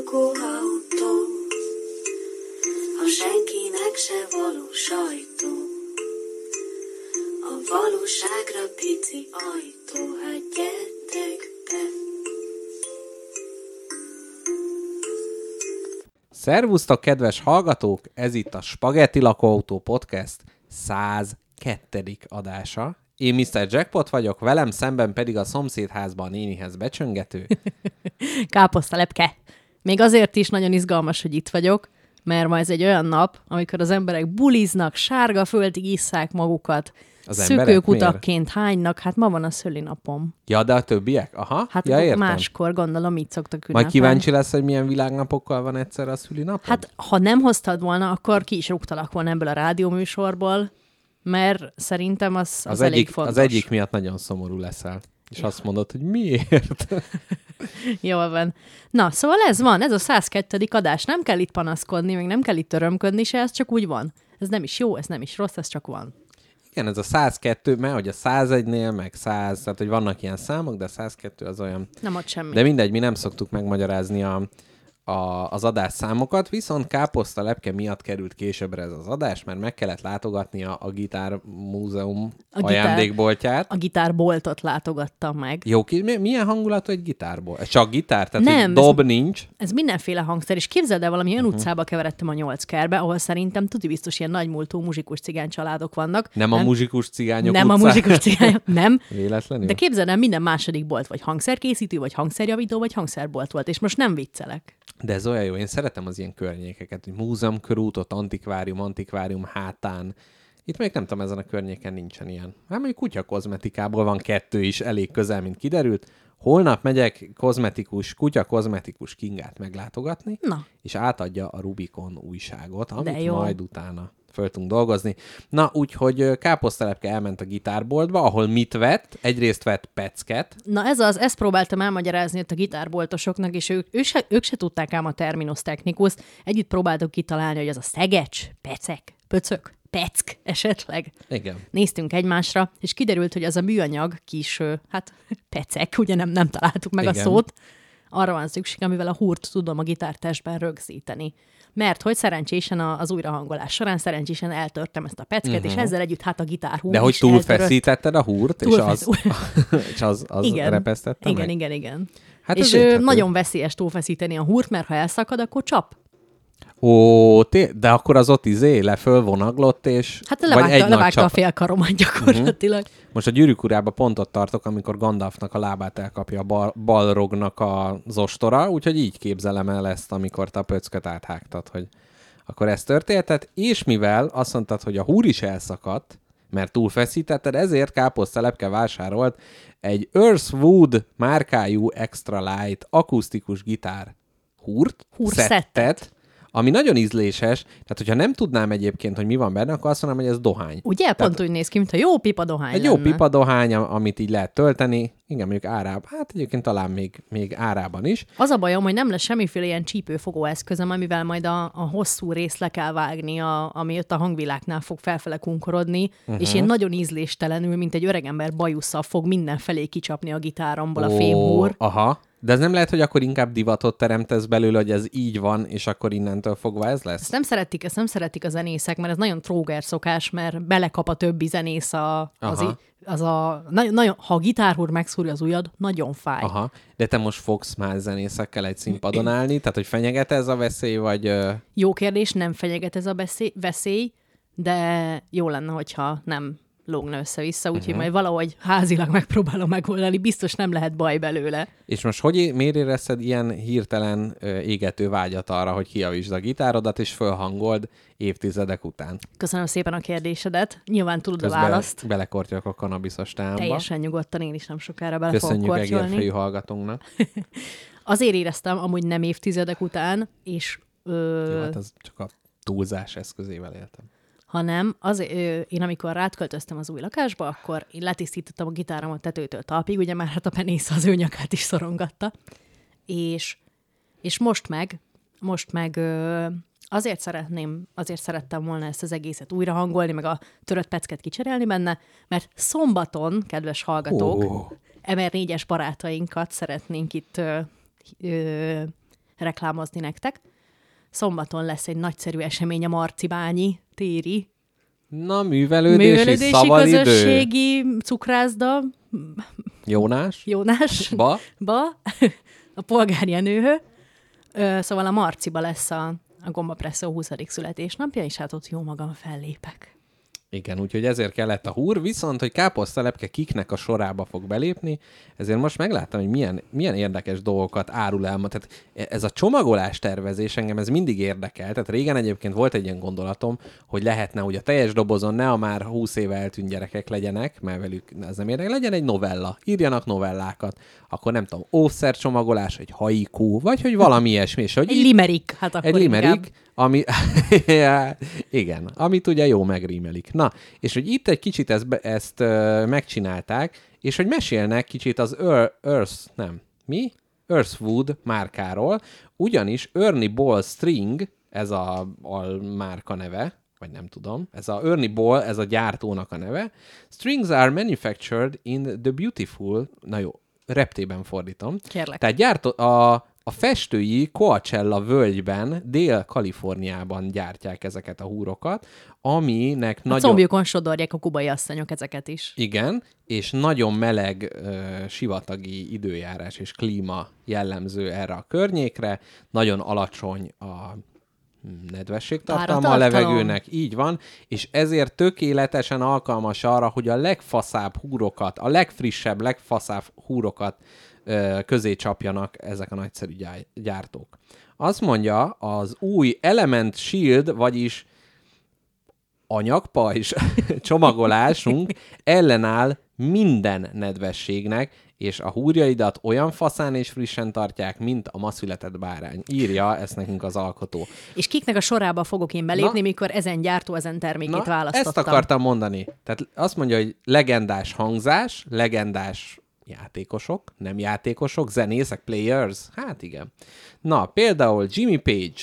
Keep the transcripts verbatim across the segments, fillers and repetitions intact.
lakóautó, a senkinek se való sajtó, a valóságra pici ajtó, hát gyertek be. Szervusztok, kedves hallgatók! Ez itt a Spagetti Lakóautó Podcast százkettő. adása. Én miszter Jackpot vagyok, velem szemben pedig a szomszédházban a nénihez becsöngető. Káposztalepke. Még azért is nagyon izgalmas, hogy itt vagyok, mert ma ez egy olyan nap, amikor az emberek buliznak, sárga földig isszák magukat, szökőkutakként hánynak, hát ma van a szülinapom. Ja, de a többiek? Aha, hát ja, értem. Máskor gondolom így szoktak ünnepelni. Majd kíváncsi lesz, hogy milyen világnapokkal van egyszer a szülinapod? Hát, ha nem hoztad volna, akkor ki is rúgtalak volna ebből a rádióműsorból, mert szerintem az, az, az elég egyik, fontos. Az egyik miatt nagyon szomorú leszel. És ja. Azt mondod, hogy miért? Jól van. Na, szóval ez van, ez a százkettő. adás. Nem kell itt panaszkodni, meg nem kell itt örömködni se, ez csak úgy van. Ez nem is jó, ez nem is rossz, ez csak van. Igen, ez a százkettő, mert hogy a százegynél, meg száz, tehát hogy vannak ilyen számok, de a százkettő az olyan... Nem ad semmi. De mindegy, mi nem szoktuk megmagyarázni a, a, az adás számokat, viszont Káposztalepke miatt került későbbre ez az adás, mert meg kellett látogatni a, a Gitár Múzeum a ajándékboltját. Gitár, a gitárboltot látogattam meg. Jó, ki, milyen hangulatú egy gitárbolt? Csak gitár? Tehát nem, dob ez, nincs? Ez mindenféle hangszer, és képzeld el, valami olyan uh-huh. utcába keveredtem a nyolc kerbe, ahol szerintem tuti biztos ilyen nagymúltú muzsikus cigány családok vannak. Nem, nem a muzsikus cigányok Nem utcán. a muzsikus cigányok, nem. Véletlenül? De képzeld el, minden második bolt vagy hangszerkészítő, vagy hangszerjavító, vagy hangszerbolt volt, és most nem viccelek. De ez olyan jó, én szeretem az ilyen környékeket, hogy múzeumkörútot, antikvárium, antikvárium hátán. Itt még nem tudom, ezen a környéken nincsen ilyen. Hát mondjuk kutya kozmetikából van kettő is elég közel, mint kiderült. Holnap megyek kozmetikus, kutya kozmetikus Kingát meglátogatni, Na. és átadja a Rubikon újságot, amit majd utána föl tudunk dolgozni. Na, úgyhogy Káposztalepke elment a gitárboltba, ahol mit vett? Egyrészt vett pecket. Na ez az, ezt próbáltam elmagyarázni ott a gitárboltosoknak, és ők, ők, se, ők se tudták ám a terminus technicus. Együtt próbáltuk kitalálni, hogy az a szegecs, pecek, pöcök, peck esetleg. Igen. Néztünk egymásra, és kiderült, hogy az a műanyag kis, hát pecek, ugye nem, nem találtuk meg Igen. a szót, arra van szükség, amivel a húrt tudom a gitártestben rögzíteni. Mert hogy szerencsésen az újrahangolás során szerencsésen eltörtem ezt a pecket, uh-huh. és ezzel együtt hát a gitárhúr De hogy is túlfeszítetted a húrt, és az, és az, az igen. repesztette igen, meg? Igen, igen, igen. Hát és ő, nagyon veszélyes túlfeszíteni a húrt, mert ha elszakad, akkor csap. Ó, té- de akkor az ott izé leföl vonaglott, és... Hát levágta, levágta a fél karomat gyakorlatilag. Uh-huh. Most a Gyűrűk Urában pont ott tartok, amikor Gandalfnak a lábát elkapja a bal- balrognak az ostora, úgyhogy így képzelem el ezt, amikor te a pöcköt áthágtad, hogy akkor ez történtet, és mivel azt mondtad, hogy a húr is elszakadt, mert túlfeszítetted, ezért Káposztalepke vásárolt egy Earthwood márkájú Extra Light akusztikus gitár húrt, húrszettet, ami nagyon ízléses, tehát hogyha nem tudnám egyébként, hogy mi van benne, akkor azt mondanám, hogy ez dohány. Ugye? Tehát pont úgy néz ki, mintha jó pipa dohány Egy lenne. jó pipa dohány, amit így lehet tölteni, igen, mondjuk árában, hát egyébként talán még, még árában is. Az a bajom, hogy nem lesz semmiféle ilyen csípőfogó eszközöm, amivel majd a, a hosszú részt le kell vágni, a, ami ott a hangvilágnál fog felfele kunkorodni, uh-huh. és én nagyon ízléstelenül, mint egy öregember bajusszal fog mindenfelé kicsapni a gitáromból Ó, a fémhúr. Aha. De ez nem lehet, hogy akkor inkább divatot teremtesz belőle, hogy ez így van, és akkor innentől fogva ez lesz? Ezt nem szeretik, ezt nem szeretik a zenészek, mert ez nagyon tróger szokás, mert belekap a többi zenész a, az, i, az a... Nagyon, nagyon, ha a gitárhúr megszúrja az ujjad, nagyon fáj. Aha. De te most fogsz más zenészekkel egy színpadon állni? Tehát, hogy fenyeget ez a veszély, vagy... Jó kérdés, nem fenyeget ez a veszély, de jó lenne, hogyha nem lógna össze-vissza, úgyhogy uh-huh. majd valahogy házilag megpróbálom megoldani, biztos nem lehet baj belőle. És most hogy miért érezted ilyen hirtelen ö, égető vágyat arra, hogy kijavítsd a gitárodat, és fölhangold évtizedek után? Köszönöm szépen a kérdésedet. Nyilván tudod Közben a választ. Belekortyolok a kanabiszos teámba. Teljesen nyugodtan, én is nem sokára bele fogok Köszönjük kortyolni. egérfejű hallgatónknak. Azért éreztem, amúgy nem évtizedek után, és... Ö... Jó, hát ez csak a túlzás eszközével éltem. hanem az, ö, én amikor rátköltöztem az új lakásba, akkor én letisztítottam a gitáromat tetőtől talpig, ugye már hát a penész az ő nyakát is szorongatta, és, és most meg, most meg ö, azért szeretném, azért szerettem volna ezt az egészet újra hangolni, meg a törött pecket kicserélni benne, mert szombaton, kedves hallgatók, oh. em er négyes barátainkat szeretnénk itt ö, ö, reklámozni nektek. Szombaton lesz egy nagyszerű esemény a Marcibányi téri Na, művelődési, művelődési szabadidő. közösségi cukrászda. Jónás. Jónás. Ba. Ba. A Polgár Jenő. Szóval a Marciba lesz a, a Gombapresszó huszadik születésnapja, és hát ott jó magam fellépek. Igen, úgyhogy ezért kellett a húr, viszont, hogy káposztalepke kiknek a sorába fog belépni, ezért most megláttam, hogy milyen, milyen érdekes dolgokat árul el. Tehát ez a csomagolás tervezés engem ez mindig érdekel. Tehát régen egyébként volt egy ilyen gondolatom, hogy lehetne, hogy a teljes dobozon ne a már húsz éve eltűnt gyerekek legyenek, mert velük ez nem érdekel, legyen egy novella, írjanak novellákat. Akkor nem tudom, óvszercsomagolás, egy haiku, vagy hogy valami ilyesmi. És hogy Egy itt... limerik, hát akkor Egy limerik, inkább. ami... igen, amit ugye jó megrímelik. Na, és hogy itt egy kicsit ezt, ezt uh, megcsinálták, és hogy mesélnek kicsit az Earth, Earth nem, mi? Earthwood márkáról, ugyanis Ernie Ball String, ez a, a márka neve, vagy nem tudom, ez a Ernie Ball, ez a gyártónak a neve. Strings are manufactured in the beautiful, na jó, reptében fordítom. Kérlek. Tehát gyártó, a, a festői Coachella völgyben, Dél-Kaliforniában gyártják ezeket a húrokat, aminek A nagyon... combjukon sodorják a kubai asszonyok ezeket is. Igen, és nagyon meleg uh, sivatagi időjárás és klíma jellemző erre a környékre, nagyon alacsony a nedvességtartalma a levegőnek, így van, és ezért tökéletesen alkalmas arra, hogy a legfaszább húrokat, a legfrissebb, legfaszább húrokat ö, közé csapjanak ezek a nagyszerű gyártók. Azt mondja, az új Element Shield, vagyis anyagpajzs csomagolásunk ellenáll minden nedvességnek, és a húrjaidat olyan faszán és frissen tartják, mint a ma született bárány. Írja ezt nekünk az alkotó. És kiknek a sorába fogok én belépni, Na, mikor ezen gyártó, ezen termékét Na, választottam. ezt akartam mondani. Tehát azt mondja, hogy legendás hangzás, legendás játékosok, nem játékosok, zenészek, players. Hát igen. Na, például Jimmy Page.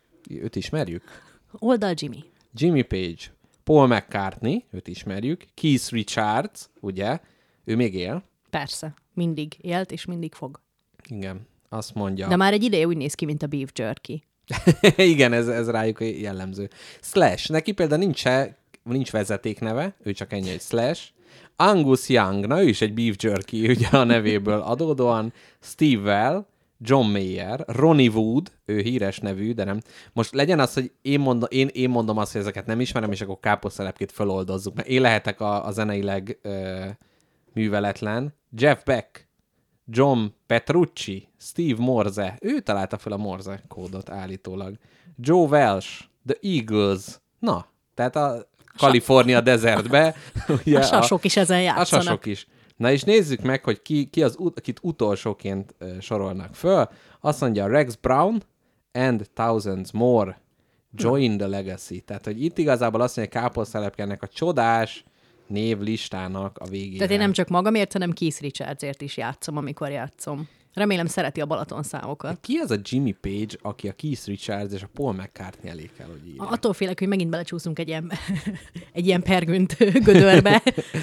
Őt ismerjük? Oldal Jimmy. Jimmy Page. Paul McCartney, őt ismerjük. Keith Richards, ugye? Ő még él. Persze. Mindig élt, és mindig fog. Igen, azt mondja. De már egy ideje úgy néz ki, mint a beef jerky. Igen, ez, ez rájuk jellemző. Slash, neki például nincs, se, nincs vezetékneve, ő csak ennyi, egy Slash. Angus Young, na ő is egy beef jerky, ugye a nevéből adódóan. Steve Well, John Mayer, Ronnie Wood, ő híres nevű, de nem. Most legyen az, hogy én mondom, én, én mondom azt, hogy ezeket nem ismerem, és akkor káposztelepkét feloldozzuk, mert én lehetek a, a zeneileg ö, műveletlen. Jeff Beck, John Petrucci, Steve Morse, ő találta fel a Morse kódot állítólag. Joe Welsh, The Eagles, na, tehát a Kalifornia desertbe. Ugye A sasok is ezen a, játszanak. a sasok is. Na és nézzük meg, hogy ki, ki az, akit utolsóként uh, sorolnak föl. Azt mondja Rex Brown and thousands more join the legacy. Tehát, hogy itt igazából azt mondja, káposztelepke ennek a csodás névlistának a végére. Tehát én nem csak magamért, hanem Keith Richardsért is játszom, amikor játszom. Remélem szereti a Balaton számokat. Ki az a Jimmy Page, aki a Keith Richards és a Paul McCartney elé kell, hogy írja? Attól félek, hogy megint belecsúszunk egy ilyen, egy ilyen pergünt gödörbe.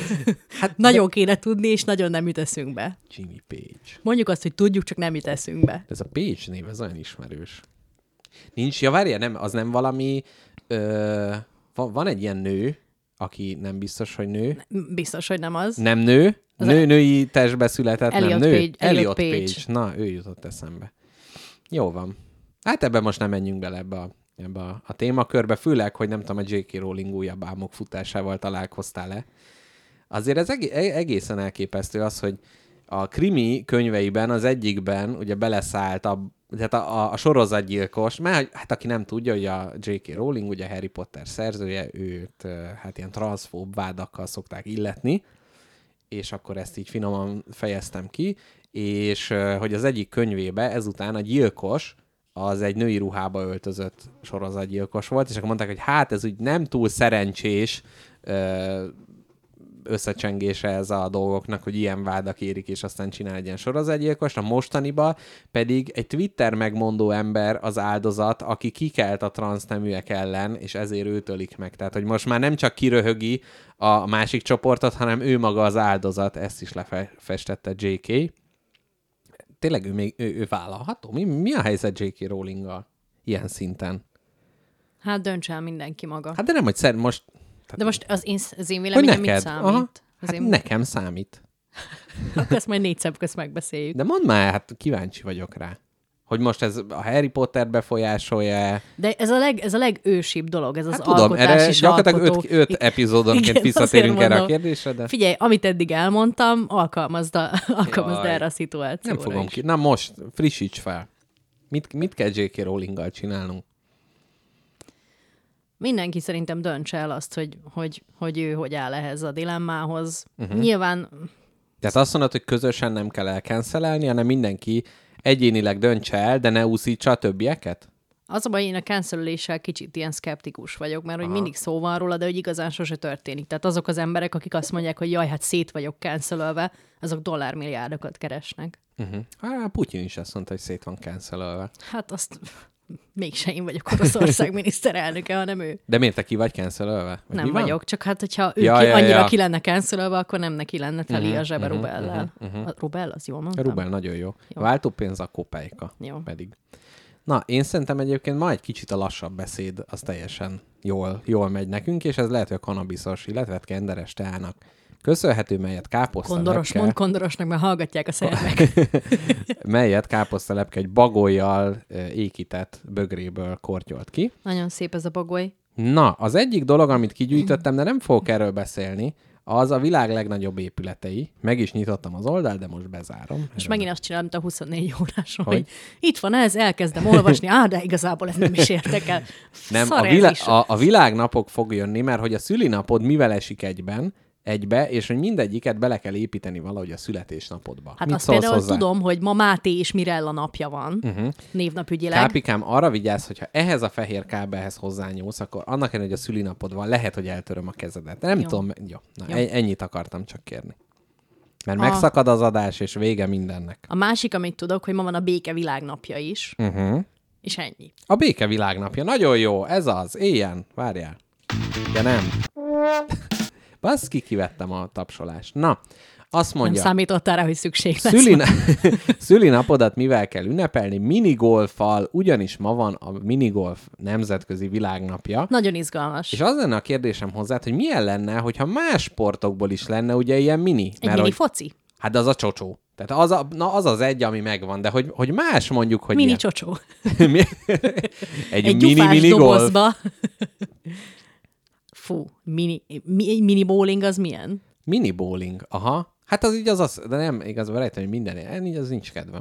Hát nagyon kéne tudni, és nagyon nem jut eszünkbe. Jimmy Page. Mondjuk azt, hogy tudjuk, csak nem jut eszünkbe. Ez a Page név, ez olyan ismerős. Nincs, ja várjál, nem, az nem valami, ö, van, van egy ilyen nő, aki nem biztos, hogy nő. Biztos, hogy nem az. Nem nő. Az nő, a... női testbe született, Elliot nem nő. Page, Elliot Elliot Page. Page. Na, ő jutott eszembe. Jó van. Hát ebben most nem menjünk bele ebbe a, ebbe a, a témakörbe, főleg, hogy nem tudom, a dzsé ká. Rowling újabb álmok futásával találkoztál-e. Azért ez egészen elképesztő az, hogy a krimi könyveiben az egyikben ugye beleszállt a, tehát a, a, a sorozatgyilkos, mert hát aki nem tudja, hogy a dzsé ká. Rowling, ugye Harry Potter szerzője, őt hát ilyen transzfób vádakkal szokták illetni, és akkor ezt így finoman fejeztem ki, és hogy az egyik könyvébe ezután a gyilkos az egy női ruhába öltözött sorozatgyilkos volt, és akkor mondták, hogy hát ez úgy nem túl szerencsés összecsengése ez a dolgoknak, hogy ilyen vádak érik, és aztán csinál egy ilyen sorozatgyilkost. A mostaniba pedig egy Twitter megmondó ember az áldozat, aki kikelt a transzneműek ellen, és ezért őt ölik meg. Tehát, hogy most már nem csak kiröhögi a másik csoportot, hanem ő maga az áldozat, ezt is lefestette dzsé ká. tényleg ő, még, ő, ő vállalható? Mi, mi a helyzet jé ká. Rowlinggal ilyen szinten? Hát dönts el mindenki maga. Hát de nem, hogy szerint most... De most az én, az én véleményem mit számít? Aha. Az Hát én... nekem számít. Akkor ezt majd négy szebb közt megbeszéljük. De mondd már, hát kíváncsi vagyok rá. Hogy most ez a Harry Potter befolyásolja. De ez a, leg, ez a legősibb dolog, ez az hát tudom, alkotás erre és gyakorlatilag alkotó. öt, öt epizódonként visszatérünk erre a kérdésre, de... Figyelj, amit eddig elmondtam, alkalmazd, a, alkalmazd Jaj, erre a szituációra nem fogom is. ki. Na most, frissíts fel. Mit, mit kell jé ká. Rowlinggal csinálnunk? Mindenki szerintem dönts el azt, hogy, hogy, hogy ő hogy áll ehhez a dilemmához. Uh-huh. Nyilván... Tehát azt mondod, hogy közösen nem kell elcancelelni, hanem mindenki egyénileg döntse el, de ne úszítsa a többieket? Az a baj, én a canceléssel kicsit ilyen szkeptikus vagyok, mert hogy mindig szó van róla, de hogy igazán sose történik. Tehát azok az emberek, akik azt mondják, hogy jaj, hát szét vagyok cancelölve, azok dollármilliárdokat keresnek. Uh-huh. Hát Putyin is azt mondta, hogy szét van cancelölve. Hát azt mégse én vagyok Oroszország miniszterelnöke, hanem ő. De miért te ki vagy cancelölve? Vagy nem vagyok, csak hát, hogyha ő ja, ki, ja, annyira ja. ki lenne cancelölve, akkor nem neki lenne teli uh-huh, a zsebe uh-huh, rubellel. uh-huh, uh-huh. A rubell, az jól mondtam? Rubel nagyon jó. Jó. Váltópénz a kopejka Jó. pedig. Na, én szerintem egyébként ma egy kicsit a lassabb beszéd, az teljesen jól, jól megy nekünk, és ez lehet, hogy a kanabiszos, illetve kenderes teának köszönhető, melyet káposztalepke... Kondoros, mond kondorosnak, mert hallgatják a szervek. melyet káposztalepke egy bagollyal ékített bögréből kortyolt ki. Nagyon szép ez a bagoly. Na, az egyik dolog, amit kigyűjtöttem, de nem fogok erről beszélni, az a világ legnagyobb épületei. Meg is nyitottam az oldalt, de most bezárom. Most megint azt csinálom, mint a huszonnégy óráson, hogy? hogy itt van ez, elkezdem olvasni, á, de igazából ez nem is érdekel. Nem, Szar a, ez vilá- is. a, a világnapok fog jönni, mert hogy a szülinapod mivel esik egyben, egybe, és hogy mindegyiket bele kell építeni valahogy a születésnapodba. Hát Mit azt szólsz például hozzá? tudom, hogy ma Máté és Mirella napja van, uh-huh. névnapügyileg. Kápikám, arra vigyázz, hogyha ehhez a fehér kábelhez hozzányúlsz, akkor annak ellenére, hogy a szülinapod van, lehet, hogy eltöröm a kezedet. De nem Jó. tudom, jó, na, Jó. ennyit akartam csak kérni. Mert A- megszakad az adás, és vége mindennek. A másik, amit tudok, hogy ma van a béke világnapja is, Uh-huh. és ennyi. A béke világnapja. Nagyon jó, ez az. Éljen, várjál. De nem. Baszki, kivettem a tapsolást. Na, azt Nem mondja... számítottál rá, hogy szükség lesz. Szülina... Szülinapodat mivel kell ünnepelni? Minigolffal, ugyanis ma van a minigolf nemzetközi világnapja. Nagyon izgalmas. És az lenne a kérdésem hozzá, hogy milyen lenne, hogyha más sportokból is lenne ugye ilyen mini? Egy mini hogy... foci? Hát de az a csocsó. Tehát az, a, na, az az egy, ami megvan, de hogy, hogy más mondjuk, hogy Mini ilyen... csocsó. Mi- egy, Egy mini gyufás mini golf. dobozba. Fú, mini, mi, mini bowling az milyen? Mini bowling, aha. Hát az így az az, de nem, igazán rejtem, hogy minden ilyen, így az nincs kedvem.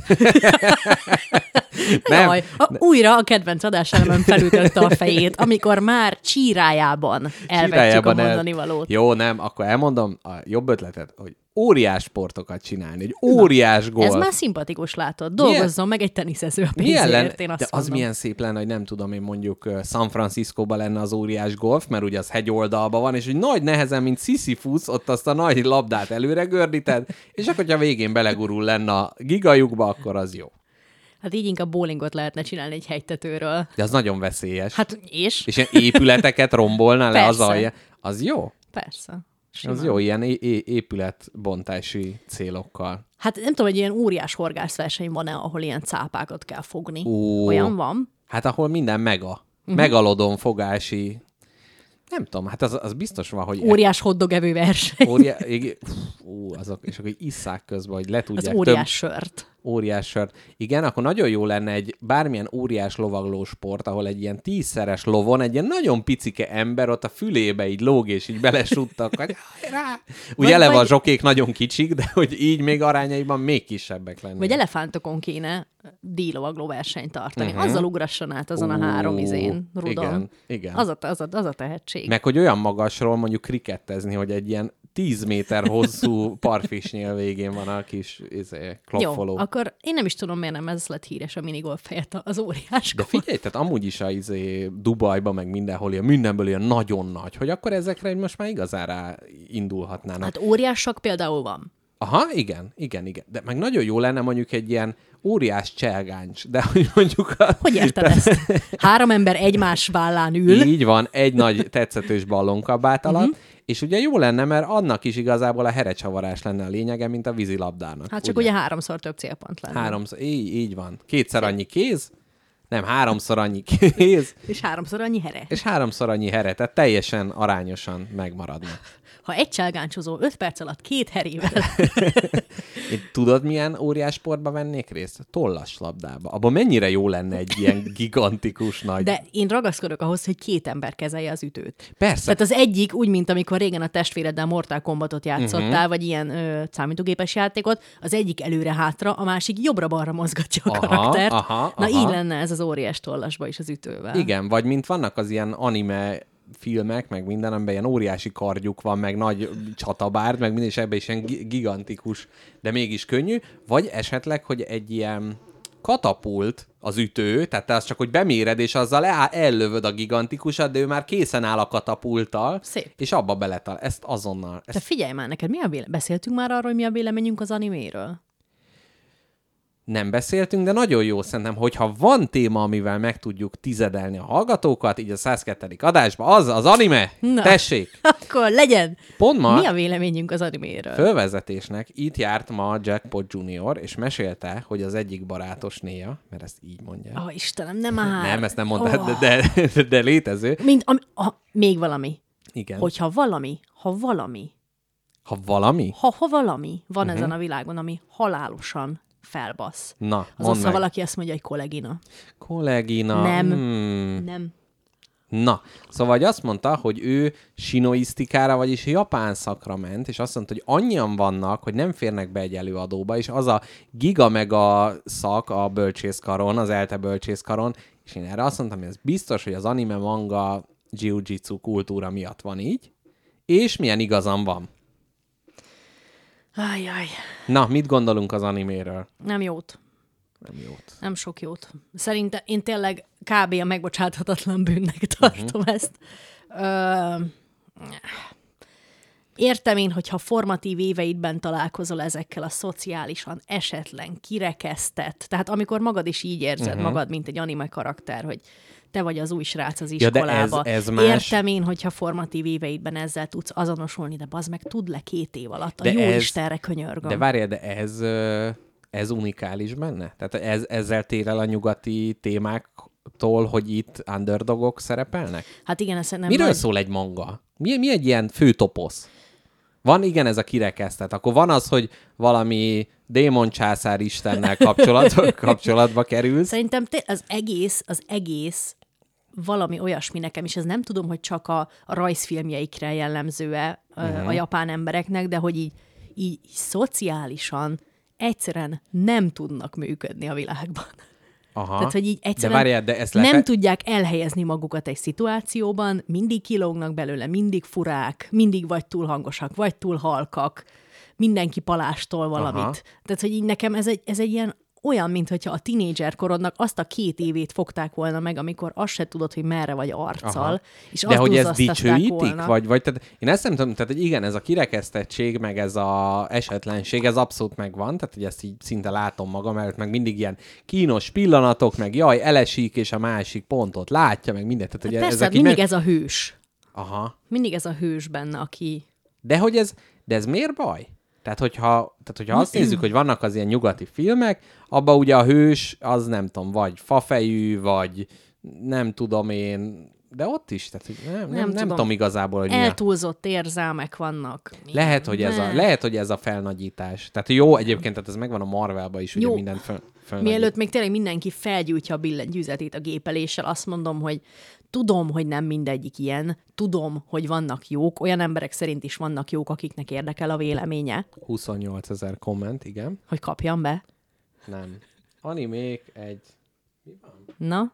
Nem. Jaj, a, újra a kedvenc adásában felütötte a fejét, amikor már csírájában elvetjük Csírájában a el- mondani valót. Jó, nem, akkor elmondom a jobb ötletet, hogy óriás sportokat csinálni, egy óriás golf. Ez már szimpatikus, látod. Dolgozzon meg egy teniszező a Milyen lenne, pénzért, én azt de az mondom. milyen szép lenne, hogy nem tudom én mondjuk uh, San Franciscóban lenne az óriás golf, mert ugye az hegyoldalban van, és hogy nagy nehezen, mint Sisyphus, ott azt a nagy labdát előre gördíted, és akkor, hogyha végén belegurul lenne a gigajukba, akkor az jó. Hát így inkább bowlingot lehetne csinálni egy hegytetőről. De az nagyon veszélyes. Hát és? És ilyen épületeket rombolna le az Persze. alja. Az jó? Persze. Az Simán. jó, ilyen é- é- épületbontási célokkal. Hát nem tudom, hogy ilyen óriás horgászverseny van-e, ahol ilyen cápákat kell fogni. Ó. Olyan van? Hát ahol minden mega. Uh-huh. Megalodon fogási. Nem tudom, hát az, az biztos van, hogy... Óriás hoddogevő verseny. Óriá... ég- Ú, azok, és akkor így isszák közben, hogy le Az tudják. óriás sört. Óriás sört. Igen, akkor nagyon jó lenne egy bármilyen óriás lovagló sport, ahol egy ilyen tízszeres lovon egy ilyen nagyon picike ember ott a fülébe így lóg, és így belesuttak, hogy rá. Ugye Vagy- eleve a vagy- zsokék nagyon kicsik, de hogy így még arányaiban még kisebbek lennének. Vagy elefántokon kéne díjlovagló versenyt tartani. Mhm. Uh-huh. Azzal ugrasson át azon a három Ú, izén, rudon. Igen, igen. Az a, az, a, az a tehetség. Meg hogy olyan magasról mondjuk krikettezni, hogy egy ilyen tíz méter hosszú parfisnyél végén van a kis izé, klopfoló. Jó, akkor én nem is tudom, miért nem ez lett híres a minigolf helyett az óriás. De figyelj, tehát amúgy is a izé, Dubajban, meg mindenhol ilyen, mindenből ilyen nagyon nagy, hogy akkor ezekre most már igazán rá indulhatnának. Hát óriásak például van. Aha, igen, igen, igen. De meg nagyon jó lenne mondjuk egy ilyen óriás cselgáncs, de hogy mondjuk... A... Hogy érted ezt? Három ember egymás vállán ül. Így van, egy nagy tetszetős ballonkabát alatt, uh-huh. és ugye jó lenne, mert annak is igazából a herecsavarás lenne a lényege, mint a vízilabdának. Hát csak ugye, ugye háromszor több célpont lenne. Háromszor, így, így van. Kétszer annyi kéz, nem, háromszor annyi kéz. És háromszor annyi here. És háromszor annyi here, tehát teljesen arányosan megmaradna. Ha egy cselgáncsozó öt perc alatt két herével... Én tudod, milyen óriás sportba vennék részt? Tollas labdába. Abban mennyire jó lenne egy ilyen gigantikus nagy... De én ragaszkodok ahhoz, hogy két ember kezelje az ütőt. Persze. Tehát az egyik, úgy, mint amikor régen a testvéreddel Mortal Kombatot játszottál, uh-huh. vagy ilyen ö, számítógépes játékot, az egyik előre-hátra, a másik jobbra-balra mozgatja a aha, karaktert. Aha, Na aha. így lenne ez az óriás tollasba is az ütővel. Igen, vagy mint vannak az ilyen anime filmek, meg minden, amiben ilyen óriási kardjuk van, meg nagy csatabárd, meg minden, és ebben is ilyen gigantikus, de mégis könnyű, vagy esetleg, hogy egy ilyen katapult az ütő, tehát te azt csak, hogy beméred, és azzal el, ellövöd a gigantikusat, de ő már készen áll a katapulttal, Szép. és abba beletal. Ezt azonnal. Ezt... De figyelj már, neked mi a véle... Beszéltünk már arról, hogy mi a véleményünk az animéről? Nem beszéltünk, de nagyon jó szerintem, hogyha van téma, amivel meg tudjuk tizedelni a hallgatókat, így a százkettő adásban, az az anime, Na, tessék! Akkor legyen! Pont ma Mi a véleményünk az animéről? fölvezetésnek itt járt ma Jackpot Junior, és mesélte, hogy az egyik barátosnéja, mert ezt így mondja. Ó, oh, Istenem, nem már! Nem, ezt nem mondta, oh. de, de, de létező. Mint, ami, ha, még valami. Igen. Hogyha valami, ha valami, Ha valami? ha, ha valami van Uh-huh. ezen a világon, ami halálosan felbasz. Na, Az mondd azt, ha meg. valaki azt mondja, hogy kollégina. Kollégina. Nem. Hmm. Nem. Na, szóval hogy azt mondta, hogy ő sinoisztikára, vagyis japán szakra ment, és azt mondta, hogy annyian vannak, hogy nem férnek be egy előadóba, és az a giga mega szak a bölcsészkaron, az ELTE bölcsészkaron, és én erre azt mondtam, hogy ez biztos, hogy az anime, manga, jiu-jitsu kultúra miatt van így, és milyen igazam van. Ajjaj, Na, mit gondolunk az animéről? nem jót. Nem jót. Nem sok jót. Szerintem én tényleg kb. A megbocsáthatatlan bűnnek tartom uh-huh. ezt. Ö... Értem én, hogyha formatív éveidben találkozol ezekkel a szociálisan esetlen, kirekesztett, tehát amikor magad is így érzed uh-huh. magad, mint egy anime karakter, hogy te vagy az új srác az iskolába. Ja, de ez, ez más... Értem én, hogyha formatív éveidben ezzel tudsz azonosulni, de bazd meg, tud le két év alatt. A de jó ez... Istenre könyörgöm. De várjál, de ez, ez unikális benne? Tehát ez, ezzel tér el a nyugati témáktól, hogy itt underdogok szerepelnek? Hát igen, ez nem Miről nagy... szól egy manga? Mi, mi egy ilyen főtoposz? Van, igen, ez a kirekesztett. Akkor van az, hogy valami démon császár istennel kapcsolatba, kapcsolatba kerülsz. Szerintem te, az egész, az egész valami olyasmi nekem, és ez nem tudom, hogy csak a, a rajzfilmjeikre jellemző-e uh-huh. a japán embereknek, de hogy így, így szociálisan egyszerűen nem tudnak működni a világban. Aha. Tehát, hogy így de egyszerűen várjál, de ezt nem lefe... tudják elhelyezni magukat egy szituációban, mindig kilógnak belőle, mindig furák, mindig vagy túl hangosak, vagy túl halkak, mindenki palástól valamit. Aha. Tehát, hogy így nekem ez egy, ez egy ilyen olyan, mintha a tinédzser korodnak azt a két évét fogták volna meg, amikor azt se tudod, hogy merre vagy arccal, Aha. és De azt hogy ez duzzasztatták dicsőítik? volna. Vagy, vagy tehát én ezt nem tudom, tehát hogy igen, ez a kirekesztettség, meg ez a esetlenség, ez abszolút megvan, tehát hogy ezt így szinte látom magam előtt, meg mindig ilyen kínos pillanatok, meg jaj, elesik, és a másik pontot látja, meg mindent. Tehát, Hát hogy persze, ezek mindig meg... ez a hős. Aha. Mindig ez a hős benne, aki... De hogy ez, de ez miért baj? Tehát, hogyha, tehát, hogyha azt nézzük, hogy vannak az ilyen nyugati filmek, abban ugye a hős, az nem tudom, vagy fafejű, vagy nem tudom én, de ott is, tehát hogy nem, nem, nem, nem tudom igazából, hogy milyen. Eltúlzott érzelmek vannak. Lehet, hogy ez a, lehet, hogy ez a felnagyítás. Tehát jó, egyébként, tehát ez megvan a Marvelban is, ugye Jó. minden fel, felnagyít. Mielőtt még tényleg mindenki felgyújtja a billentyűzetét a gépeléssel, azt mondom, hogy tudom, hogy nem mindegyik ilyen, tudom, hogy vannak jók, olyan emberek szerint is vannak jók, akiknek érdekel a véleménye. huszonnyolcezer komment, igen. Hogy kapjam be. Nem. Animék egy... Mi van? Na?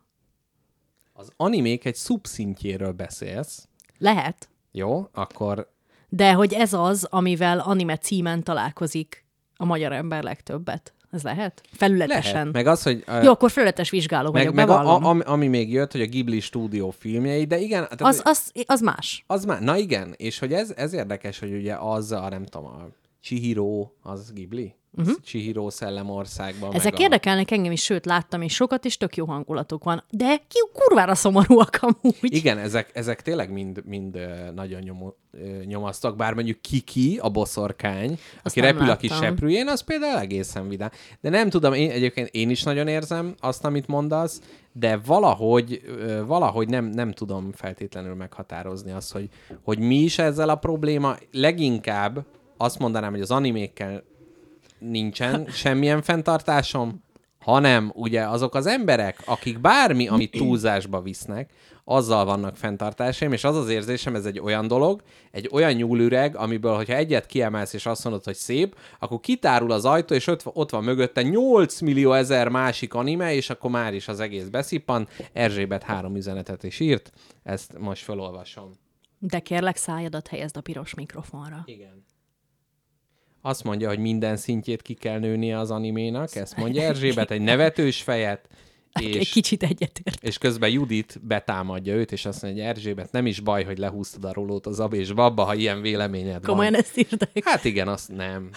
Az animék egy szubszintjéről beszélsz. Lehet. Jó, akkor... De hogy ez az, amivel anime címen találkozik a magyar ember legtöbbet. Ez lehet? Felületesen. Lehet. Meg az, hogy... Uh, Jó, akkor felületes vizsgáló meg, vagyok, meg a, bevallom. a, ami, ami még jött, hogy a Ghibli stúdió filmjei, de igen... Tehát, Az, az, az más. Az már, na igen, és hogy ez, ez érdekes, hogy ugye az a, nem tudom, a Chihiro, az Ghibli? Uh-huh. Chihiro Szellemországban. Ezek érdekelnek engem is, sőt, láttam is sokat, és tök jó hangulatuk van. De ki kurvára szomorúak amúgy. Igen, ezek, ezek tényleg mind, mind nagyon nyom, nyomasztak, bár mondjuk Kiki, a boszorkány, azt aki repül láttam. A kis seprűjén, az például egészen vidám. De nem tudom, én egyébként én is nagyon érzem azt, amit mondasz, de valahogy, valahogy nem, nem tudom feltétlenül meghatározni azt, hogy, hogy mi is ezzel a probléma. Leginkább azt mondanám, hogy az animékkel nincsen semmilyen fenntartásom, hanem ugye azok az emberek, akik bármi, amit túlzásba visznek, azzal vannak fenntartásaim, és az az érzésem, ez egy olyan dolog, egy olyan nyúlüreg, amiből, hogyha egyet kiemelsz, és azt mondod, hogy szép, akkor kitárul az ajtó, és ott, ott van mögötte nyolc millió ezer másik anime, és akkor már is az egész beszippan. Erzsébet három üzenetet is írt, ezt most felolvasom. De kérlek, szájadat helyezd a piros mikrofonra. Igen. Azt mondja, hogy minden szintjét ki kell nőnie az animénak, ezt mondja Erzsébet, egy nevetős fejet, és, egy kicsit egyetért. És közben Judit betámadja őt, és azt mondja, hogy Erzsébet, nem is baj, hogy lehúztad a rolót az Ab és Babba, ha ilyen véleményed Komolyan van. ezt írták? Hát igen, azt nem.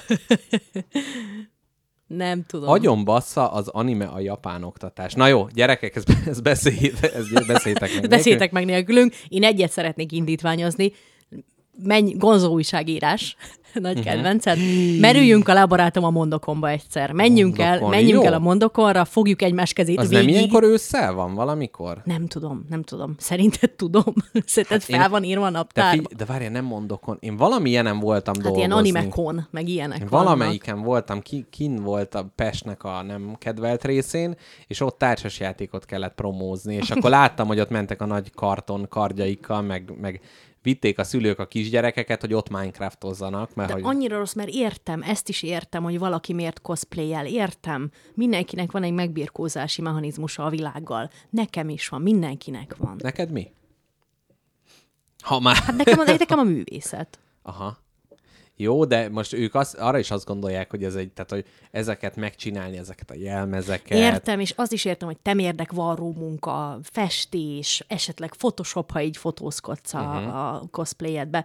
Nem tudom. Agyon bassza az anime a japán oktatás. Na jó, gyerekek, ezt, ezt, beszél, ezt beszéltek meg. Beszéltek meg nélkülünk. Én egyet szeretnék indítványozni. Menj, Gonzó újságírás, nagy uh-huh. kedvenced. Merüljünk a laborátum a Mondokonba egyszer. Menjünk Mondokon. el, menjünk Jó. el a Mondokonra, fogjuk egymás kezét az végig. Nem ilyenkor ősszel van valamikor? Nem tudom, nem tudom. Szerinted tudom? Szerinted hát fel én... van írva a naptárba? De, figy- de várjál, nem Mondokon. Én valamilyenem voltam hát dolgozni. Hát ilyen animekon, meg ilyenek én valamelyiken voltam, ki, kin volt a Pestnek a nem kedvelt részén, és ott társasjátékot kellett promózni, és akkor láttam, hogy ott mentek a nagy karton kardjaikkal, meg, meg vitték a szülők a kisgyerekeket, hogy ott Minecraftozzanak. Mert De hogy... annyira rossz, mert értem, ezt is értem, hogy valaki miért cosplayel, értem. Mindenkinek van egy megbirkózási mechanizmusa a világgal. Nekem is van, mindenkinek van. Neked mi? Ha már... Hát nekem, nekem a művészet. Aha. Jó, de most ők az, arra is azt gondolják, hogy ez egy, tehát, hogy ezeket megcsinálni, ezeket a jelmezeket. Értem, és az is értem, hogy temérdek varró munka, festés, esetleg Photoshop, ha így fotózkodsz a, uh-huh. a cosplayedbe.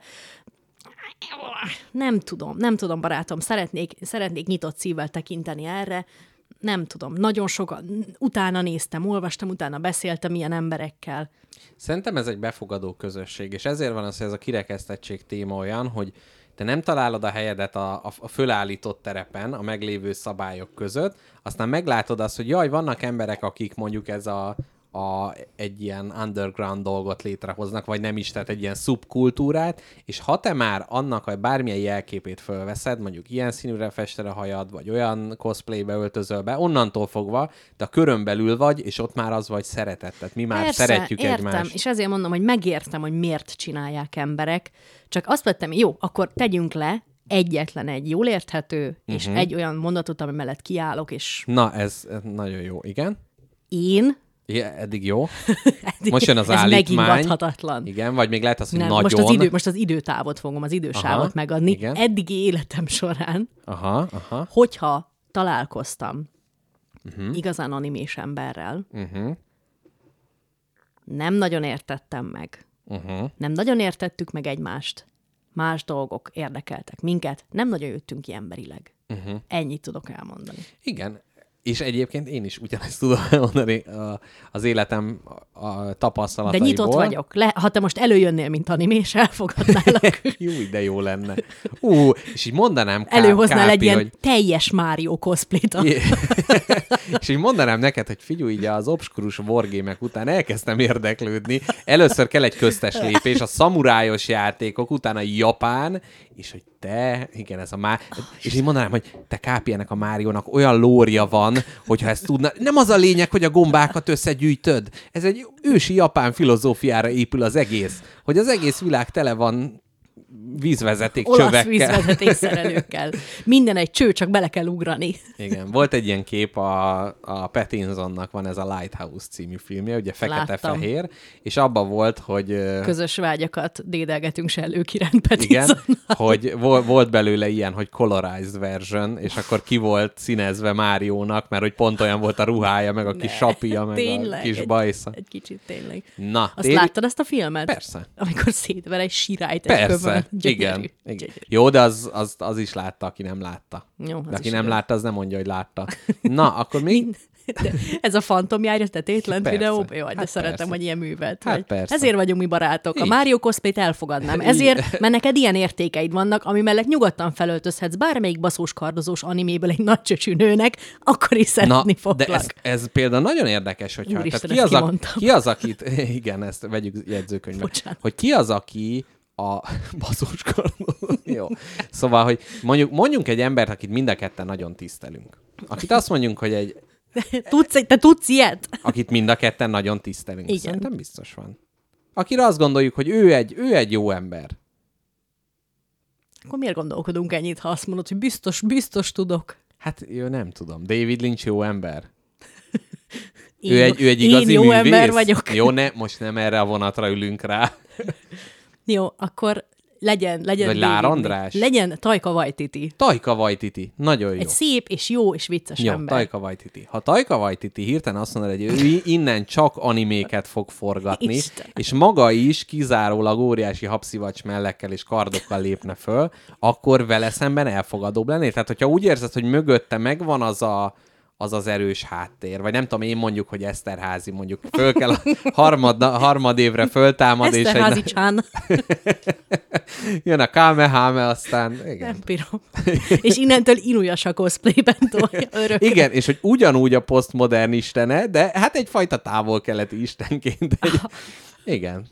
Nem tudom, nem tudom, barátom. Szeretnék, szeretnék nyitott szívvel tekinteni erre. Nem tudom, nagyon sokan, utána néztem, olvastam, utána beszéltem ilyen emberekkel. Szerintem ez egy befogadó közösség, és ezért van az, hogy ez a kirekesztettség téma olyan, hogy te nem találod a helyedet a, a, a fölállított terepen, a meglévő szabályok között, aztán meglátod azt, hogy jaj, vannak emberek, akik mondjuk ez a, a, egy ilyen underground dolgot létrehoznak, vagy nem is, tehát egy ilyen szubkultúrát, és ha te már annak a bármilyen jelképét fölveszed, mondjuk ilyen színűre fested a hajad, vagy olyan cosplaybe öltözöl be, onnantól fogva, de a körön belül vagy, és ott már az vagy szeretet. Tehát mi már Persze, szeretjük értem, egymást. És ezért mondom, hogy megértem, hogy miért csinálják emberek, csak azt vettem, jó, akkor tegyünk le egyetlen egy jól érthető, uh-huh. és egy olyan mondatot, ami mellett kiállok, és... Na, ez, ez nagyon jó, igen. Én... Igen, eddig jó. eddig most jön az ez állítmány. megingathatatlan. Igen, vagy még lehet az, hogy Nem, nagyon. Most az, idő, most az időtávot fogom, az idősávot aha, megadni. Igen. Eddigi életem során, aha, aha. hogyha találkoztam uh-huh. igazán animés emberrel, uh-huh. nem nagyon értettem meg. Uh-huh. Nem nagyon értettük meg egymást. Más dolgok érdekeltek minket. Nem nagyon jöttünk ki emberileg. Uh-huh. Ennyit tudok elmondani. Igen. És egyébként én is ugyanezt tudom mondani az életem a tapasztalataiból. De nyitott vagyok. Le, ha te most előjönnél, mint animés, elfogadnálak. Jó, de jó lenne. Ú, és így mondanám K- Előhoznál Kápi, egy ilyen hogy... teljes Mario cosplayt. És így mondanám neked, hogy figyelj, így az obskurus wargame-ek után elkezdtem érdeklődni. Először kell egy köztes lépés, a szamurájos játékok, utána Japán, és hogy te, igen, ez a má... És így mondanám, hogy te Kápi, ennek a Máriónak olyan lórja van, hogyha ezt tudna... Nem az a lényeg, hogy a gombákat összegyűjtöd. Ez egy ősi japán filozófiára épül az egész. Hogy az egész világ tele van vízvezeték olasz csövekkel. vízvezeték szerelőkkel. Minden egy cső, csak bele kell ugrani. Igen, volt egy ilyen kép, a, a Pattinsonnak van ez a Lighthouse című filmje, ugye fekete-fehér, és abban volt, hogy... Közös vágyakat dédelgetünk Sellők iránt igen, hogy volt belőle ilyen, hogy colorized version, és akkor ki volt színezve Máriónak, mert hogy pont olyan volt a ruhája, meg a kis ne, sapija, meg tényleg, a kis egy, bajsza. Egy kicsit tényleg. Na, azt téli... láttad ezt a filmet? Persze. Amikor szétver egy sirályt egy kövön. Gyönyörű. igen, igen. Gyönyörű. Jó, de az, az, az is látta, aki nem látta. Jó, az De aki is nem igaz. látta, az nem mondja, hogy látta. Na, akkor még... Mind- De ez a fantomjára tetétlent Persze. videó? Jó, de Hát szeretem, persze. hogy ilyen művelt Hát vagy. persze. Ezért vagyunk mi barátok. A Így. Mario cosplayt elfogadnám. Így. Ezért, mert neked ilyen értékeid vannak, ami mellett nyugodtan felöltözhetsz bármelyik baszós kardozós animéből egy nagy csöcsű nőnek, akkor is Na, szeretni de foglak. ez, ez például nagyon érdekes, hogyha... Úristen, tehát ki, ezt az, a, kimondtam. ki az, akit... Igen, ezt vegyük jegyzőkönyvbe. Bocsánat. Hogy ki az, aki a basszuskardon. Jó. Szóval, hogy mondjuk, mondjunk egy embert, akit mind a ketten nagyon tisztelünk. Akit azt mondjunk, hogy egy... Tudsz, te tudsz ilyet? Akit mind a ketten nagyon tisztelünk. Igen. Szerintem biztos van. Akire azt gondoljuk, hogy ő egy, ő egy jó ember. Akkor miért gondolkodunk ennyit, ha azt mondod, hogy biztos, biztos tudok? Hát, jó, nem tudom. David Lynch jó ember. Én, ő egy, ő egy igazi én jó művész. ember vagyok. Jó, ne, most nem erre a vonatra ülünk rá. Jó, akkor legyen, legyen Vagy David Lár Lynch. András? Legyen Taika Waititi. Taika Waititi. Nagyon jó. Egy szép és jó és vicces Jó, ember. Taika Waititi. Ha Taika Waititi hirtelen azt mondod, hogy ő innen csak animéket fog forgatni, Isten. és maga is kizárólag óriási habszivacs mellekkel és kardokkal lépne föl, akkor vele szemben elfogadóbb lennél. Tehát, hogyha úgy érzed, hogy mögötte megvan az a az az erős háttér. Vagy nem tudom, én mondjuk, hogy Eszterházi mondjuk föl kell a harmad, harmad évre föltámad, és Eszterházi egy... csán. jön a Kámeháme, aztán... Igen. Nem bírom. És innentől Inuyasha cosplayben tolja örökre. Igen, és hogy ugyanúgy a posztmodern istene, de hát egyfajta távol-keleti istenként. Egy... Igen.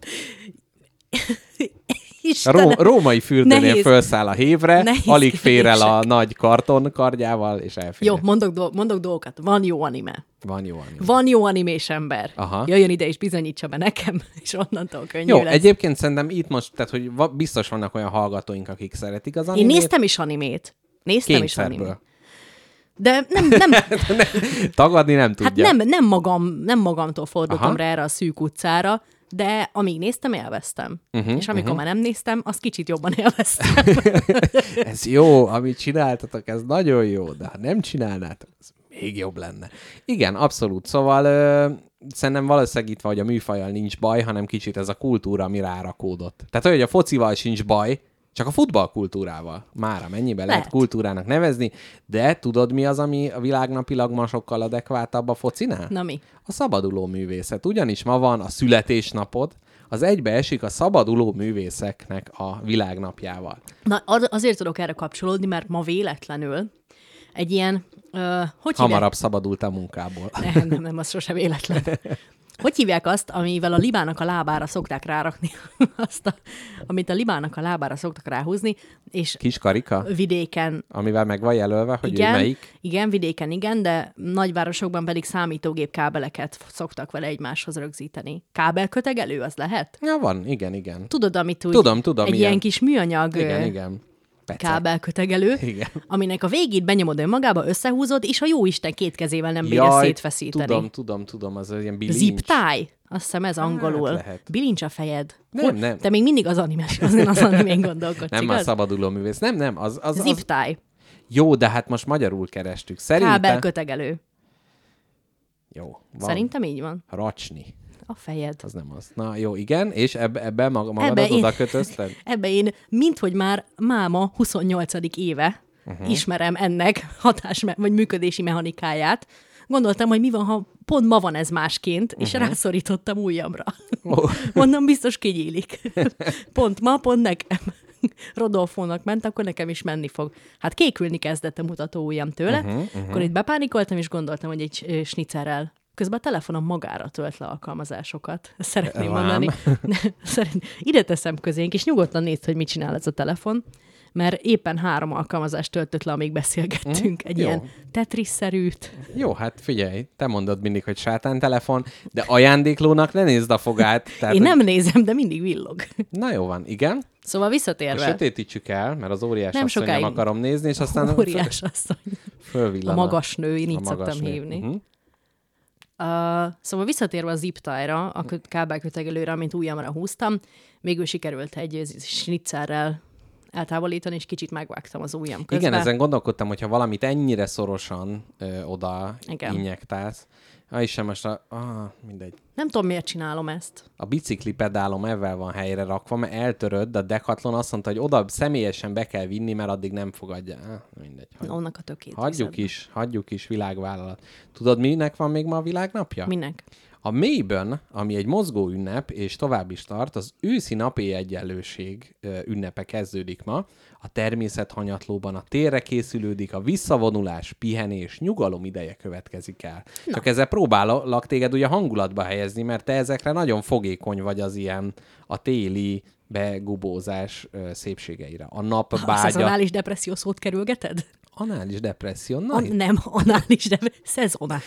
A Istenem. ró- római fürdőnél Nehéz. felszáll a hévre, Nehéz alig fér el a kérdések. nagy karton kardjával, és elfér. Jó, mondok, do- mondok dolgokat. Van jó anime. Van jó anime. Van jó animés ember. Aha. Jöjjön ide és bizonyítsa be nekem, és onnantól könnyű Jó, lesz. egyébként szerintem itt most, tehát hogy va- biztos vannak olyan hallgatóink, akik szeretik az Én animét. néztem is animét. Néztem is animét. Kényszerből. De nem, nem, Tagadni nem hát tudja. nem, nem, magam, nem magamtól fordultam Aha. rá erre a szűk utcára, de amíg néztem, élveztem. Uh-huh, és amikor uh-huh. már nem néztem, azt kicsit jobban élveztem. Ez jó, amit csináltatok, ez nagyon jó, de ha nem csinálnátok, ez még jobb lenne. Igen, abszolút. Szóval ö, szerintem valószínűleg itt van, hogy a műfajjal nincs baj, hanem kicsit ez a kultúra, ami rárakódott. Tehát olyan, hogy a focival sincs baj, csak a futballkultúrával. Mára mennyibe lehet. lehet kultúrának nevezni, de tudod mi az, ami a világnapilag ma sokkal adekvátabb a focinál? Na mi? A szabaduló művészet. Ugyanis ma van a születésnapod, az egybeesik a szabaduló művészeknek a világnapjával. Na, az- azért tudok erre kapcsolódni, mert ma véletlenül egy ilyen, uh, hogy Hamarabb hívják? szabadult a munkából. Nem, nem, nem, az sose véletlen. Hogy hívják azt, amivel a libának a lábára szokták rárakni, azt a, amit a libának a lábára szoktak ráhúzni, és Kis karika, vidéken, amivel meg van jelölve, hogy igen, ő melyik. igen, vidéken igen, de nagyvárosokban pedig számítógép kábeleket szoktak vele egymáshoz rögzíteni. Kábelkötegelő az lehet? Ja, van, igen, igen. Tudod, amit úgy Tudom, tudom, egy ilyen. ilyen kis műanyag Igen, ö, igen. Pecek. kábelkötegelő, Igen. aminek a végét benyomod önmagába, összehúzod, és a jó Isten két kezével nem bírja szétfeszíteni. tudom, tudom, tudom, az ilyen bilincs. Zip-tie? Azt hiszem ez angolul. lehet. Bilincs a fejed. Nem, Hogy- nem. Te még mindig az animes, azon az animén gondolkodsz, Nem igaz? már szabaduló művész. Nem, nem, az, az, az... Zip-tie. Jó, de hát most magyarul kerestük. Szerintem... Kábelkötegelő. Jó, van. Szerintem így van. Racsni. A fejed. Az nem az. Na jó, igen, és ebbe, ebbe mag- magadat Ebbe én- oda kötözted? Ebbe én, minthogy már máma huszonnyolcadik éve uh-huh. ismerem ennek hatás vagy működési mechanikáját, gondoltam, hogy mi van, ha pont ma van ez másként, és uh-huh. rászorítottam ujjamra. Oh. Mondom, biztos kigyílik. Pont ma, pont nekem. Rodolfónak ment, akkor nekem is menni fog. Hát kékülni kezdett a mutató ujjam tőle, uh-huh, uh-huh. akkor itt bepánikoltam, és gondoltam, hogy egy ö, snitzerrel. Közben a telefonom magára tölt le alkalmazásokat. Ezt szeretném Lám. mondani. Szeret... Ide teszem közénk, és nyugodtan nézd, hogy mit csinál ez a telefon, mert éppen három alkalmazást töltött le, amíg beszélgettünk. Egy Jó. ilyen Tetris-szerűt. Jó, hát figyelj, te mondod mindig, hogy sátán telefon, de ajándéklónak ne nézd a fogát. Tehát, Én hogy... nem nézem, de mindig villog. Na jó van, igen. Szóval A visszatérve. sötétítsük el, mert az óriás Nem asszonyom sokáig. akarom nézni, és aztán Óriás asszony. fölvillan. A magas nő, én így a magas szoktam nő. hívni. Uh-huh. Uh, szóval visszatérve a zip-tie-ra, a kö- kábelkötegelőre, amit ujjamra húztam, végül sikerült egy snitzerrel eltávolítani, és kicsit megvágtam az ujjam közben. Igen, ezen gondolkodtam, hogyha valamit ennyire szorosan ö, oda Igen. injektálsz, Ha is sem most a... Ah, mindegy. Nem tudom, miért csinálom ezt. A bicikli pedálom ezzel van helyre rakva, mert eltörött, de a Decathlon azt mondta, hogy oda személyesen be kell vinni, mert addig nem fogadja. Ah, mindegy. Hagy... Onnak a tökét. Hagyjuk viszed. is, hagyjuk is, világvállalat. Tudod, minek van még ma a világnapja? Minek? A Mayben, ami egy mozgó ünnep, és tovább is tart, az őszi napi egyenlőség ünnepe kezdődik ma. A természet hanyatlóban a térre készülődik, a visszavonulás, pihenés, nyugalom ideje következik el. Na. Csak ezzel próbálok téged ugye hangulatba helyezni, mert te ezekre nagyon fogékony vagy az ilyen a téli begubózás ö, szépségeire. A napbágya... A szezonális depresszió szót kerülgeted? Anális depresszió. Na, A, nem, anális depresszió. Szezonális.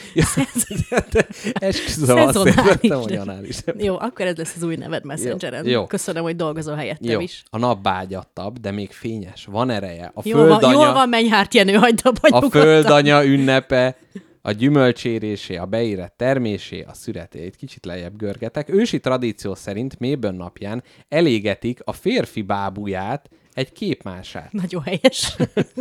Esküszöm, azt értettem, hogy anális depresszió. Jó, akkor ez lesz az új neved Messengeren. Jó, jó. Köszönöm, hogy dolgozol helyettem jó. is. A nap bágyattabb, de még fényes. Van ereje. A Jól van, földanya, jól van, menj hát, Jenő, hagyd abba a nyugodtan. földanya ünnepe, a gyümölcsérésé, a beérett termésé, a szüreté. Egy kicsit lejjebb görgetek. Ősi tradíció szerint Mayben napján elégetik a férfi bábuját egy képmását. Nagyon helyes.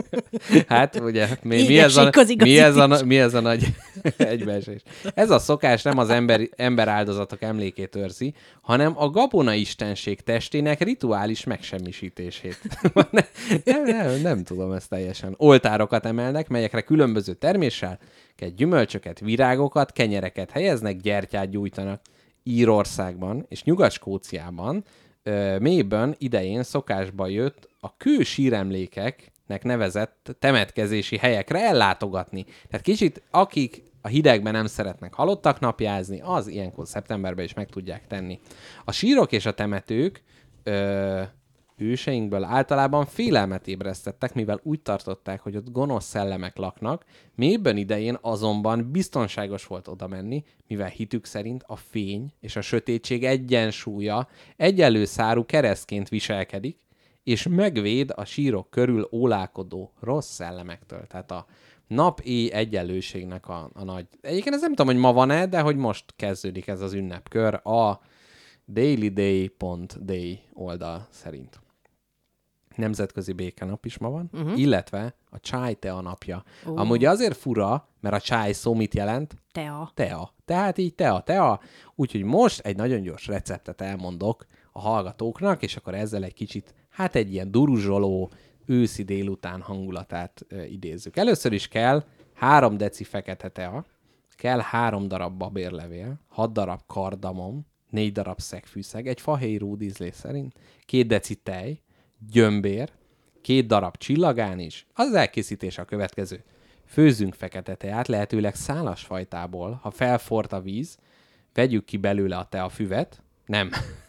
Hát ugye, mi, mi, ez, a, mi, ez, a, mi ez a nagy egybeesés? Ez a szokás nem az ember, ember áldozatok emlékét őrzi, hanem a gabona istenség testének rituális megsemmisítését. nem, nem, nem, nem tudom ezt teljesen. Oltárokat emelnek, melyekre különböző terméssel, gyümölcsöket, virágokat, kenyereket helyeznek, gyertyát gyújtanak. Írországban és Nyugat-Skóciában Mayben idején szokásba jött a kő síremlékeknek nevezett temetkezési helyekre ellátogatni. Tehát kicsit, akik a hidegben nem szeretnek halottak napjázni, az ilyenkor szeptemberben is meg tudják tenni. A sírok és a temetők ö, őseinkből általában félelmet ébresztettek, mivel úgy tartották, hogy ott gonosz szellemek laknak. Mayben idején azonban biztonságos volt oda menni, mivel hitük szerint a fény és a sötétség egyensúlya egyenlő szárú keresztként viselkedik, és megvéd a sírok körül ólálkodó rossz szellemektől. Tehát a nap-éj egyenlőségnek a, a nagy... Egyébként ez nem tudom, hogy ma van-e, de hogy most kezdődik ez az ünnepkör a dailyday pont day oldal szerint. Nemzetközi békenap is ma van, uh-huh. illetve a chai tea napja. Uh. Amúgy azért fura, mert a chai szó mit jelent? Tea. Tea. Tehát így tea, tea. Úgyhogy most egy nagyon gyors receptet elmondok a hallgatóknak, és akkor ezzel egy kicsit, hát egy ilyen duruzsoló, őszi délután hangulatát ö, idézzük. Először is kell három deci fekete tea, kell három darab babérlevél, hat darab kardamom, négy darab szegfűszeg, egy fahéj rúd ízlés szerint, két deci tej, gyömbér, két darab csillagán is. Az elkészítése a következő. Főzzünk fekete teát, lehetőleg szálas fajtából. Ha felforrt a víz, vegyük ki belőle a teafüvet. Nem.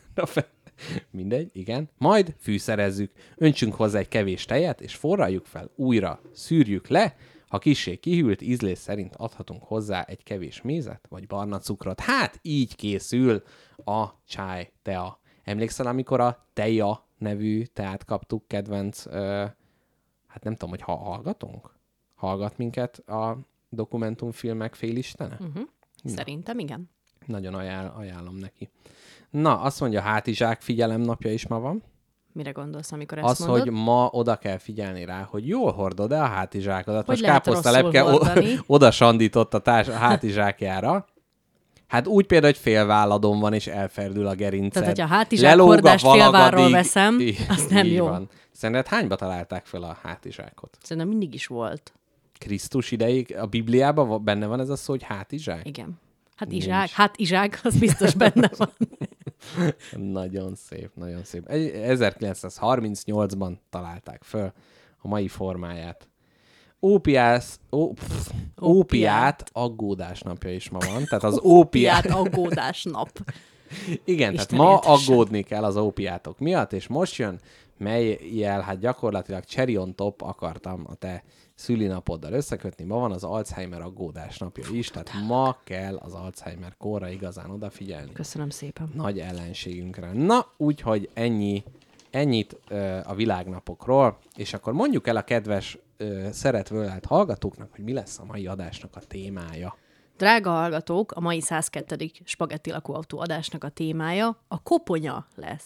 Mindegy, igen. Majd fűszerezzük. Öntsünk hozzá egy kevés tejet, és forraljuk fel újra. Szűrjük le. Ha kissé kihűlt, ízlés szerint adhatunk hozzá egy kevés mézet, vagy barna cukrot. Hát így készül a chai tea. Emlékszel, amikor a teja nevű teát kaptuk, kedvenc, ö, hát nem tudom, hogy ha hallgatunk? Hallgat minket a dokumentumfilmek félistene? Uh-huh. Szerintem igen. Nagyon ajánl, ajánlom neki. Na, azt mondja, hátizsák figyelemnapja is ma van. Mire gondolsz, amikor ezt az, mondod? hogy ma oda kell figyelni rá, hogy jól hordod-e a hátizsákodat. Hogy most káposztalepke o- oda sandított a, társ- a hátizsákjára. Hát úgy például, hogy félválladon van, és elferdül a gerinced. Tehát, hogyha a hátizsákhordást félvárról veszem, í- az nem jó. Van. Szerinted hányba találták fel a hátizsákot? Szerintem mindig is volt. Krisztus ideig a Bibliában benne van ez a szó, hogy hátizsák? Igen. Hát izsák, hát izsák, az biztos benne van. Nagyon szép, nagyon szép. ezerkilencszázharmincnyolcban találták föl a mai formáját. Ópiász, ó, pff, ópiát aggódás napja is ma van. Tehát az ópiát... ópiát aggódás nap. Igen, Isten tehát ma éltessen. aggódni kell az ópiátok miatt, és most jön, melyel hát gyakorlatilag cherry on top akartam a te szülinapoddal összekötni. Ma van az Alzheimer aggódás napja is, tehát ma kell az Alzheimer kórra igazán odafigyelni. Köszönöm szépen. Nagy ellenségünkre. Na, úgyhogy ennyi, ennyit ö, a világnapokról, és akkor mondjuk el a kedves ö, szeretvölelt hallgatóknak, hogy mi lesz a mai adásnak a témája. Drága hallgatók, a mai száz kettő spagetti lakóautó adásnak a témája a koponya lesz.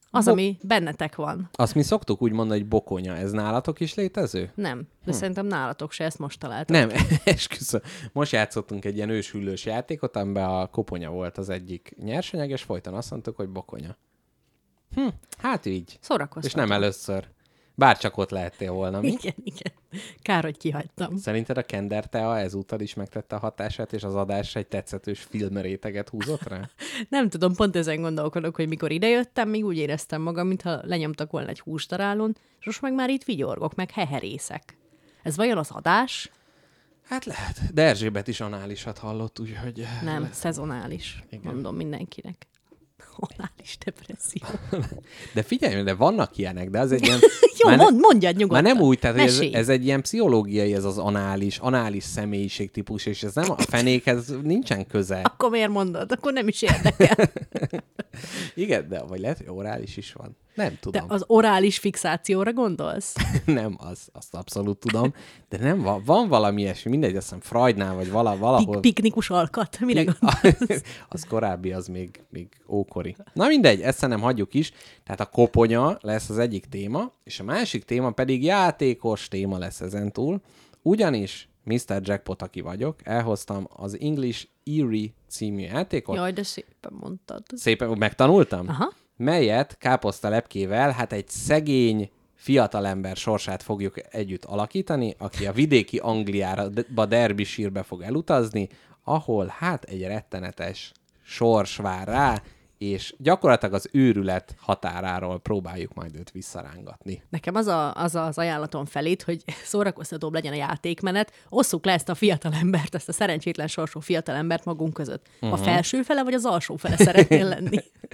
Az, Bo- ami bennetek van. Azt mi szoktuk úgy mondani, hogy bokonya. Ez nálatok is létező? Nem, de hm. szerintem nálatok se, ezt most találtam. Nem, esküszöm. Most játszottunk egy ilyen őshüllős játékot, amiben a koponya volt az egyik nyersanyag, és folyton azt mondtuk, hogy bokonya. Hm, hát így. Szórakoztatok. És nem először. Bár csak ott lehettél volna, mi? Igen, igen. Kár, hogy kihagytam. Szerinted a Kender Tea ezúttal is megtette a hatását, és az adás egy tetszetős filmréteget húzott rá? Nem tudom, pont ezen gondolkodok, hogy mikor idejöttem, még úgy éreztem magam, mintha lenyomtak volna egy húsdarálón, és most meg már itt vigyorgok, meg heherészek. Ez vajon az adás? Hát lehet. De Erzsébet is análisat hallott, úgyhogy... Nem, lehet. szezonális. Igen. Mondom mindenkinek. Anális depresszió. De figyelj, de vannak ilyenek, de az egy ilyen... Jó, már mond, mondjad nyugodtan. Már nem úgy, tehát hogy ez, Mesélj. ez egy ilyen pszichológiai, ez az anális, anális személyiségtípus, és ez nem a fenékhez nincsen köze. Akkor miért mondod? Akkor nem is érdekel. Igen, de vagy lehet, hogy orális is van. Nem De tudom. az orális fixációra gondolsz? Nem, az, azt abszolút tudom, de nem, van, van valami ilyesmi, mindegy, azt hiszem Freudnál, vagy vala, valahol... Pik- piknikus alkat? Mire gondolsz? Az korábbi, az még, még ókori. Na mindegy, ezt nem hagyjuk is. Tehát a koponya lesz az egyik téma, és a másik téma pedig játékos téma lesz ezentúl. Ugyanis miszter Jackpot, aki vagyok, elhoztam az English Eerie című játékot. Jaj, de szépen mondtad. Szépen megtanultam? Aha. Melyet káposztalepkével, hát egy szegény fiatalember sorsát fogjuk együtt alakítani, aki a vidéki Angliába, Derbyshire-be fog elutazni, ahol hát egy rettenetes sors vár rá, és gyakorlatilag az őrület határáról próbáljuk majd őt visszarángatni. Nekem az, a, az az ajánlatom felét, hogy szórakoztatóbb legyen a játékmenet, osszuk le ezt a fiatalembert, ezt a szerencsétlen sorsú fiatalembert magunk között. Uh-huh. A felső fele vagy az alsó fele szeretnél lenni?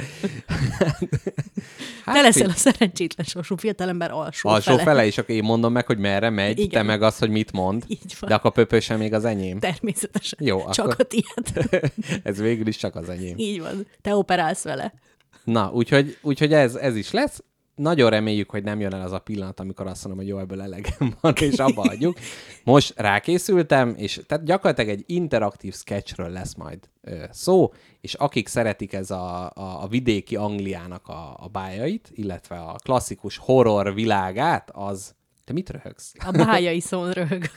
Hát, Te leszel fi- a szerencsétlen sorsú fiatalember alsó, alsó fele. fele, és akkor én mondom meg, hogy merre megy, Igen. te meg azt, hogy mit mond, Így van. de akkor pöpösen még az enyém. Természetesen. Jó, Csak akkor- a tiéd. Ez végül is csak az enyém. Így van. Te operálsz vele. Na, úgyhogy, úgyhogy ez, ez is lesz. Nagyon reméljük, hogy nem jön el az a pillanat, amikor azt mondom, hogy jó, ebből elegem van, és abba hagyjuk. Most rákészültem, és tehát gyakorlatilag egy interaktív sketchről lesz majd ö, szó, és akik szeretik ez a, a, a vidéki Angliának a, a bájait, illetve a klasszikus horror világát, az... Te mit röhögsz? A bájai szón röhögök.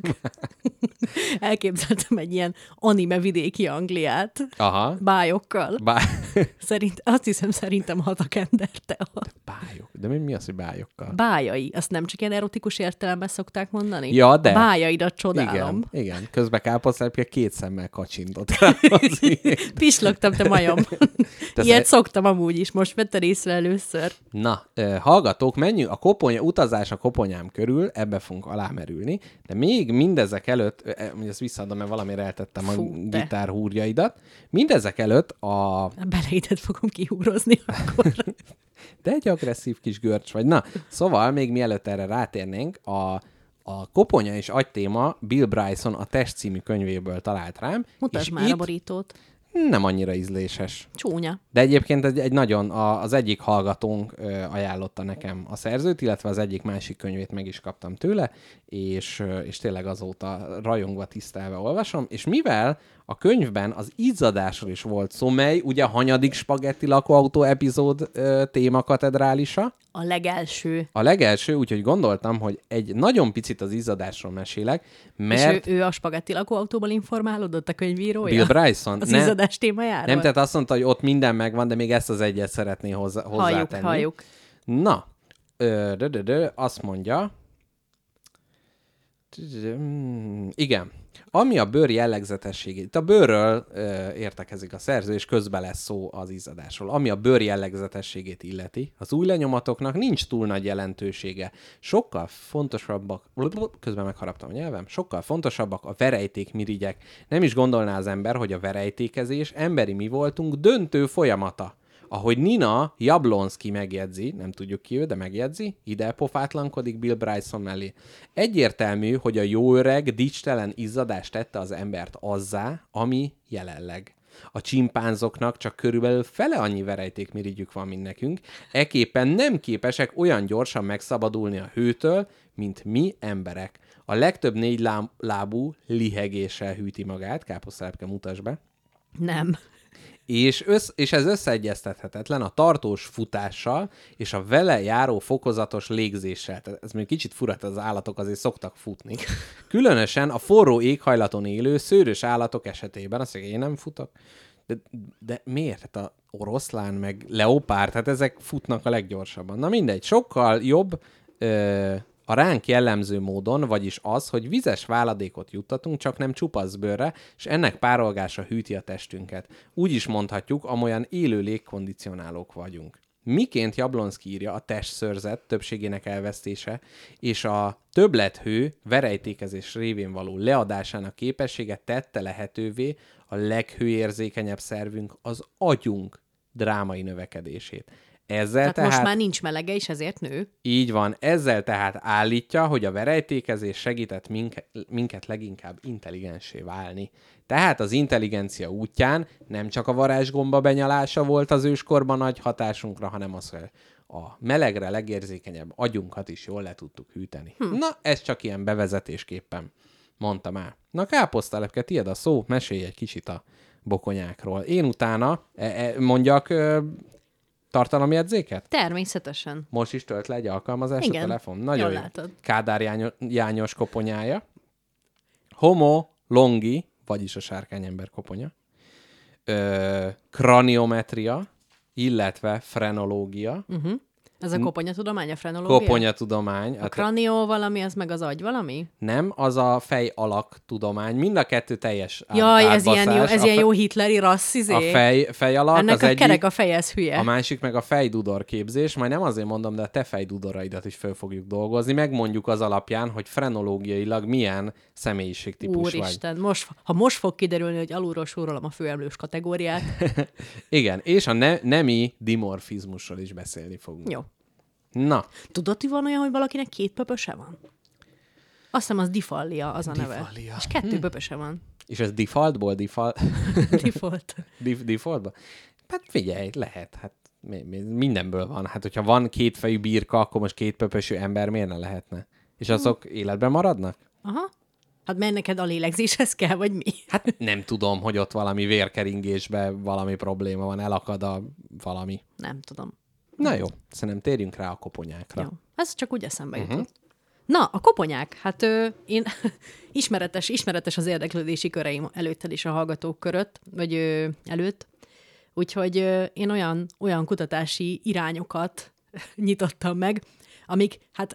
Elképzeltem egy ilyen anime vidéki Angliát. Aha. Bájokkal. Bá... Szerint, azt hiszem, szerintem hat a Kender Tea. Bájok. De mi, mi az, hogy bájokkal? Bájai. Azt nem csak ilyen erotikus értelemben szokták mondani? Ja, de. A bájaidat csodálom. Igen, igen. Közben káposztelepke két szemmel kacsintott rá. Az Pislogtam, te majom. Te Ilyet szeret- szoktam amúgy is, most vetted észre először. Na, ö, hallgatók, menjünk a koponya, utazás a koponyám körül, ebbe fogunk alámerülni, de még mindezek előtt, ö, ö, ezt visszaadom, mert valamire eltettem Fú, a te. gitár húrjaidat, mindezek előtt a... A beleidet fogom kihúrozni akkor. De egy agresszív kis görcs vagy. Na, szóval még mielőtt erre rátérnénk, a, a koponya és agytéma Bill Bryson a Test című könyvéből talált rám. Mutasd és már a itt borítót. nem annyira ízléses. Csúnya. De egyébként egy, egy nagyon, a, az egyik hallgatónk ö, ajánlotta nekem a szerzőt, illetve az egyik másik könyvét meg is kaptam tőle, és, ö, és tényleg azóta rajongva, tisztelve olvasom, és mivel a könyvben az izzadásról is volt szó, mely ugye a hanyadik spagetti lakóautó epizód ö, témakatedrálisa, A legelső. a legelső, úgyhogy gondoltam, hogy egy nagyon picit az izzadásról mesélek, mert És ő, ő a spagetti lakóautóból informálódott a könyvírója? Bill Bryson Az nem, izzadás témájáról? nem, tehát azt mondta, hogy ott minden megvan, de még ezt az egyet szeretné hozzá, Halljuk, hozzátenni. halljuk. Na, ö, dö, dö, dö, azt mondja, igen, ami a bőr jellegzetességét, itt a bőrről ö, értekezik a szerző, és közben lesz szó az izzadásról. Ami a bőr jellegzetességét illeti, az új lenyomatoknak nincs túl nagy jelentősége. Sokkal fontosabbak, közben megharaptam a nyelvem, sokkal fontosabbak a verejtékmirigyek. Nem is gondolná az ember, hogy a verejtékezés emberi mi voltunk döntő folyamata. Ahogy Nina Jablonski megjegyzi, nem tudjuk ki ő, de megjegyzi, ide pofátlankodik Bill Bryson mellé. Egyértelmű, hogy a jó öreg, dicstelen izzadás tette az embert azzá, ami jelenleg. A csimpánzoknak csak körülbelül fele annyi verejtékmirigyük van, mint nekünk, ekképpen nem képesek olyan gyorsan megszabadulni a hőtől, mint mi emberek. A legtöbb négy láb- lábú lihegéssel hűti magát, káposztelepke, mutasd be. Nem. És, össz, és ez összeegyeztethetetlen a tartós futással és a vele járó fokozatos légzéssel. Tehát ez még kicsit fura, az állatok azért szoktak futni. Különösen a forró éghajlaton élő szőrös állatok esetében, azt mondja, én nem futok. De, de miért? Hát a oroszlán, meg leopárd, hát ezek futnak a leggyorsabban. Na mindegy, sokkal jobb ö, a ránk jellemző módon, vagyis az, hogy vizes váladékot juttatunk, csak nem csupaszbőrre, és ennek párolgása hűti a testünket. Úgy is mondhatjuk, amolyan élő légkondicionálók vagyunk. Miként Jablonszky írja, a testszörzet többségének elvesztése és a többlethő verejtékezés révén való leadásának képessége tette lehetővé a leghőérzékenyebb szervünk, az agyunk drámai növekedését. Ezzel tehát, tehát most már nincs melege, és ezért nő. Így van, ezzel tehát állítja, hogy a verejtékezés segített minket, minket leginkább intelligensé válni. Tehát az intelligencia útján nem csak a varázsgomba benyalása volt az őskorban nagy hatásunkra, hanem az, hogy a melegre legérzékenyebb agyunkat is jól le tudtuk hűteni. Hm. Na, ez csak ilyen bevezetésképpen mondtam el. Na, káposztalepke, tiéd a szó, mesélj egy kicsit a bokonyákról. Én utána e, e, mondjak... Ö, tartalomjegyzéket? Természetesen. Most is tölt le egy alkalmazás a telefon? Nagyon jó. Látod. Kádár Jányos, Jányos koponyája. Homo longi, vagyis a sárkányember koponya. Ö, kraniometria, illetve frenológia. Uh-huh. Ez a koponyatudomány, a frenológia? Koponyatudomány. A kranió valami, az meg az agy valami? Nem, az a fej alak tudomány. Mind a kettő teljes át, Jaj, ez átbaszás. ilyen jó, ez a ilyen fe... jó hitleri rasszizé. A fej, fej alak ennek az a egyik, kerek a fej, ez hülye. A másik meg a fejdudor képzés. Majd nem azért mondom, de a te fejdudoraidat is föl fogjuk dolgozni. Megmondjuk az alapján, hogy frenológiailag milyen személyiségtípus vagy. Úristen, most, ha most fog kiderülni, hogy alulról sorolom a főemlős kategóriát. Igen, és a ne- nemi dimorfizmusról is beszélni fogunk. Jó. Na. Tudod, hogy van olyan, hogy valakinek két pöpöse van? Azt hiszem, az difallia az a neve. Difallia. És kettő hm. pöpöse van. És ez defaultból? Default? Default. Dif- defaultból? Hát figyelj, lehet. Hát mindenből van. Hát hogyha van kétfejű birka, akkor most két pöpösű ember miért ne lehetne? És azok hm. életben maradnak? Aha. Hát mert neked a lélegzéshez kell, vagy mi? Hát nem tudom, hogy ott valami vérkeringésben valami probléma van, elakad a valami. Nem tudom. Na jó, szerintem térjünk rá a koponyákra. Jó. Ez csak úgy eszembe jutott. Uh-huh. Na, a koponyák. Hát ö, én ismeretes, ismeretes az érdeklődési köreim előtted is a hallgatók körött, vagy ö, előtt. Úgyhogy ö, én olyan, olyan kutatási irányokat nyitottam meg, amik hát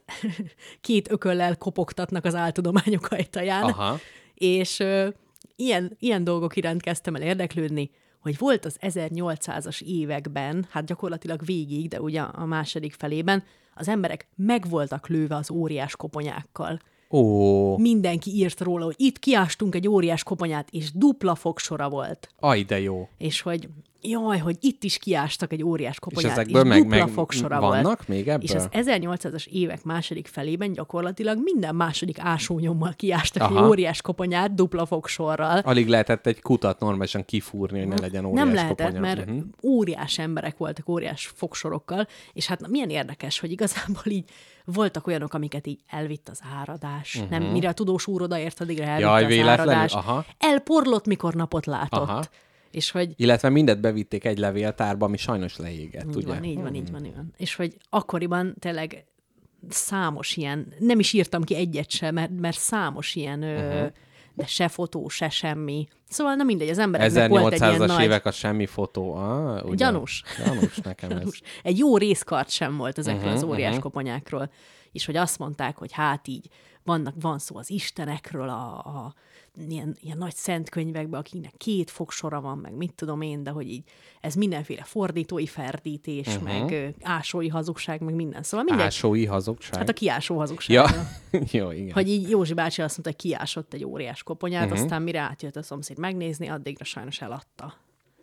két ököllel kopogtatnak az áltudományok ajtaján. Aha. És ö, ilyen, ilyen dolgok iránt kezdtem el érdeklődni, hogy volt az ezernyolcszázas években, hát gyakorlatilag végig, de ugye a második felében, az emberek meg voltak lőve az óriás koponyákkal. Ó. Mindenki írt róla, hogy itt kiástunk egy óriás koponyát, és dupla fogsora volt. Aj, de jó. És hogy jaj, hogy itt is kiástak egy óriás koponyát, és, és, és meg, dupla meg fogsora vannak volt. még ebből? És az ezernyolcszázas évek második felében gyakorlatilag minden második ásónyommal kiástak Aha. egy óriás koponyát dupla fogsorral. Alig lehetett egy kutat normálisan kifúrni, hogy ne legyen óriás Nem lehetett, koponya. mert uh-huh. óriás emberek voltak óriás fogsorokkal, és hát milyen érdekes, hogy igazából így voltak olyanok, amiket így elvitt az áradás. Uh-huh. Nem, mire a tudós úr odaért, addigra elvitt Jaj, az véletlenül? áradás. Aha. Elporlott, mikor napot látott. Aha. És hogy... Illetve mindet bevitték egy levéltárba, ami sajnos leégett, így ugye? Van, így van, így van, így van. És hogy akkoriban tényleg számos ilyen, nem is írtam ki egyet sem, mert, mert számos ilyen, uh-huh. ö, de se fotó, se semmi. Szóval nem mindegy, az embereknek volt egy ilyen nagy... ezernyolcszázas évek a semmi fotó. Ah, ugye? Gyanús. Gyanús nekem ez. Gyanús. Egy jó részkart sem volt ezekről uh-huh, az óriás uh-huh. koponyákról. És hogy azt mondták, hogy hát így vannak, van szó az istenekről, a, a ilyen, ilyen nagy szentkönyvekben, akiknek két fogsora van, meg mit tudom én, de hogy így ez mindenféle fordítói ferdítés, uh-huh. meg ö, ásói hazugság, meg minden. Szóval mindegy. Ásói hazugság? Hát a kiásó hazugság. Ja. Jó, igen. Hogy így Józsi bácsi azt mondta, hogy kiásott egy óriás koponyát, uh-huh. aztán mire átjött a szomszéd megnézni, addigra sajnos eladta.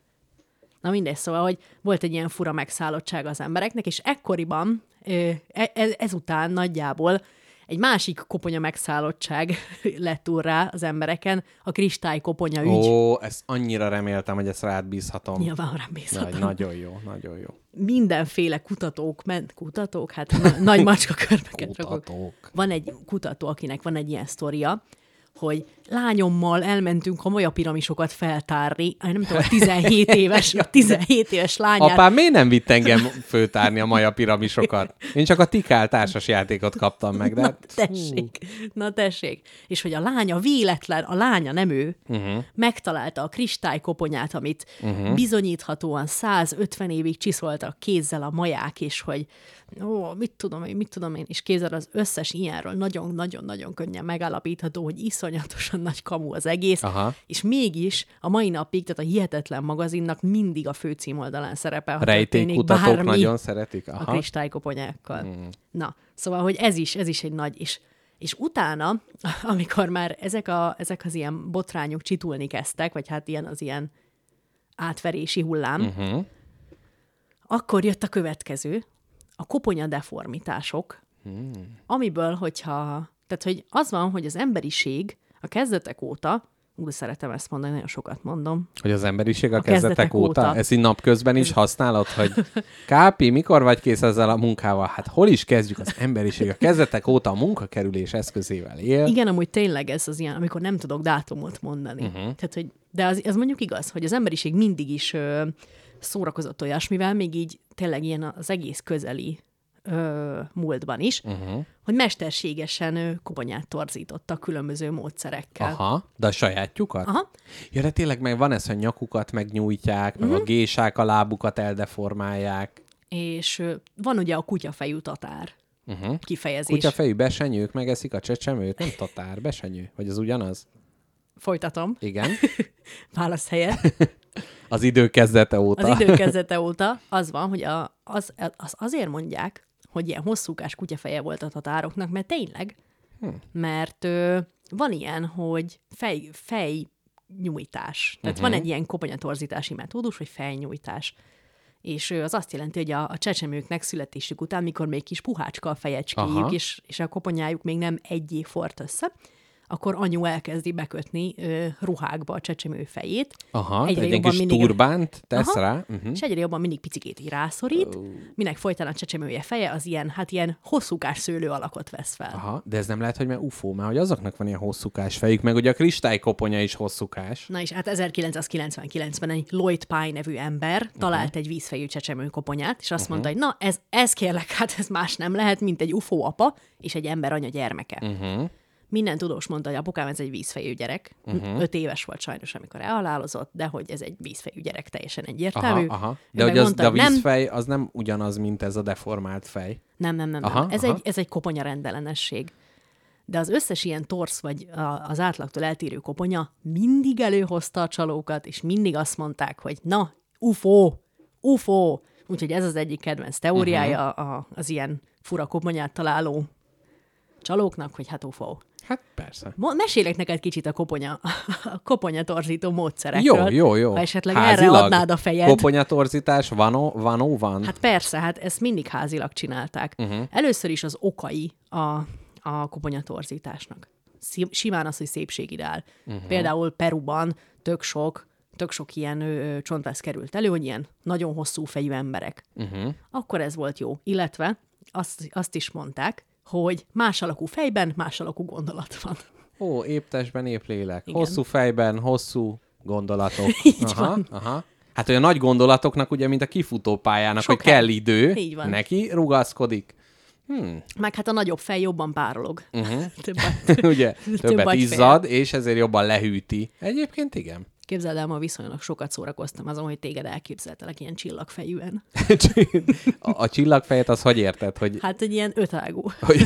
Na mindegy, szóval, hogy volt egy ilyen fura megszállottság az embereknek, és ekkoriban, ez, ezután nagyjából egy másik koponya megszállottság lett túl rá az embereken, a kristálykoponya ügy. Ó, ezt annyira reméltem, hogy ezt rád bízhatom. Nyilván rám bízhatom. Nagy, nagyon jó, nagyon jó. Mindenféle kutatók ment, kutatók? Hát na, nagy macska körbeket. Kutatók. Van egy kutató, akinek van egy ilyen sztoria, hogy lányommal elmentünk a maja piramisokat feltárni, nem tudom, a tizenhét éves, a tizenhét éves lányát. Apám miért nem vitt engem föltárni a maja piramisokat? Én csak a Tikál társas játékot kaptam meg, de... Na tessék, na tessék. És hogy a lánya véletlen, a lánya nem ő, uh-huh. megtalálta a kristálykoponyát, amit uh-huh. bizonyíthatóan százötven évig csiszoltak kézzel a maják, és hogy ó, mit tudom én, mit tudom én, és kézzel az összes ilyenről nagyon-nagyon-nagyon könnyen megállapítható, hogy iszonyatosan nagy kamu az egész, Aha. és mégis a mai napig, tehát a Hihetetlen magazinnak mindig a főcímoldalán szerepel, ha rejtékkutatók bármi nagyon szeretik. Aha. a kristálykoponyákkal. Hmm. Na, szóval, hogy ez is, ez is egy nagy, és, és utána, amikor már ezek, a, ezek az ilyen botrányok csitulni kezdtek, vagy hát ilyen az ilyen átverési hullám, uh-huh. akkor jött a következő, a koponya deformitások, hmm. amiből, hogyha, tehát, hogy az van, hogy az emberiség a kezdetek óta, úgy szeretem ezt mondani, nagyon sokat mondom. Hogy az emberiség a, a kezdetek, kezdetek óta? óta? Ezt így napközben is használod, hogy Kápi, mikor vagy kész ezzel a munkával? Hát hol is kezdjük az emberiség? A kezdetek óta a munkakerülés eszközével él. Igen, amúgy tényleg ez az ilyen, amikor nem tudok dátumot mondani. Uh-huh. Tehát, hogy, de az, az mondjuk igaz, hogy az emberiség mindig is ö, szórakozott olyasmivel, még így tényleg ilyen az egész közeli ö, múltban is, uh-huh. hogy mesterségesen ö, koponyát torzítottak különböző módszerekkel. Aha, de a sajátjukat? Aha. Ja, de tényleg meg van ez, hogy nyakukat megnyújtják, meg uh-huh. a gésák a lábukat eldeformálják. És ö, van ugye a kutyafejű tatár uh-huh. kifejezés. Kutyafejű besenyők megeszik a csecsemőt? Nem tatár, besenyő. Vagy az ugyanaz? Folytatom. Igen. Válasz helyett. Az idő kezdete óta. Az idő kezdete óta az van, hogy a, az, az azért mondják, hogy ilyen hosszúkás kutyafeje volt a tatároknak, mert tényleg, hmm. mert ö, van ilyen, hogy fej, fejnyújtás. Tehát uh-huh. van egy ilyen koponyatorzítási metódus, hogy fejnyújtás. És ö, az azt jelenti, hogy a, a csecsemőknek születésük után, mikor még kis puhácska a fejecskéjük, és, és a koponyájuk még nem egy év fort össze, akkor anyu elkezdi bekötni ö, ruhákba a csecsemő fejét. Aha, egyre egy kis mindig... turbánt tesz Aha, rá. Uh-huh. És egyre jobban mindig picikét így rászorít, uh. minek folytán a csecsemője feje az ilyen, hát ilyen hosszúkás szőlő alakot vesz fel. Aha, de ez nem lehet, hogy már ufó, mert hogy azoknak van ilyen hosszúkás fejük, meg ugye a kristálykoponya is hosszúkás. Na és hát ezerkilencszázkilencvenkilencben egy Lloyd Pye nevű ember uh-huh. talált egy vízfejű csecsemő koponyát, és azt uh-huh. mondta, hogy na, ez, ez kérlek, hát ez más nem lehet, mint egy ufó apa és egy ember anya gyermeke. Uh-huh. Minden tudós mondta, hogy apukám, ez egy vízfejű gyerek. Uh-huh. Öt éves volt sajnos, amikor elhalálozott, de hogy ez egy vízfejű gyerek, teljesen egyértelmű. Aha, aha. De hogy az, mondta, de a vízfej nem, az nem ugyanaz, mint ez a deformált fej. Nem, nem, nem. Aha, nem. Ez, aha. egy, ez egy koponya rendellenesség. De az összes ilyen torsz, vagy a, az átlagtól eltérő koponya mindig előhozta a csalókat, és mindig azt mondták, hogy na, ufó, ufó. Úgyhogy ez az egyik kedvenc teóriája uh-huh. a, az ilyen fura koponyát találó csalóknak, hogy hát ufó. Hát persze. Mesélek neked kicsit a koponya, a koponyatorzító módszerekről. Jó, jó, jó. Ha esetleg házilag erre adnád a fejed. Koponyatorzítás van, van, ó, van. Hát persze, hát ezt mindig házilag csinálták. Uh-huh. Először is az okai a, a koponyatorzításnak. Simán az, hogy szépségideál. Uh-huh. Például Peruban tök sok, tök sok ilyen ö, csontváz került elő, hogy ilyen nagyon hosszú fejű emberek. Uh-huh. Akkor ez volt jó. Illetve azt, azt is mondták, hogy más alakú fejben más alakú gondolat van. Ó, épp testben, épp lélek. Igen. Hosszú fejben, hosszú gondolatok. Így aha, van. aha. Hát olyan nagy gondolatoknak, ugye, mint a kifutópályának, Sok hogy kell idő, Így van. neki rugaszkodik. Hmm. Meg hát a nagyobb fej jobban párolog. Uh-huh. többet, ugye, többet több izzad, és ezért jobban lehűti. Egyébként igen. Képzeld el, ma viszonylag sokat szórakoztam azon, hogy téged elképzeltelek ilyen csillagfejűen. a, a csillagfejet az hogy érted? Hogy... Hát egy ilyen ötágú. Hogy...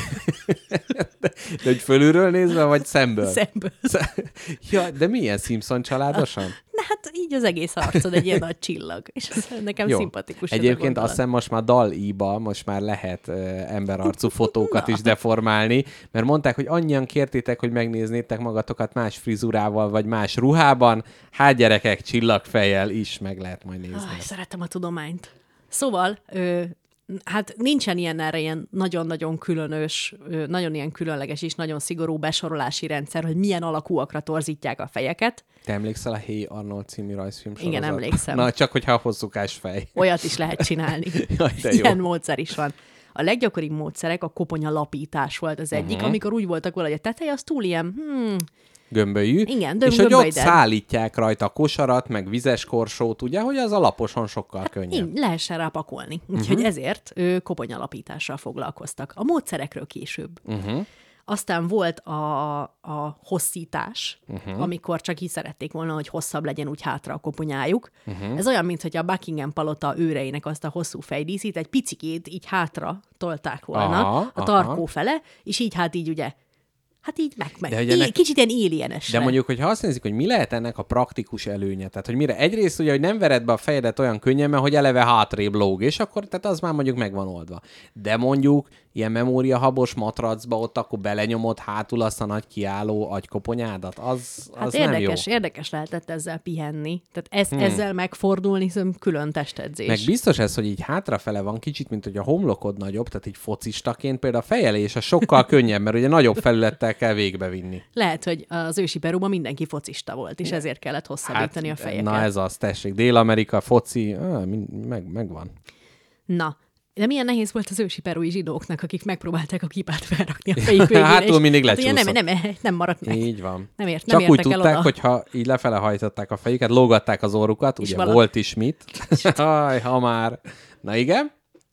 de, de hogy fölülről nézve, vagy szemből? Szemből. Ja, de milyen Simpson családosan? Na hát így az egész arcod egy ilyen nagy csillag, és ez nekem jó. Szimpatikus. Egyébként azt hiszem most már Dall-E-ba most már lehet uh, emberarcú fotókat is deformálni, mert mondták, hogy annyian kértétek, hogy megnéznétek magatokat más frizurával, vagy más ruhában. Hát gyerekek, csillagfejjel is meg lehet majd nézni. Aj, szeretem a tudományt. Szóval, ö, hát nincsen ilyen erre ilyen nagyon-nagyon különös, ö, nagyon ilyen különleges és nagyon szigorú besorolási rendszer, hogy milyen alakúakra torzítják a fejeket. Te emlékszel a Hey Arnold című rajzfilm sorozat? Igen, emlékszem. Na, csak hogyha a hosszúkás fej. Olyat is lehet csinálni. Jaj, de jó. Ilyen módszer is van. A leggyakoribb módszerek a koponya lapítás volt az egyik, uh-huh. amikor úgy voltak vele, hogy a teteje az túl ilyen, hmm, gömbölyű, Igen, és hogy ott gömbölyded. szállítják rajta a kosarat, meg vizes korsót, ugye, hogy az alaposan sokkal hát könnyebb. Így lehessen rá pakolni. Úgyhogy uh-huh. ezért ő koponyalapítással foglalkoztak. A módszerekről később. Uh-huh. Aztán volt a, a hosszítás, uh-huh. amikor csak így szerették volna, hogy hosszabb legyen úgy hátra a koponyájuk. Uh-huh. Ez olyan, mint hogy a Buckingham palota őreinek azt a hosszú fejdíszít egy picikét így hátra tolták volna aha, a tarkó aha. fele, és így hát így ugye Hát így meg, meg. De É, ennek... Kicsit ilyen alienesre. De mondjuk, hogyha azt nézzük, hogy mi lehet ennek a praktikus előnye, tehát hogy mire egyrészt ugye, hogy nem vered be a fejedet olyan könnyen, mert hogy eleve hátrébb lóg, és akkor tehát az már mondjuk meg van oldva. De mondjuk ilyen memóriahabos matracba ott akkor belenyomod hátul azt a nagy kiálló agykoponyádat, az, Hát az érdekes, nem jó. érdekes lehetett ezzel pihenni. Tehát ez, Hmm. ezzel megfordulni, szerintem külön testedzés. Meg biztos ez, hogy így hátrafele van kicsit, mint hogy a homlokod nagyobb, tehát így focistaként például a fejelés a sokkal könnyebb, mert ugye nagyobb felülettel kell végbevinni. Lehet, hogy az ősi Perúban mindenki focista volt, és ezért kellett hosszabbítani Hát, a fejeket. na ez az, tessék. Dél-Amerika, foci, ah, meg, megvan. Na, de milyen nehéz volt az ősi perui zsidóknak, akik megpróbálták a kipát felrakni a fejük végére. Hátul mindig hát ugye lecsúszott. nem, nem, nem maradt meg. Így van. Nem, ért, nem Csak úgy értek el tudták, oda. hogyha így lefele hajtották a fejüket, lógatták az orrukat, És ugye valami- volt is mit. Aj, ha már. Na igen?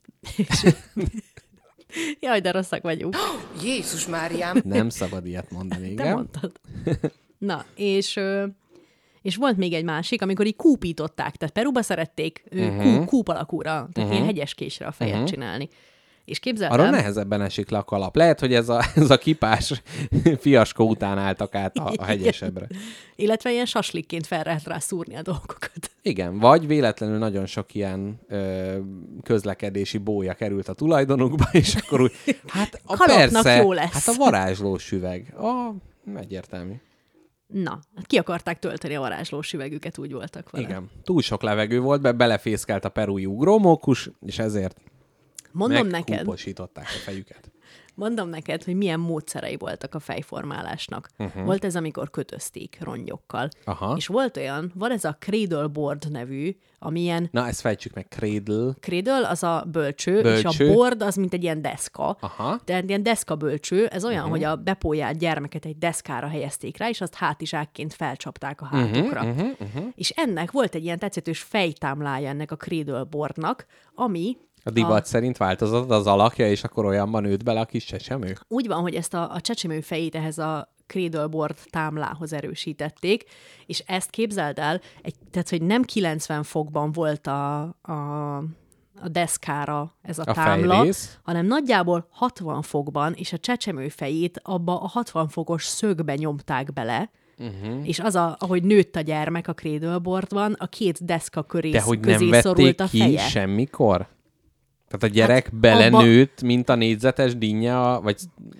Jaj, de rosszak vagyunk. Jézus Máriám! Nem szabad ilyet mondani, Te igen? mondtad. Na, és, ö, és volt még egy másik, amikor így kúpították, tehát Peruba szerették uh-huh. kúp, kúp alakúra, tehát uh-huh. ilyen hegyeskésre a fejet uh-huh. csinálni. És képzeld Arra el, nehezebben esik le a kalap. Lehet, hogy ez a, ez a kipás fiaskó után álltak át a, a hegyesebbre. illetve ilyen saslikként fel lehet rá szúrni a dolgokat. Igen, vagy véletlenül nagyon sok ilyen ö, közlekedési bója került a tulajdonukba, és akkor úgy, hát a Kalapnak persze, jó lesz. hát a varázslós üveg. Ah, egyértelmű. Na, ki akarták tölteni a varázslós üvegüket, úgy voltak vele. Igen, túl sok levegő volt, be belefészkelt a perui ugrómókus, és ezért Mondom neked, megkúposították a fejüket. mondom neked, hogy milyen módszerei voltak a fejformálásnak. Uh-huh. Volt ez, amikor kötözték rongyokkal. Aha. És volt olyan, van ez a cradle board nevű, ami ilyen Na, ezt fejtsük meg, cradle. cradle, az a bölcső, Bölcső. és a board az, mint egy ilyen deszka. Aha. Tehát ilyen deszka bölcső, ez olyan, uh-huh. hogy a bepójált gyermeket egy deszkára helyezték rá, és azt hátizsákként felcsapták a hátukra. Uh-huh, uh-huh. És ennek volt egy ilyen tetszetős fejtámlája ennek a cradle boardnak, ami A divat a... szerint változott az alakja, és akkor olyanban nőtt bele a kis csecsemő? úgy van, hogy ezt a, a csecsemő fejét ehhez a cradleboard támlához erősítették, és ezt képzeld el, egy, tehát, hogy nem kilencven fokban volt a, a, a deszkára ez a, A támla, fejrész. hanem nagyjából hatvan fokban, és a csecsemő fejét abba a hatvan fokos szögbe nyomták bele, uh-huh. és az, a, ahogy nőtt a gyermek a cradleboardban, a két deszka körész, De hogy közé nem szorult vették a ki feje. semmikor? Tehát a gyerek Hát belenőtt, mint a négyzetes dinnye, vagy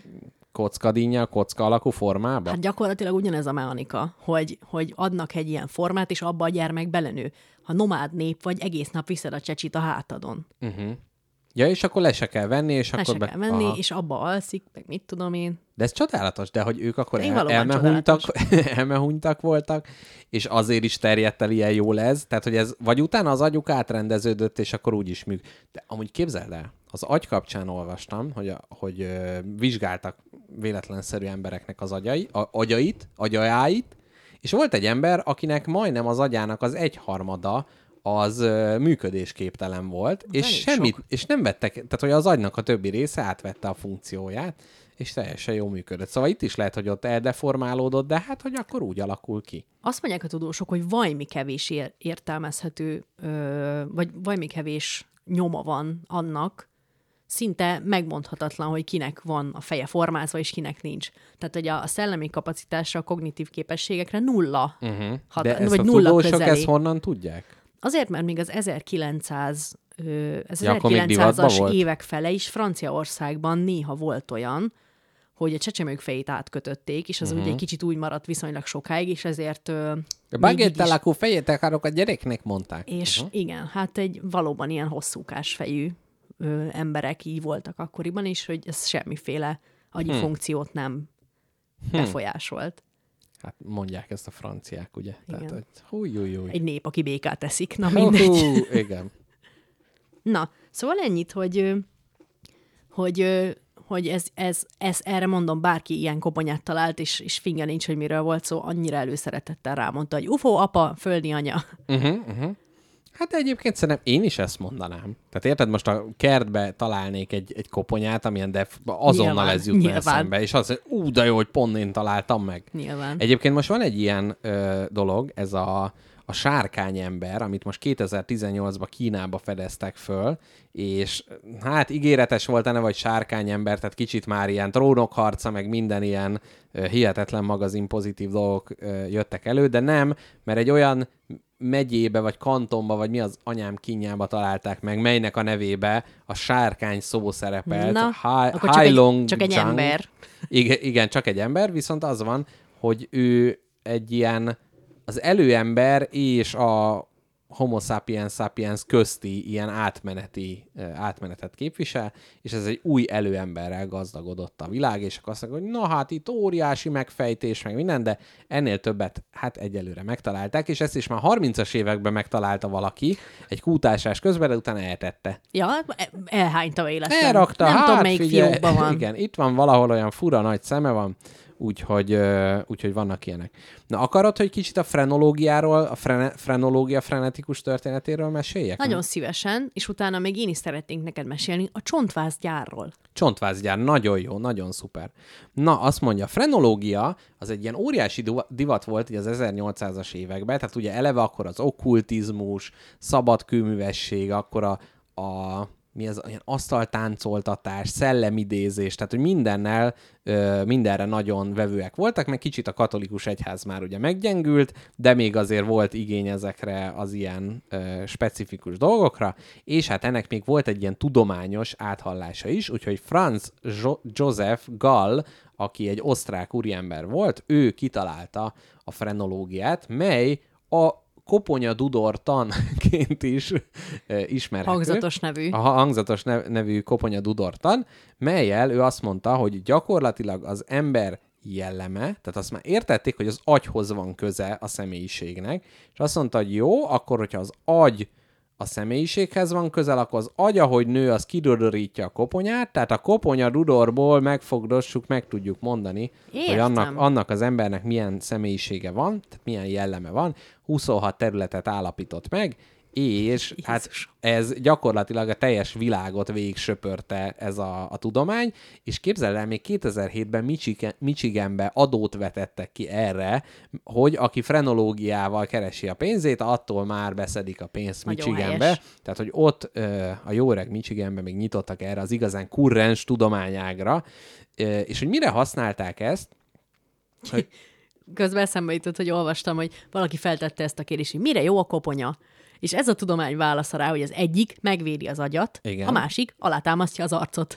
kocka dinnye a kocka alakú formába? Hát gyakorlatilag ugyanez a mechanika, hogy, hogy adnak egy ilyen formát, és abba a gyermek belenő. Ha nomád nép vagy, egész nap viszed a csecsit a hátadon. Uh-huh. Ja, és akkor le se kell venni, és Le akkor... se be... kell venni, Aha. és abba alszik, meg mit tudom én. De ez csodálatos, de hogy ők akkor Én el, valóban elmehunytak, elmehunytak voltak, és azért is terjedt el ilyen jól ez, tehát hogy ez, vagy utána az agyuk átrendeződött, és akkor úgy is műk. De amúgy képzeld el, az agy kapcsán olvastam, hogy, a, hogy ö, vizsgáltak véletlenszerű embereknek az agyai, a, agyait, agyajáit, és volt egy ember, akinek majdnem az agyának az egyharmada az ö, működésképtelen volt, és elég semmit, sok. és nem vettek, tehát hogy az agynak a többi része átvette a funkcióját, és teljesen jól működött. Szóval itt is lehet, hogy ott eldeformálódott, de hát, hogy akkor úgy alakul ki. Azt mondják a tudósok, hogy vajmi kevés ér- értelmezhető, ö, vagy vajmi kevés nyoma van annak, szinte megmondhatatlan, hogy kinek van a feje formázva, és kinek nincs. Tehát, hogy a, a szellemi kapacitásra, a kognitív képességekre nulla. Uh-huh. Hat- De ezt vagy a nulla tudósok közeli. ezt honnan tudják? Azért, mert még az ezerkilencszáz, ö, ez Ja, akkor még ezerkilencszázas divatban volt? évek fele is Franciaországban néha volt olyan, hogy a csecsemők fejét átkötötték, és az uh-huh. ugye egy kicsit úgy maradt viszonylag sokáig, és ezért ö, A még így bagett is- alakú fejét akarok a gyereknek, mondták. És uh-huh. igen, hát egy valóban ilyen hosszúkás fejű ö, emberek így voltak akkoriban is, hogy ez semmiféle agyi Hm. funkciót nem befolyásolt. Hát mondják ezt a franciák, ugye? Tehát, Igen. hogy húj, húj, húj. Egy nép, aki békát eszik, na mindegy. Hú, igen. Na, szóval ennyit, hogy, ö, hogy, ö, hogy ez, ez, ez, erre mondom, bárki ilyen koponyát talált, és, és finge nincs, hogy miről volt szó, annyira előszeretettel rámondta, hogy ufó, apa, földi anya. Uh-huh, uh-huh. Hát egyébként szerintem én is ezt mondanám. Tehát érted, most a kertbe találnék egy, egy koponyát, amilyen de azonnal nyilván, ez jutna eszembe, és azt mondja, ú, de jó, hogy pont én találtam meg. Nyilván. Egyébként most van egy ilyen ö, dolog, ez a, a sárkányember, amit most kétezer-tizennyolcban Kínába fedeztek föl, és hát ígéretes volt a neve, vagy sárkányember, tehát kicsit már ilyen trónokharca, meg minden ilyen ö, hihetetlen magazin pozitív dolgok ö, jöttek elő, de nem, mert egy olyan megyébe, vagy kantonba, vagy mi az anyám kínjába találták meg, melynek a nevébe a sárkány szó szerepelt. Na, Hai, akkor csak egy, csak egy ember. Igen, igen, csak egy ember, viszont az van, hogy ő egy ilyen az előember és a homo sapiens sapiens közti ilyen átmeneti, átmenetet képvisel, és ez egy új előemberrel gazdagodott a világ, és akkor azt mondja, hogy na hát itt óriási megfejtés, meg minden, de ennél többet hát egyelőre megtalálták, és ezt is már harmincas években megtalálta valaki, egy kútásás közben, de utána eltette. Ja, elhányta véletlen. Elrakta, nem hát tudom, melyik figyelj, fiókban van. Igen, itt van valahol olyan fura nagy szeme van, Úgyhogy, úgyhogy vannak ilyenek. Na, akarod, hogy kicsit a frenológiáról, a frene, frenológia frenetikus történetéről meséljek? Nagyon nem? szívesen, és utána még én is szeretnénk neked mesélni a csontvászgyárról. Csontvászgyár, nagyon jó, nagyon szuper. Na, azt mondja, a frenológia az egy ilyen óriási divat volt így az ezernyolcszázas években, tehát ugye eleve akkor az okkultizmus, szabadkőművesség, akkor a, a mi az, ilyen asztaltáncoltatás, szellemidézés, tehát hogy mindennel, ö, mindenre nagyon vevőek voltak, meg kicsit a katolikus egyház már ugye meggyengült, de még azért volt igény ezekre az ilyen ö, specifikus dolgokra, és hát ennek még volt egy ilyen tudományos áthallása is, úgyhogy Franz jo- Joseph Gall, aki egy osztrák úriember volt, ő kitalálta a frenológiát, mely a koponya dudortanként is e, ismerhető. Hangzatos nevű. A hangzatos nev- nevű koponya dudortan, mellyel ő azt mondta, hogy gyakorlatilag az ember jelleme, tehát azt már értették, hogy az agyhoz van köze a személyiségnek, és azt mondta, hogy jó, akkor hogyha az agy a személyiséghez van közel, akkor az agy, ahogy nő, az kidudorítja a koponyát, tehát a koponya dudorból megfogdossuk, meg tudjuk mondani, Értem. hogy annak, annak az embernek milyen személyisége van, tehát milyen jelleme van, huszonhat területet állapított meg, és Jézus. Hát ez gyakorlatilag a teljes világot végig söpörte ez a, a tudomány, és képzeld el, még kétezer-hétben Michigan, Michiganbe adót vetettek ki erre, hogy aki frenológiával keresi a pénzét, attól már beszedik a pénzt nagyon Michiganbe. Helyes. Tehát, hogy ott ö, a jó öreg Michiganbe még nyitottak erre az igazán kurrens tudományágra, ö, és hogy mire használták ezt, hogy közben eszembe jutott, hogy olvastam, hogy valaki feltette ezt a kérdést, hogy mire jó a koponya? És ez a tudomány válasza rá, hogy az egyik megvédi az agyat, igen. A másik alátámasztja az arcot.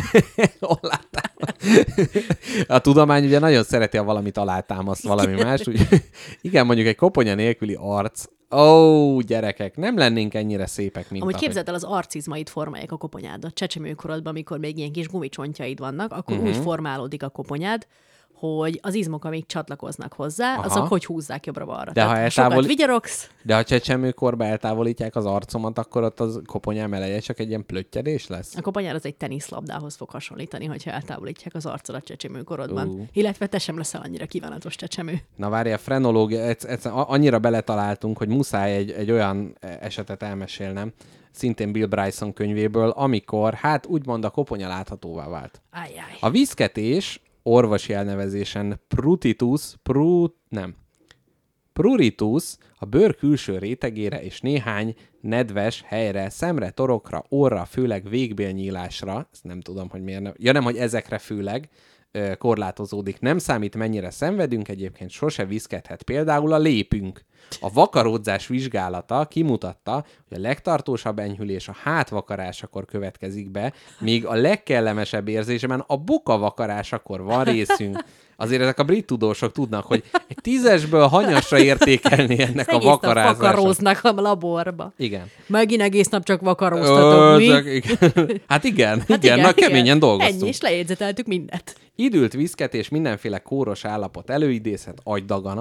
A tudomány ugye nagyon szereti, ha valamit alátámaszt valami más. Úgy, igen, mondjuk egy koponya nélküli arc. Ó, gyerekek, nem lennénk ennyire szépek, mint amúgy képzeld el, az arcizmaid formálják a koponyádat. Csecsemőkorodban, amikor még ilyen kis gumicsontjaid vannak, akkor uh-huh. úgy formálódik a koponyád, hogy az izmok, amik csatlakoznak hozzá, aha. azok hogy húzzák jobbra-balra. De ha, eltávol... sokat vigyorogsz. De ha csecsemőkorba eltávolítják az arcomat, akkor ott az koponyám eleje csak egy ilyen plöttyedés lesz? A koponyád az egy teniszlabdához fog hasonlítani, hogyha eltávolítják az arcodat csecsemőkorodban. Uh. Illetve te sem leszel annyira kívánatos csecsemő. Na várj, a frenológia, egyszerűen annyira beletaláltunk, hogy muszáj egy, egy olyan esetet elmesélnem, szintén Bill Bryson könyvéből, amikor, hát úgymond a koponya láthatóvá vált. Ajjaj. A viszketés orvosi elnevezésen pruritus, prut, nem, pruritus a bőr külső rétegére és néhány nedves helyre, szemre, torokra, orra, főleg végbélnyílásra, ezt nem tudom, hogy miért nem, ja nem, hogy ezekre főleg ö, korlátozódik. Nem számít, mennyire szenvedünk, egyébként sose viszkethet például a lépünk. A vakaródzás vizsgálata kimutatta, hogy a legtartósabb enyhülés a hátvakarásakor következik be, míg a legkellemesebb érzésben a boka vakarásakor van részünk. Azért ezek a brit tudósok tudnak, hogy egy tízesből hanyasra értékelni ennek a vakarázást. vakaróznak a laborba. Igen. Megint egész nap csak vakaróztatok, mi? Csak, igen. Hát igen, hát igen, igen, na keményen igen. dolgoztunk. Ennyi, és lejegyzeteltük mindent. Idült viszket és mindenféle kóros állapot előidézhet, agydaganat,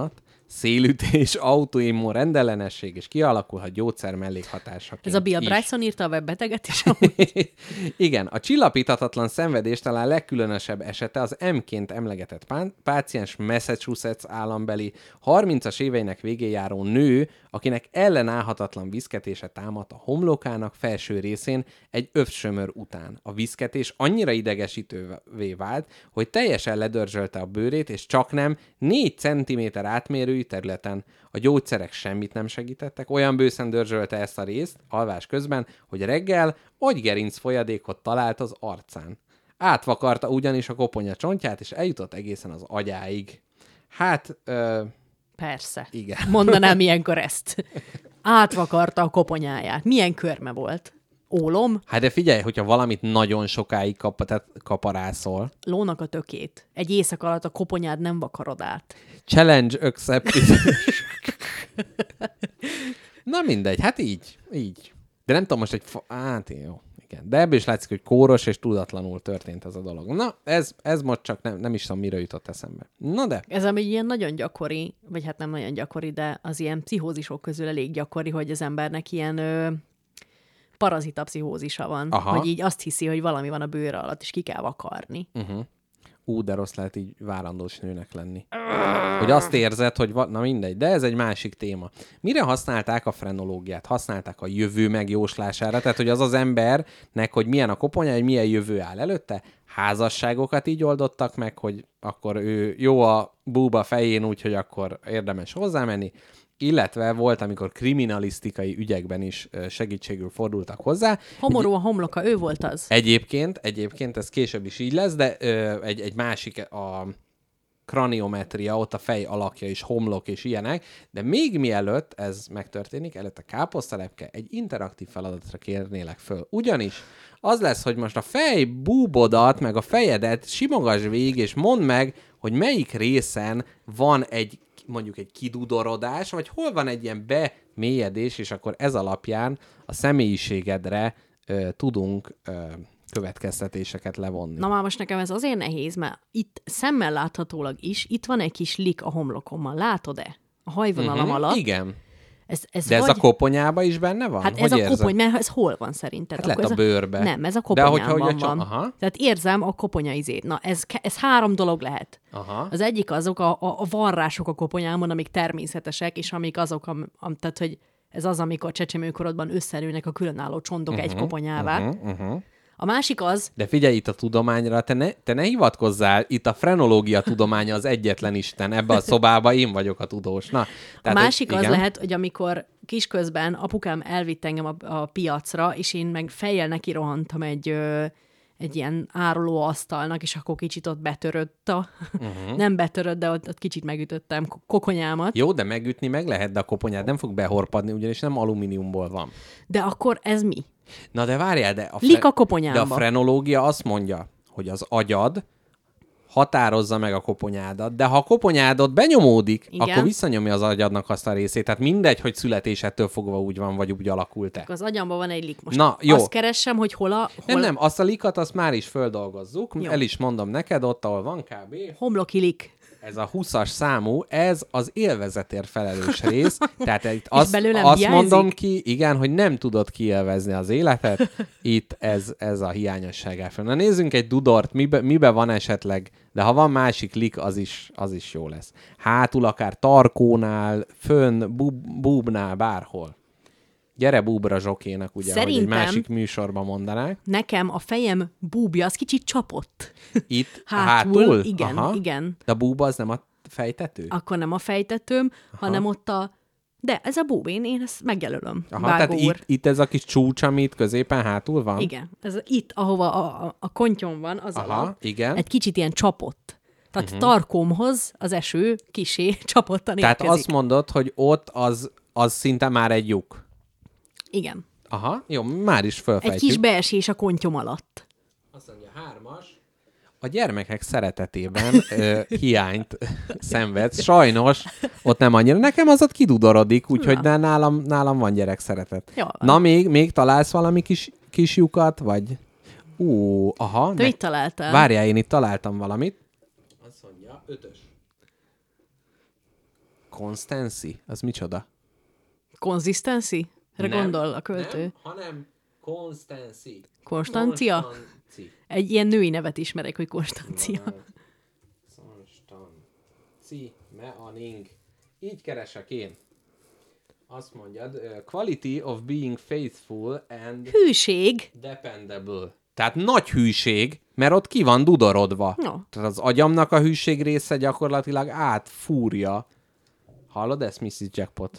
szélütés, autoimmun rendellenesség, és kialakulhat gyógyszer mellékhatásaként. Ez a Bill is. Bryson írta a webbeteget is amúgy. Igen, a csillapíthatatlan szenvedés talán legkülönösebb esete az M-ként emlegetett pá- páciens Massachusetts állambeli harmincas éveinek végén járó nő, akinek ellenállhatatlan viszketése támadt a homlokának felső részén egy övsömör után. A viszketés annyira idegesítővé vált, hogy teljesen ledörzsölte a bőrét, és csaknem négy centiméter átmérőjű területen. A gyógyszerek semmit nem segítettek, olyan bőszen dörzsölte ezt a részt alvás közben, hogy reggel agygerinc folyadékot talált az arcán. Átvakarta ugyanis a koponya csontját, és eljutott egészen az agyáig. Hát, ö, Persze. igen. Mondanám ilyenkor ezt. Átvakarta a koponyáját. Milyen körme volt? Ólom? Hát de figyelj, hogyha valamit nagyon sokáig kap, tehát kaparászol. Lónak a tökét. Egy éjszak alatt a koponyád nem vakarod át. Challenge accepted. Na mindegy, hát így, így. De nem tudom, most egy... Fa... Hát jó, igen. De ebből is látszik, hogy kóros és tudatlanul történt ez a dolog. Na, ez, ez most csak nem, nem is tudom, mire jutott eszembe. Na de... Ez ami ilyen nagyon gyakori, vagy hát nem nagyon gyakori, de az ilyen pszichózisok közül elég gyakori, hogy az embernek ilyen ö, parazita pszichózisa van. Aha. Hogy így azt hiszi, hogy valami van a bőre alatt, és ki kell vakarni. Uh-huh. Ú, de rossz lehet így várandós nőnek lenni. Hogy azt érzed, hogy va... na mindegy, de ez egy másik téma. Mire használták a frenológiát? Használták a jövő megjóslására, tehát hogy az az embernek, hogy milyen a koponya, hogy milyen jövő áll előtte, házasságokat így oldottak meg, hogy akkor ő jó a búba fején, úgyhogy akkor érdemes hozzámenni, illetve volt, amikor kriminalisztikai ügyekben is segítségül fordultak hozzá. Homorú a homloka, ő volt az. Egyébként, egyébként ez később is így lesz, de ö, egy, egy másik a kraniometria, ott a fej alakja és homlok és ilyenek, de még mielőtt ez megtörténik, előtt a káposztalepke egy interaktív feladatra kérnélek föl. Ugyanis az lesz, hogy most a fej búbodat, meg a fejedet simogass végig, és mondd meg, hogy melyik részen van egy mondjuk egy kidudorodás, vagy hol van egy ilyen bemélyedés, és akkor ez alapján a személyiségedre ö, tudunk ö, következtetéseket levonni. Na már most nekem ez azért nehéz, mert itt szemmel láthatólag is, itt van egy kis lik a homlokommal. Látod-e? A hajvonalam uh-huh. alatt. Igen. Ez, ez De ez vagy... a koponyában is benne van? Hát hogy ez a érzed? kopony, mert ez hol van szerinted? Hát lehet ez a bőrbe. Nem, ez a De koponyában ahogy, hogy a cso- van. Aha. Tehát érzem a koponya izét. Na, ez, ez három dolog lehet. Aha. Az egyik azok a, a, a varrások a koponyámon, amik természetesek, és amik azok, am, am, tehát hogy ez az, amikor csecsemőkorodban összerülnek a különálló csontok uh-huh, egy koponyává. Uh-huh, uh-huh. A másik az... De figyelj itt a tudományra, te ne, te ne hivatkozzál, itt a frenológia tudománya az egyetlen isten, ebbe a szobába én vagyok a tudós. Na, tehát, a másik hogy, az igen? lehet, hogy amikor kisközben apukám elvitt engem a, a piacra, és én meg fejjel neki rohantam egy, ö, egy ilyen áruló asztalnak, és akkor kicsit ott betörött a... Uh-huh. Nem betörött, de ott, ott kicsit megütöttem kokonyámat. Jó, de megütni meg lehet, de a koponyát nem fog behorpadni, ugyanis nem alumíniumból van. De akkor ez mi? Na de várjál, de a, Lik a koponyába. De a frenológia azt mondja, hogy az agyad határozza meg a koponyádat, de ha a koponyádat benyomódik, igen, akkor visszanyomja az agyadnak azt a részét. Tehát mindegy, hogy születésettől fogva úgy van, vagy úgy alakult-e. Az agyamban van egy lik. Most Na, jó. Azt keressem, hogy hol a... Hol... Nem, nem, azt a likat azt már is földolgozzuk. Jó. El is mondom neked, ott, ahol van kb. Homloki lik. Ez a húszas számú, ez az élvezetért felelős rész. Tehát itt azt, azt mondom ki, igen, hogy nem tudod kielvezni az életet. Itt ez, ez a hiányosság elfel. Na nézzünk egy dudort, mibe, mibe van esetleg, de ha van másik lik, az is, az is jó lesz. Hátul, akár tarkónál, fönn, bub, búbnál, bárhol. Gyere búbra zsokénak, ugye, hogy egy másik műsorban mondanák. Nekem a fejem búbja, az kicsit csapott. Itt hátul? hátul? Igen, aha. igen. De a búba az nem a fejtető? Akkor nem a fejtetőm, aha, hanem ott a... De ez a búb, én, én ezt megjelölöm. Aha, tehát itt, itt ez a kis csúcs, amit középen hátul van? Igen. Ez itt, ahova a, a, a kontyom van, az aha, alatt. Igen. Egy kicsit ilyen csapott. Tehát uh-huh. tarkómhoz az eső kisé csapottan Tehát érkezik. azt mondod, hogy ott az, az szinte már egy lyuk. Igen. Aha, jó, már is fölfejtjük. Egy kis beesés a kontyom alatt. Azt mondja, hármas. A gyermekek szeretetében ö, hiányt szenvedsz. Sajnos ott nem annyira. Nekem az ott kidudorodik, úgyhogy de nálam, nálam van gyerek szeretet. Jó, na, még, még találsz valami kis, kis lyukat, vagy... Ú, aha. Te ne... mit találtál? Várjál, én itt találtam valamit. Azt mondja, ötös. Constancy? Az micsoda? Consistency? Re Nem, gondol a költő? Nem, hanem Constancy. Konstancia? Constancy. Egy ilyen női nevet ismerek, hogy Konstancia. Constancy Meaning. Így keresek én. Azt mondjad, uh, quality of being faithful and Hűség. dependable. Tehát nagy hűség, mert ott ki van dudorodva. No. Tehát az agyamnak a hűség része gyakorlatilag átfúrja. Hallod ezt, missus Jackpot?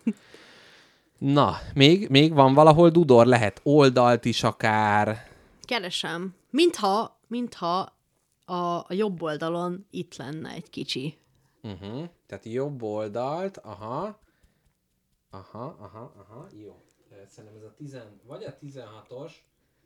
Na, még, még van valahol dudor, lehet oldalt is akár. Keresem. Mintha, mintha a, a jobb oldalon itt lenne egy kicsi. Uh-huh. Tehát jobb oldalt, aha. Aha, aha, aha, jó. Szerintem ez a tizen, vagy a tizenhatos.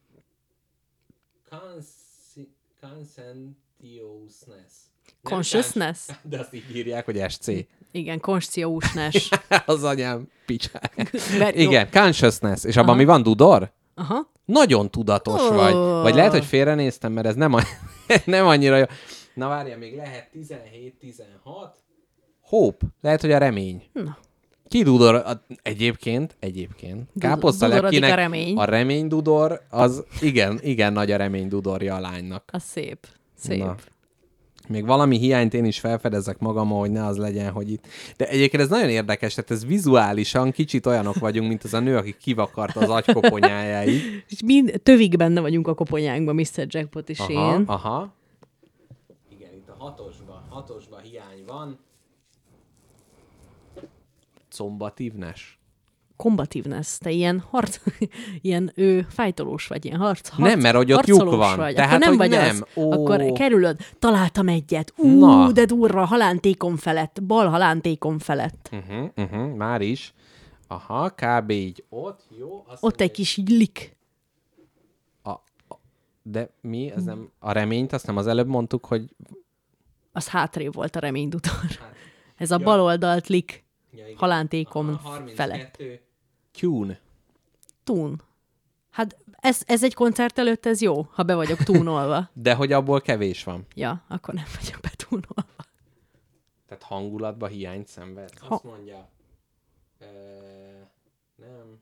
Conscientiousness. Consciousness? De azt így írják, hogy es cé. Igen, consciousness. Az anyám picsák. Igen, consciousness. És abban mi van, dudor? Aha. Nagyon tudatos Oh. vagy. Vagy lehet, hogy félrenéztem, mert ez nem, a, nem annyira jó. Na várja, még lehet tizenhét tizenhat. Hope. Lehet, hogy a remény. Na. Ki dudor? A, egyébként, egyébként. Káposzta lepkének a remény. a remény dudor, az igen, igen nagy a remény dudorja a lánynak. Az szép. Szép. Na. Még valami hiányt én is felfedezek magamon, hogy ne az legyen, hogy itt. De egyébként ez nagyon érdekes, tehát ez vizuálisan kicsit olyanok vagyunk, mint az a nő, aki kivakarta az agykoponyájáit. És mind tövig benne vagyunk a koponyánkban, miszter Jackpot és Aha, én. aha. Igen, itt a hatosban, hatosban hiány van. Combatívnes. Combatívness, te ilyen harc, ilyen ő, fájtolós vagy, ilyen harc, harc Nem, mert hogy ott lyuk harcolós van. Vagy. Tehát, akkor nem hogy vagy nem. az. Ó. Akkor kerülöd, találtam egyet. Ú, Na. de durva, halántékon felett, bal halántékon felett. Uh-huh, uh-huh, már is. Aha, kb. Így ott, jó. Azt Ott egy kis lik. A, a, de mi? Ez nem a reményt, azt nem az előbb mondtuk, hogy... Az hátrébb volt a reménydudor. Hát, Ez a ja. bal oldalt lik, Ja, igen. halántékon Aha, felett. harminckettő. Tune. Tún. Hát ez, ez egy koncert előtt, ez jó, ha be vagyok túnolva. De hogy abból kevés van. Ja, akkor nem vagyok betúnolva. Tehát hangulatba hiányt szenved. Ha- Azt mondja. Ö, nem.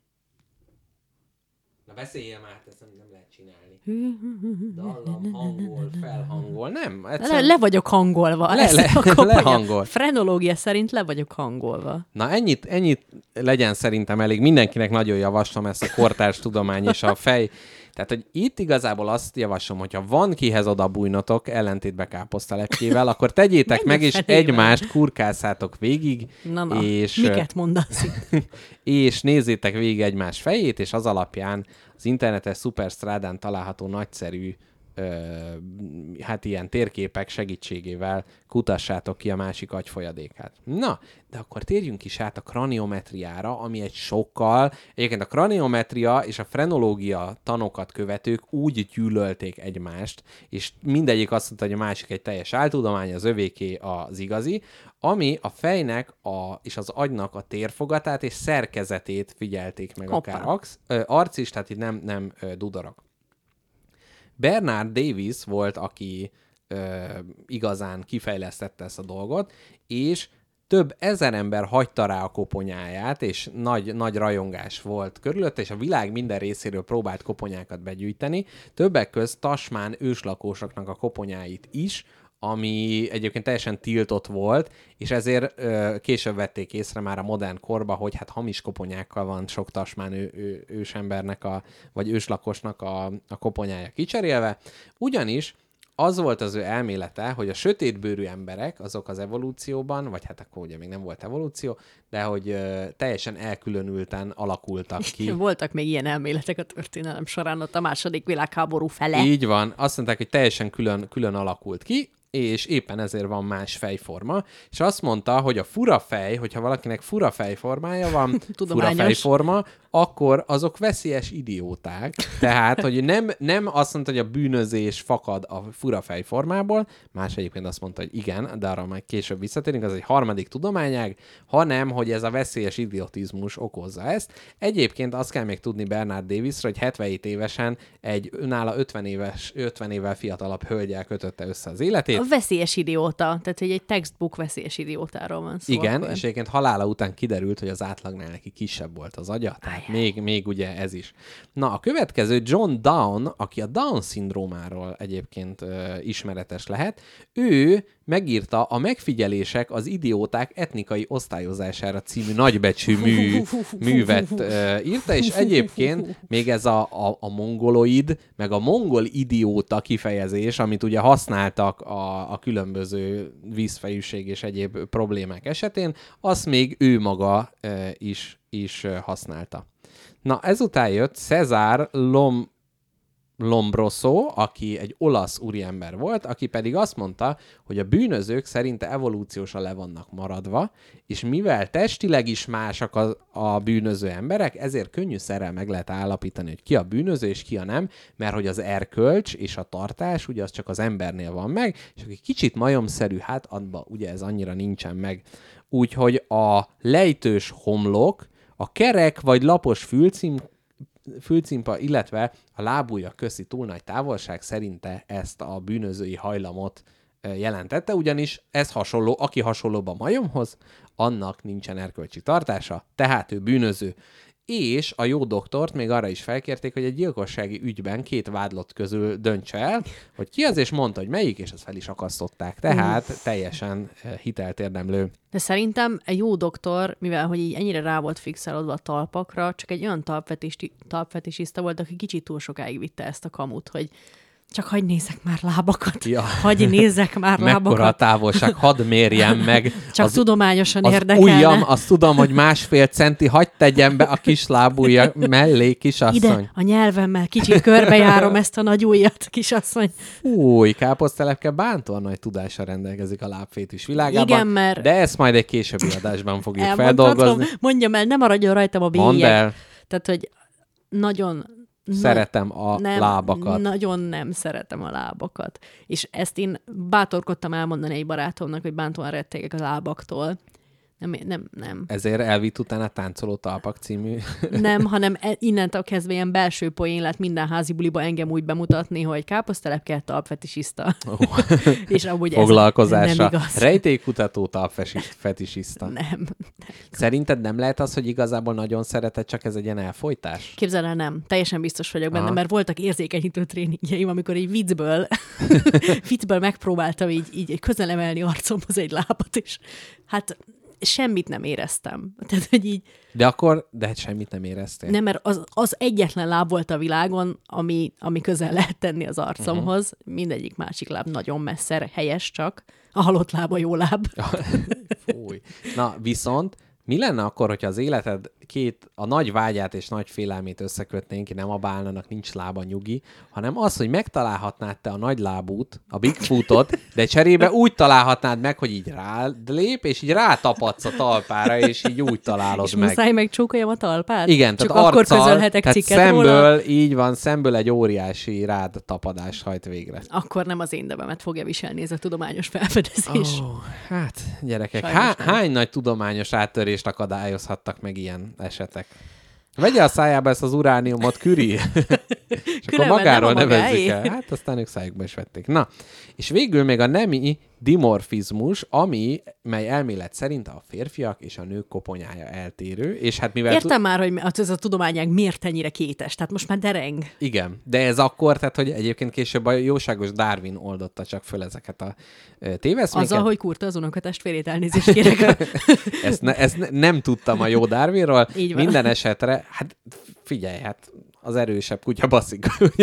Na beszéljél már, ezt nem, nem lehet csinálni. Dallam, hangol, felhangol. Nem. Le, Egyszerűen... le vagyok hangolva. Le- Ezt le- akarom mondani. lehangol. Frenológia szerint le vagyok hangolva. Na ennyit, ennyit legyen szerintem elég. Mindenkinek nagyon javaslom ezt a kortárs tudomány és a fej. Tehát, hogy itt igazából azt javaslom, hogyha van kihez oda bújnotok, ellentétbe káposztalepkével, akkor tegyétek Menjünk meg, és fenével. egymást kurkászátok végig, Na, na. és, Miket mondasz itt? és nézzétek végig egymás fejét, és az alapján az internetes szuperstrádán található nagyszerű ö, hát ilyen térképek segítségével kutassátok ki a másik agyfolyadékát. Na, de akkor térjünk is át a kraniometriára, ami egy sokkal... Egyébként a kraniometria és a frenológia tanokat követők úgy gyűlölték egymást, és mindegyik azt mondta, hogy a másik egy teljes áltudomány, az övéké az igazi, ami a fejnek a, és az agynak a térfogatát és szerkezetét figyelték meg, Hoppá. akár ax, ö, arc is, tehát itt nem, nem ö, dudorok. Bernard Davis volt, aki ö, igazán kifejlesztette ezt a dolgot, és több ezer ember hagyta rá a koponyáját, és nagy, nagy rajongás volt körülötte, és a világ minden részéről próbált koponyákat begyűjteni, többek közt Tasmán őslakósoknak a koponyáit is, ami egyébként teljesen tiltott volt, és ezért ö, később vették észre már a modern korba, hogy hát hamis koponyákkal van sok tasmán ő, ő, ősembernek, a, vagy őslakosnak a, a koponyája kicserélve. Ugyanis az volt az ő elmélete, hogy a sötétbőrű emberek, azok az evolúcióban, vagy hát akkor ugye még nem volt evolúció, de hogy ö, teljesen elkülönülten alakultak ki. Voltak még ilyen elméletek a történelem során, ott a második világháború fele. Így van. Azt mondták, hogy teljesen külön, külön alakult ki, és éppen ezért van más fejforma, és azt mondta, hogy a fura fej, hogyha valakinek fura fejformája van, fura Tudományos. fejforma, akkor azok veszélyes idióták. Tehát, hogy nem, nem azt mondta, hogy a bűnözés fakad a fura fejformából, más egyébként azt mondta, hogy igen, de arra majd később visszatérünk, az egy harmadik tudományág, hanem, hogy ez a veszélyes idiotizmus okozza ezt. Egyébként azt kell még tudni Bernard Davisről, hogy hetvenhét évesen egy nála ötven éves, ötven évvel fiatalabb hölgyel kötötte össze az életét, A veszélyes idióta, tehát hogy egy textbook veszélyes idiótáról van szó. Igen, akkor. és egyébként halála után kiderült, hogy az átlagnál neki kisebb volt az agya, tehát még, még ugye ez is. Na, a következő John Down, aki a Down-szindrómáról egyébként ö, ismeretes lehet, ő megírta a Megfigyelések az idióták etnikai osztályozására című nagybecsű mű, művet ö, írta, és egyébként még ez a, a, a mongoloid, meg a mongol idióta kifejezés, amit ugye használtak a, a különböző vízfejűség és egyéb problémák esetén, azt még ő maga ö, is, is ö, használta. Na, ezután jött César Lom Lombroso, aki egy olasz úriember volt, aki pedig azt mondta, hogy a bűnözők szerinte evolúciósan le vannak maradva, és mivel testileg is másak a, a bűnöző emberek, ezért könnyűszerrel meg lehet állapítani, hogy ki a bűnöző és ki a nem, mert hogy az erkölcs és a tartás, ugye az csak az embernél van meg, és aki kicsit majomszerű, hát abban ugye ez annyira nincsen meg. Úgyhogy a lejtős homlok, a kerek vagy lapos fülcím fülcimpa, illetve a lábujja közti túl nagy távolság szerinte ezt a bűnözői hajlamot jelentette, ugyanis ez hasonló, aki hasonlóbb a majomhoz, annak nincsen erkölcsi tartása, tehát ő bűnöző. És a jó doktort még arra is felkérték, hogy egy gyilkossági ügyben két vádlott közül döntse el, hogy ki az, és mondta, hogy melyik, és azt fel is akasztották. Tehát teljesen hitelt érdemlő. De szerintem egy jó doktor, mivel hogy így ennyire rá volt fixálódva a talpakra, csak egy olyan talpfetisista volt, aki kicsit túl sokáig vitte ezt a kamut, hogy csak hagyj nézzek már lábakat. Ja. Hagyj nézzek már Mekkora lábakat. Mekkora a távolság, hadd mérjem meg. Csak az, tudományosan az érdekelne. Ujjam, azt tudom, hogy másfél centi, hagyd tegyem be a kis lábujja mellé, kisasszony. Ide, a nyelvemmel kicsit körbejárom ezt a nagy ujjat, kisasszony. Új, káposztelepke bántóan nagy tudással rendelkezik a lábfétis világában. Igen, mert... De ezt majd egy későbbi adásban fogjuk feldolgozni. Mondjam el, nem maradjon rajtam a bélyeg. Mondd el. Tehát, hogy nagyon... Szeretem a nem, lábakat. Nagyon nem szeretem a lábakat. És ezt én bátorkodtam elmondani egy barátomnak, hogy bántóan rettegek a lábaktól. Nem, nem, nem. Ezért elvitt utána Táncoló talpak című. Nem, hanem innentől kezdve ilyen belső poén lett minden házi buliba engem úgy bemutatni, hogy káposztelepke talpfetisista. Oh. És amúgy foglalkozásra. Ez nem igaz. Rejtélykutató talpfetisista. Nem, nem. Szerinted nem lehet az, hogy igazából nagyon szereted, csak ez egy ilyen elfojtás? Képzeld el, nem. Teljesen biztos vagyok benne, Aha. mert voltak érzékenyítő tréningjeim, amikor így viccből, viccből megpróbáltam így, így közelemelni arcomhoz egy lábat, és hát semmit nem éreztem. Tehát, hogy így... De akkor, de hát semmit nem éreztél. Nem, mert az, az egyetlen láb volt a világon, ami, ami közel lehet tenni az arcomhoz. Uh-huh. Mindegyik másik láb nagyon messze, helyes csak. A halott láb a jó láb. Fúj. Na, viszont mi lenne akkor, hogyha az életed két, a nagy vágyát és nagy félelmét összekötnénk, ki nem a bálnának nincs lába nyugi, hanem az, hogy megtalálhatnád te a nagy lábút, a Bigfootot, de cserébe úgy találhatnád meg, hogy így rád lép, és így rátapadsz a talpára, és így úgy találod és meg. És muszáj megcsókoljam a talpát? Igen, csak tehát akkor arccal, közölhetek tehát cikket szemből, róla? így van, szemből egy óriási rád tapadást hajt végre. Akkor nem az én nevemet fogja viselni ez a tudományos felfedezés. Oh, hát, gyerekek, há, hány nagy tudományos áttörést akadályozhattak meg ilyen esetek? Vegye a szájába ezt az urániumot, Curie. És akkor magáról nevezzük el. Hát aztán ők szájukba is vették. Na, és végül még a nemi dimorfizmus, ami, mely elmélet szerint a férfiak és a nők koponyája eltérő, és hát mivel... Értem t- már, hogy ez a tudományág miért ennyire kétes, tehát most már dereng. Igen, de ez akkor, tehát hogy egyébként később a jóságos Darwin oldotta csak föl ezeket a téveszméket. Azzal, hogy kurta az unokatestvérét, elnézést kérek. ezt, ne, ezt ne, nem tudtam a jó Darwinról. Így van. Minden esetre, hát figyelj, hát az erősebb kutya baszik.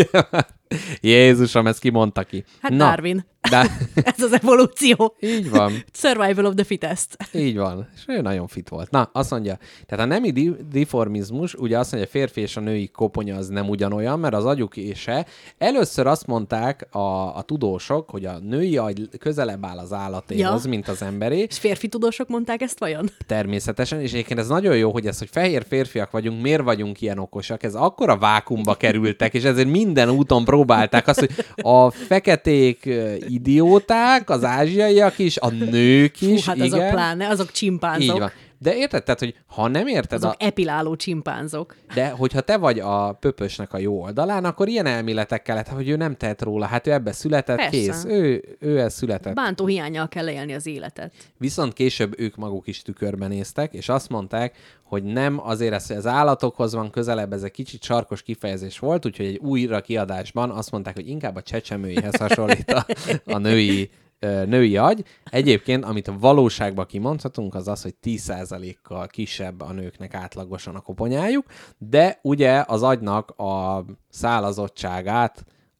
Jézusom, ezt kimondta ki. Hát Na, Darwin. De... Ez az evolúció. Így van. Survival of the fittest. Így van. És ő nagyon fit volt. Na, azt mondja, tehát a nemi di- diformizmus, ugye azt mondja, a férfi és a női koponya az nem ugyanolyan, mert az agyukése. Először azt mondták a, a tudósok, hogy a női agy közelebb áll az állatéhoz, ja. mint az emberé. És férfi tudósok mondták ezt vajon? Természetesen, és egyébként ez nagyon jó, hogy ez, hogy fehér férfiak vagyunk, miért vagyunk ilyen okosak, ez akkora vákumba kerültek, és ezért minden úton próbálták azt, hogy a feketék idióták, az ázsiaiak is, a nők is. Fú, hát igen. azok pláne, azok csimpánzok. Így van. De érted? Tehát, hogy ha nem érted Azok a... epiláló csimpánzok. De hogyha te vagy a pöpösnek a jó oldalán, akkor ilyen elméletek kellett, hogy ő nem tehet róla. Hát ő ebbe született, Persze. kész. Ő, ő ez született. Bántó hiánnyal kell élni az életet. Viszont később ők maguk is tükörben néztek, és azt mondták, hogy nem azért ez, hogy az állatokhoz van közelebb, ez egy kicsit sarkos kifejezés volt, úgyhogy egy újra kiadásban azt mondták, hogy inkább a csecsemőihez hasonlít a, a női, női agy. Egyébként, amit a valóságban kimondhatunk, az az, hogy tíz százalékkal kisebb a nőknek átlagosan a koponyájuk, de ugye az agynak a szálazottságát,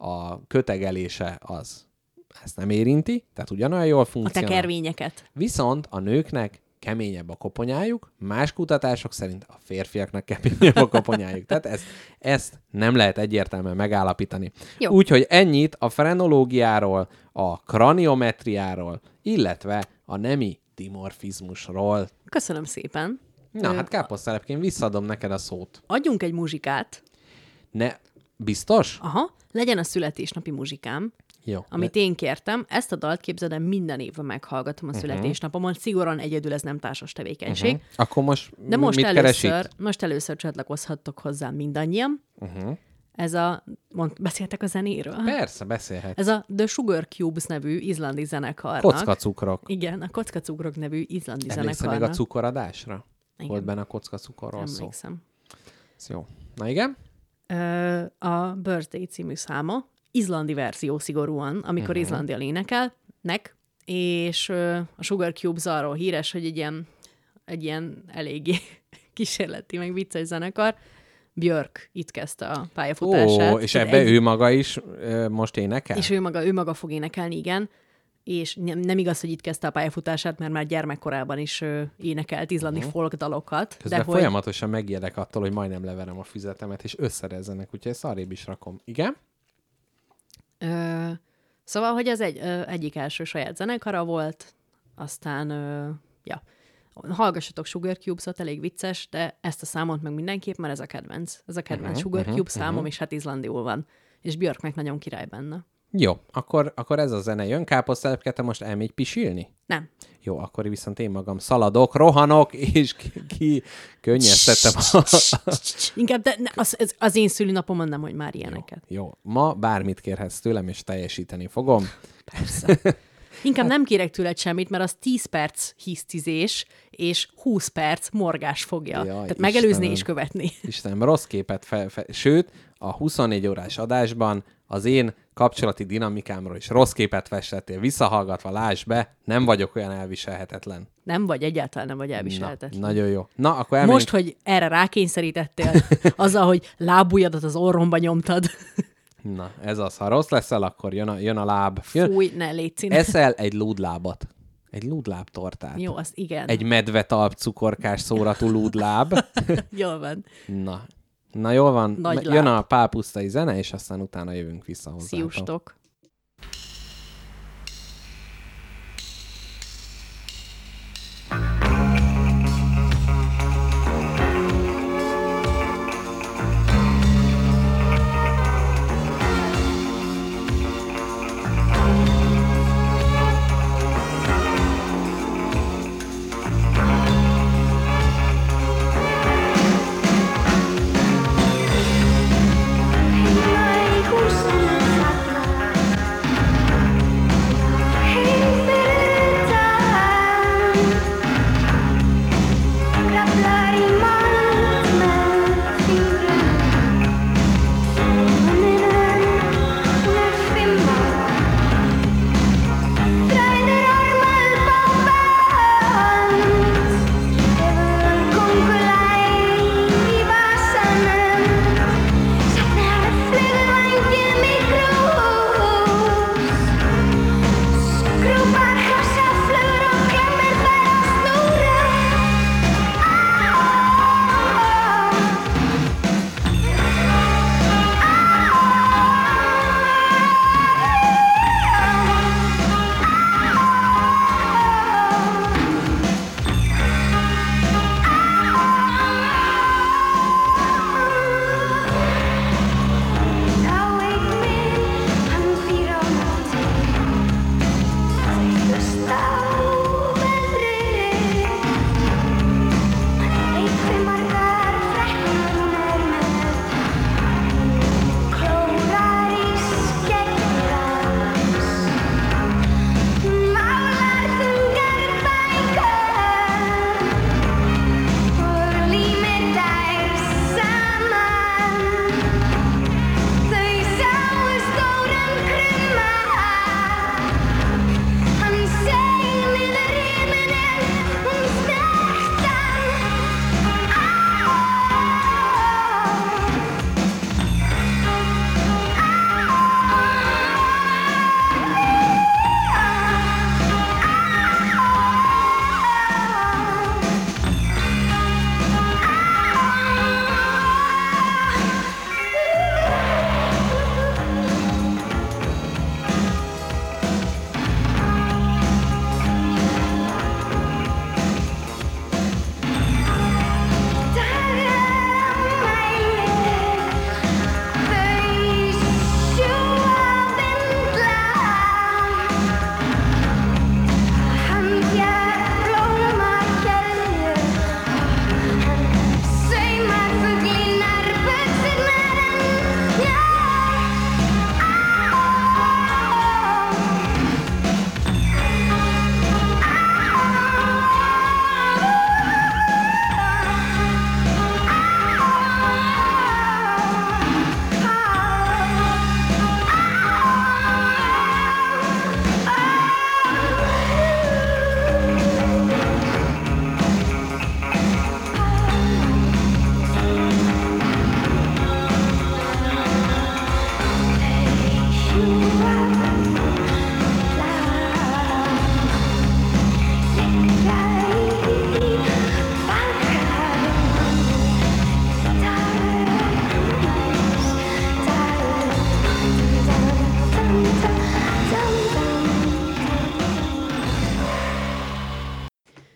a kötegelése az ezt nem érinti, tehát ugyanolyan jól A funkcionál. tekervényeket. Viszont a nőknek keményebb a koponyájuk, más kutatások szerint a férfiaknak keményebb a koponyájuk. Tehát ezt, ezt nem lehet egyértelműen megállapítani. Jó. Úgyhogy ennyit a frenológiáról, a kraniometriáról, illetve a nemi dimorfizmusról. Köszönöm szépen. Na, Ö, hát káposztelepként visszaadom neked a szót. Adjunk egy muzsikát. Ne, biztos? Aha, legyen a születésnapi muzsikám, Jó. amit én kértem. Ezt a dalt, képzeld el, minden évben meghallgatom a Mhm. születésnapomon. Szigorúan egyedül ez nem társas tevékenység. Uh-huh. Akkor most De most mit keres először, itt? most először csatlakozhattok hozzám mindannyian. Uh-huh. Ez a... Mond, beszéltek a zenéről? Persze, beszélhet. Ez a The Sugar Cubes nevű izlandi zenekarnak. Kockacukrok. Igen, a Kockacukrok nevű izlandi Emlékszel még a zenekarnak. cukoradásra? Igen. Volt benne a kockacukorról szó. Emlékszem. Ez jó. Na igen? Ö, a Birthday című száma, izlandi verzió szigorúan, amikor uh-huh. izlandial énekelnek, és ö, a Sugar Cubes arról híres, hogy egy ilyen, egy ilyen eléggé kísérleti, meg vicces zenekar. Björk itt kezdte a pályafutását. Ó, és Tehát ebbe egy- ő maga is ö, most énekel? És ő maga, ő maga fog énekelni, igen. És nem, nem igaz, hogy itt kezdte a pályafutását, mert már gyermekkorában is ö, énekelt izlandi uh-huh. folk dalokat. Közben de hogy folyamatosan megijedek attól, hogy majdnem leverem a füzetemet, és összerezzenek, úgyhogy ezt arrébb is rakom. Igen? Ö, szóval, hogy ez egy, ö, egyik első saját zenekara volt, aztán, ö, ja, hallgassatok Sugar Cubes-ot, elég vicces, de ezt a számot meg mindenképp, mert ez a kedvenc. Ez a kedvenc Uh-huh, Sugar uh-huh, Cube számom, uh-huh. és hát izlandiul van. És Björk meg nagyon király benne. Jó, akkor, akkor ez a zene jön. Káposztelepke, te most elmégy pisilni? Nem. Jó, akkor viszont én magam szaladok, rohanok, és ki, ki könnyeztettem a... Inkább, de ne, az, az, az én szülinapomon nem, hogy már ilyeneket. Jó, ma bármit kérhetsz tőlem, és teljesíteni fogom. Persze. Inkább nem kérek tőled semmit, mert az tíz perc hisztizés, és húsz perc morgás fogja. Jaj, Tehát megelőzni Istenem. és követni. Istenem, rossz képet fel, fel... Sőt, a huszonnégy órás adásban az én kapcsolati dinamikámról is rossz képet festettél. Visszahallgatva, lásd be, nem vagyok olyan elviselhetetlen. Nem vagy, egyáltalán nem vagy Na, elviselhetetlen. nagyon jó. Na, akkor elmegyünk. Most, hogy erre rákényszerítettél, azzal, hogy lábujjadat az orromba nyomtad. Na, ez az. Ha rossz leszel, akkor jön a, jön a láb. Jön... Fúj, ne légy színe. Eszel egy lúdlábat. Egy lúdláb tortát. Jó, az igen. Egy medvetalp cukorkás szóratú lúdláb. Jól van. Na. Na jól van. Nagy Jön láb. a pálpusztai zene, és aztán utána jövünk vissza hozzátok. Sziustok. Húszonöt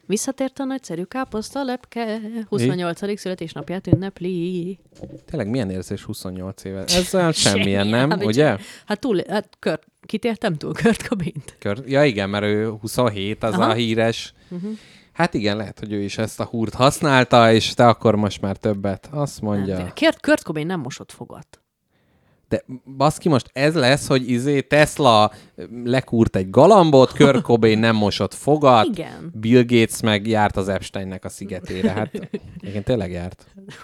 Visszatért a nagyszerű káposztalepke, huszonnyolcadik születésnapját ünnepli. Tényleg milyen érzés huszonnyolc éves? Ez olyan semmilyen, nem? Hát, ugye? Hát túl, hát Kurt, kitértem túl Kurt Cobaint. Kör, ja igen, mert ő huszonhét, az Aha. a híres. Uh-huh. Hát igen, lehet, hogy ő is ezt a húrt használta, és te akkor most már többet. Azt mondja. Nem, Kurt, Kurt Cobain nem mosott fogat. De baszki, most ez lesz, hogy izé Tesla lekúrt egy galambot, Kurt Cobain nem mosott fogat, igen. Bill Gates meg járt az Epsteinnek a szigetére. Hát igen, tényleg járt.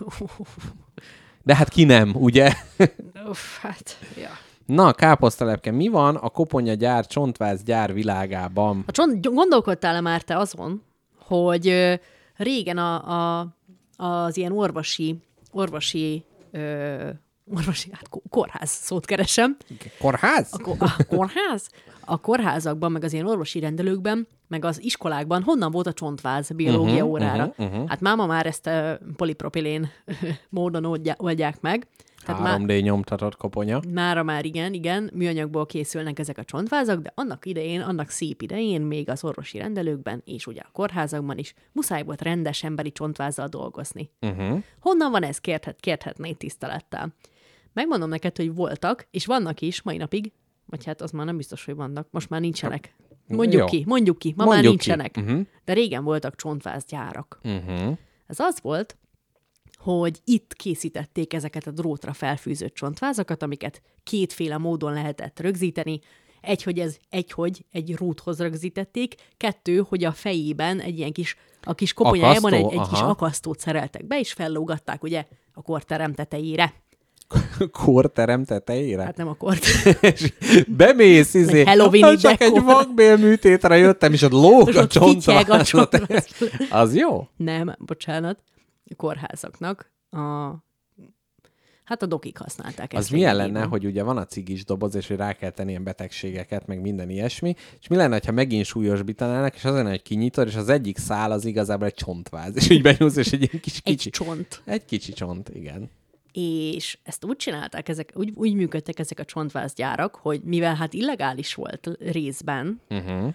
De hát ki nem, ugye? Uff, hát, ja. Na, káposztalepke, mi van a koponyagyár, csontvászgyár világában? A csont, gondolkodtál-e már te azon, hogy ö, régen a, a, az ilyen orvosi, orvosi, ö, orvosi, hát kórház szót keresem. Kórház? A, ko- a kórház? A kórházakban, meg az ilyen orvosi rendelőkben, meg az iskolákban honnan volt a csontváz biológia uh-huh, órára? Uh-huh, uh-huh. Hát máma már ezt uh, polipropilén módon oldják, oldják meg. három dé nyomtatott koponya. Mára már igen, igen, műanyagból készülnek ezek a csontvázak, de annak idején, annak szép idején, még az orvosi rendelőkben, és ugye a kórházakban is muszáj volt rendes emberi csontvázzal dolgozni. Uh-huh. Honnan van ez? Kérthet, kérthetnéd tisztelettel. Megmondom neked, hogy voltak, és vannak is mai napig, vagy hát az már nem biztos, hogy vannak, most már nincsenek. Mondjuk Jó. ki, mondjuk ki, ma mondjuk már nincsenek. Uh-huh. De régen voltak csontvázgyárak. Uh-huh. Ez az volt, hogy itt készítették ezeket a drótra felfűzött csontvázakat, amiket kétféle módon lehetett rögzíteni. Egy, hogy ez egy, hogy egy rúthoz rögzítették, kettő, hogy a fejében egy ilyen kis, a kis koponyájában egy, egy kis akasztót szereltek be, és fellógatták ugye a korterem tetejére. Korterem tetejére? Hát nem a korterem. Bemész, izé. Halloween-i csak egy vakbélműtétre jöttem, és ott lóg a csontváz. Az jó? Nem, bocsánat. A kórházaknak a... Hát a dokik használták ezt. Az milyen lenne, hogy ugye van a cigis doboz, és hogy rá kell tenni ilyen betegségeket, meg minden ilyesmi, és mi lenne, ha megint súlyosbítanának, és az lenne, hogy kinyitod, és az egyik szál az igazából egy csontváz, és így benyúlsz, és egy ilyen kis kicsi. Egy csont. Egy kicsi csont, igen. És ezt úgy csinálták, ezek, úgy, úgy működtek ezek a csontvázgyárak, hogy mivel hát illegális volt részben, uh-huh.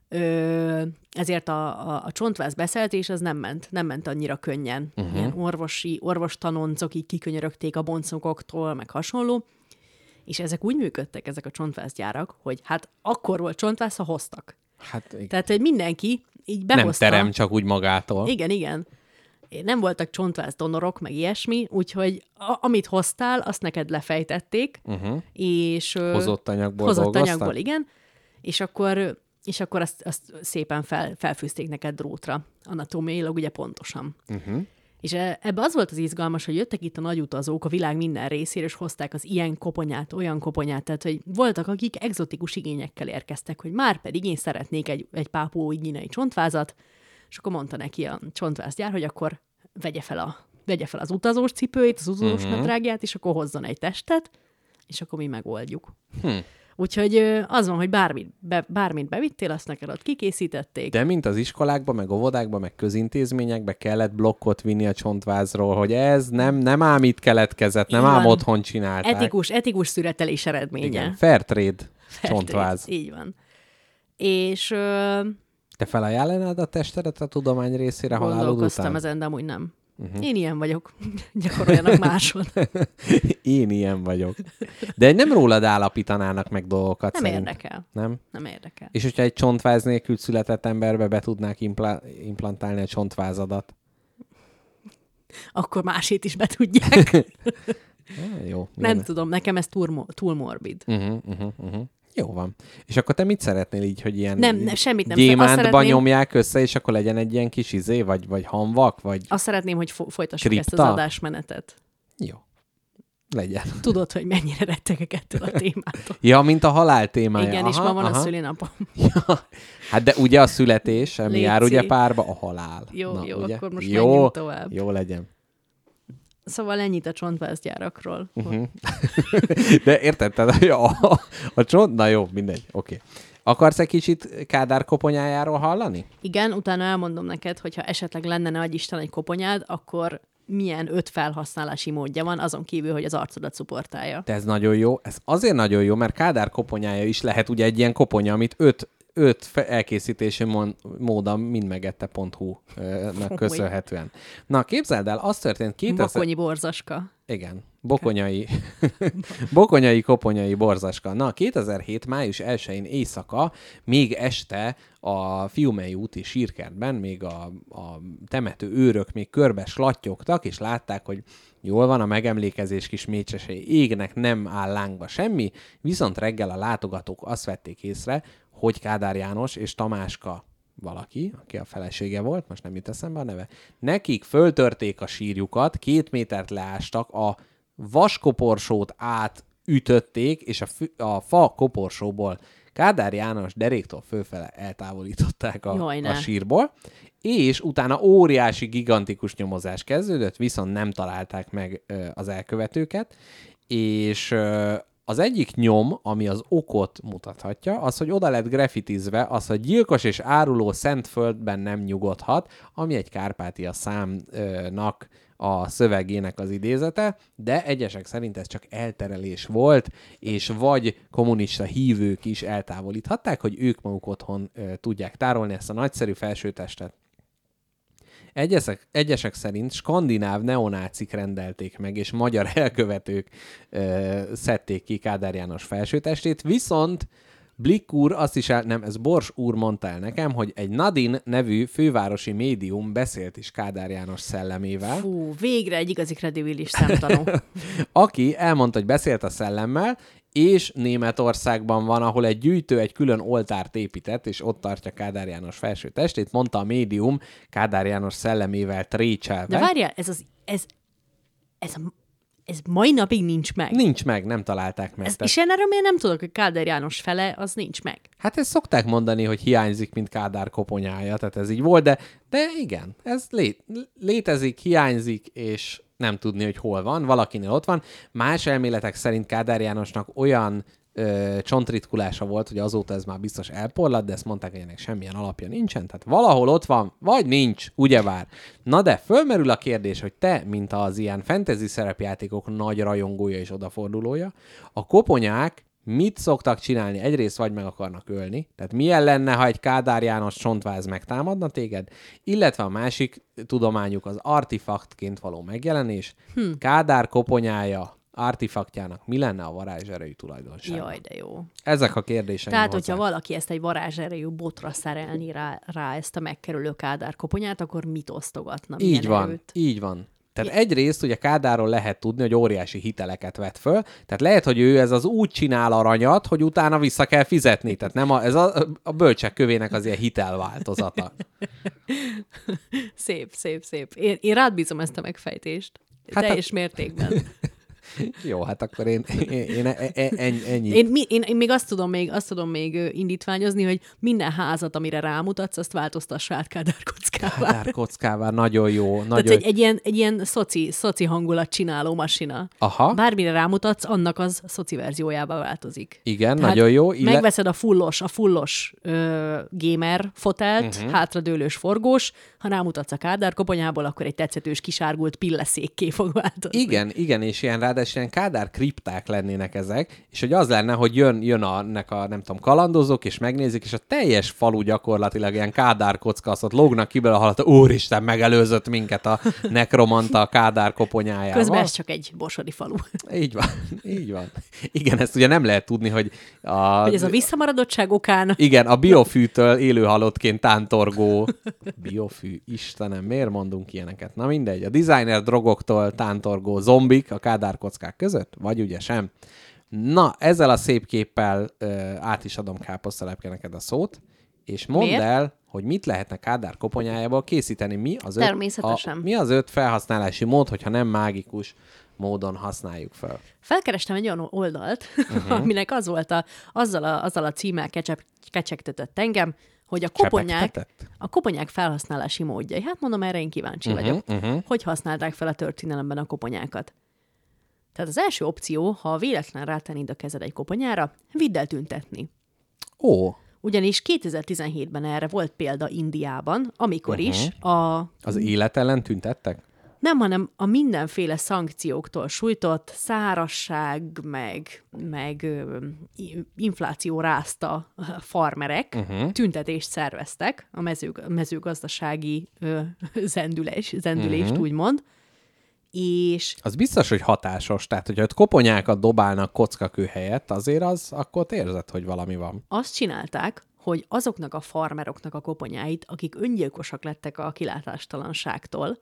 Ö, ezért a, a, a csontváz beszerzés az nem ment, nem ment annyira könnyen. Uh-huh. Ilyen orvosi, orvostanoncok így kikönyörögték a boncokoktól, meg hasonló, és ezek úgy működtek, ezek a csontvázgyárak, hogy hát akkor volt csontváz, ha hoztak. Hát, Tehát, hogy mindenki így behozta. Nem terem, csak úgy magától. Igen, igen. Nem voltak csontváz donorok, meg ilyesmi, úgyhogy a, amit hoztál, azt neked lefejtették, uh-huh. és... Hozott anyagból Hozott dolgoztak? anyagból, igen, és akkor... és akkor azt, azt szépen fel, felfűzték neked drótra, anatómiailag ugye pontosan. Uh-huh. És ebbe az volt az izgalmas, hogy jöttek itt a nagy utazók a világ minden részére, és hozták az ilyen koponyát, olyan koponyát, tehát hogy voltak, akik egzotikus igényekkel érkeztek, hogy már pedig én szeretnék egy, egy pápuai guineai csontvázat, és akkor mondta neki a csontvázgyár, hogy akkor vegye fel, a, vegye fel az utazós cipőjét, az utazós uh-huh. nadrágját, és akkor hozzon egy testet, és akkor mi megoldjuk. Hm. Úgyhogy az van, hogy bármit, be, bármit bevittél, azt neked ott kikészítették. De mint az iskolákban, meg óvodákban, meg közintézményekben kellett blokkot vinni a csontvázról, hogy ez nem, nem ám itt keletkezett, nem ám otthon csinálták. Etikus, etikus születelés eredménye. Igen, fair trade csontváz. Így van. És... Ö... Te felajánlanád a testedet a tudomány részére halálod után? Gondolkoztam ezen, de amúgy nem. Uh-huh. Én ilyen vagyok. Gyakoroljanak máson. Én ilyen vagyok. De nem rólad állapítanának meg dolgokat Nem szerint. érdekel. Nem? Nem érdekel. És hogyha egy csontváz nélkül született emberbe be tudnák impla- implantálni a csontvázadat? Akkor másét is be tudják. ah, jó. Nem Milyen? tudom, nekem ez túl, túl morbid. Uh-huh, uh-huh, uh-huh. Jó van. És akkor te mit szeretnél így, hogy ilyen nem, nem, semmit nem gyémántba szeretném... nyomják össze, és akkor legyen egy ilyen kis izé, vagy, vagy hamvak, vagy Azt szeretném, hogy fo- folytassuk kripta? ezt az adásmenetet. Jó. Legyen. Tudod, hogy mennyire rettegek ettől a témától. Ja, mint a halál témája. Igen, aha, és ma van aha. a szülinapom. Ja. Hát de ugye a születés, ami Léci. jár ugye párba, a halál. Jó, Na, jó, ugye? akkor most jó, menjünk tovább. Jó legyen. Szóval ennyit a csontvázgyárakról. Uh-huh. De érted, tehát a, a, a csont... Na jó, mindegy, oké. Okay. Akarsz egy kicsit Kádár koponyájáról hallani? Igen, utána elmondom neked, hogyha esetleg lenne, ne adj Isten, egy koponyád, akkor milyen öt felhasználási módja van, azon kívül, hogy az arcodat szuportálja. De ez nagyon jó. Ez azért nagyon jó, mert Kádár koponyája is lehet ugye egy ilyen koponya, amit öt öt fe- elkészítési mon- móda mind megette pont hu-nak köszönhetően. Na, képzeld el, az történt kétezer... Bakonyi borzaska. Igen, bokonyai, bokonyai, koponyai borzaska. Na, kétezer-hét. május elsején éjszaka, még este a Fiumei úti sírkertben még a, a temető őrök még körbe slattyogtak, és látták, hogy jól van, a megemlékezés kis mécsesei égnek, nem áll lángba semmi, viszont reggel a látogatók azt vették észre, hogy Kádár János és Tamáska valaki, aki a felesége volt, most nem jut eszembe a neve, nekik föltörték a sírjukat, két métert leástak, a vaskoporsót átütötték, és a, fü- a fa koporsóból Kádár János deréktől fölfele eltávolították a, a sírból, és utána óriási, gigantikus nyomozás kezdődött, viszont nem találták meg ö, az elkövetőket, és ö, az egyik nyom, ami az okot mutathatja, az, hogy oda lett graffitizve, az, hogy gyilkos és áruló Szentföldben nem nyugodhat, ami egy Kárpátia számnak a szövegének az idézete, de egyesek szerint ez csak elterelés volt, és vagy kommunista hívők is eltávolíthatták, hogy ők maguk otthon ö, tudják tárolni ezt a nagyszerű felsőtestet. Egyesek, egyesek szerint skandináv neonácik rendelték meg, és magyar elkövetők ö, szedték ki Kádár János felsőtestét, viszont Blick úr azt is el, nem, ez Bors úr mondta el nekem, hogy egy Nadine nevű fővárosi médium beszélt is Kádár János szellemével. Fú, végre egy igazi kredibilis szemtanú. Aki elmondta, hogy beszélt a szellemmel, és Németországban van, ahol egy gyűjtő egy külön oltárt épített, és ott tartja Kádár János felső testét, mondta a médium Kádár János szellemével trécselve. De várjál, ez az, ez, ez, a, ez mai napig nincs meg. Nincs meg, nem találták meg. Ez, tehát... És én erről miért nem tudok, hogy Kádár János fele, az nincs meg. Hát ezt szokták mondani, hogy hiányzik, mint Kádár koponyája, tehát ez így volt, de, de igen, ez lé, létezik, hiányzik, és nem tudni, hogy hol van, valakinél ott van. Más elméletek szerint Kádár Jánosnak olyan ö, csontritkulása volt, hogy azóta ez már biztos elporlott, de ezt mondták, hogy ennek semmilyen alapja nincsen, tehát valahol ott van, vagy nincs, ugyebár. Na de fölmerül a kérdés, hogy te, mint az ilyen fantasy szerepjátékok nagy rajongója és odafordulója, a koponyák mit szoktak csinálni? Egyrészt vagy meg akarnak ölni, tehát milyen lenne, ha egy Kádár János csontváz megtámadna téged, illetve a másik tudományuk az artifaktként való megjelenés. Hm. Kádár koponyája, artifaktjának mi lenne a varázserejű tulajdonsága? Jaj, de jó. Ezek a kérdéseim. Tehát, hozzá. hogyha valaki ezt egy varázserejű botra szerelni rá, rá ezt a megkerülő Kádár koponyát, akkor mit osztogatna? Így van, erőt? így van. Tehát egyrészt ugye Kádárról lehet tudni, hogy óriási hiteleket vett föl, tehát lehet, hogy ő ez az úgy csinál aranyat, hogy utána vissza kell fizetni. Tehát nem a, ez a, a bölcsek kövének az ilyen hitelváltozata. Szép, szép, szép. Én, én rád bízom ezt a megfejtést. Hát teljes a... mértékben. Jó, hát akkor én, én, én ennyi. ennyi. Én, mi, én, én még azt tudom még, azt tudom még indítványozni, hogy minden házat, amire rámutatsz, azt változtass át Kádár kockává. Kádár kockává, nagyon jó. Nagyon... Tehát egy, egy ilyen, egy ilyen szoci, szoci hangulat csináló masina. Aha. Bármire rámutatsz, annak az szoci verziójába változik. Igen, Tehát nagyon jó. Ille... Megveszed a fullos, a fullos ö, gamer fotelt, uh-huh. hátradőlős forgós, ha rámutatsz a Kádár koponyából, akkor egy tetszetős kisárgult pilleszékké fog változni. Igen, igen, és ilyen ráadásul ilyen Kádár kripták lennének ezek, és hogy az lenne, hogy jön, jön a, nek a, nem tudom, kalandozók, és megnézik, és a teljes falu gyakorlatilag ilyen Kádár kocka, azt ott lógnak ki belőle a halat, úristen, megelőzött minket a nekromanta a Kádár koponyájával. Közben ez csak egy borsodi falu. Így van, így van. Igen, ezt ugye nem lehet tudni, hogy a... Hogy ez a visszamaradottság okán... Igen, a biofűtől élő halottként tántorgó... Biofű, Istenem, miért mondunk ilyeneket? Na mindegy, a designer drogoktól tántorgó zombik a Kádár kockák között, vagy ugye sem. Na, ezzel a szép képpel ö, át is adom Káposztalepke neked a szót, és mondd Miért? el, hogy mit lehetne Kádár koponyájából készíteni. Mi az, öt, Természetesen. a, mi az öt felhasználási mód, hogyha nem mágikus módon használjuk fel? Felkerestem egy olyan oldalt, uh-huh. aminek az volt a, azzal, a, azzal a címmel kecsep, kecsegtetett engem, hogy a koponyák, a koponyák felhasználási módjai. Hát mondom, erre én kíváncsi uh-huh, vagyok. Uh-huh. Hogy használták fel a történelemben a koponyákat? Tehát az első opció, ha véletlen rátennéd a kezed egy koponyára, vidd el tüntetni. Ó. Ugyanis kétezer-tizenhétben erre volt példa Indiában, amikor uh-huh. is a... Az élet ellen tüntettek? Nem, hanem a mindenféle szankcióktól sújtott szárasság, meg, meg ö, infláció rázta farmerek uh-huh. tüntetést szerveztek, a mező, mezőgazdasági ö, zendülés, zendülést uh-huh. úgymond, és... Az biztos, hogy hatásos. Tehát, hogyha ott koponyákat dobálnak kockakő helyett, azért az, akkor ott érzed, hogy valami van. Azt csinálták, hogy azoknak a farmeroknak a koponyáit, akik öngyilkosak lettek a kilátástalanságtól,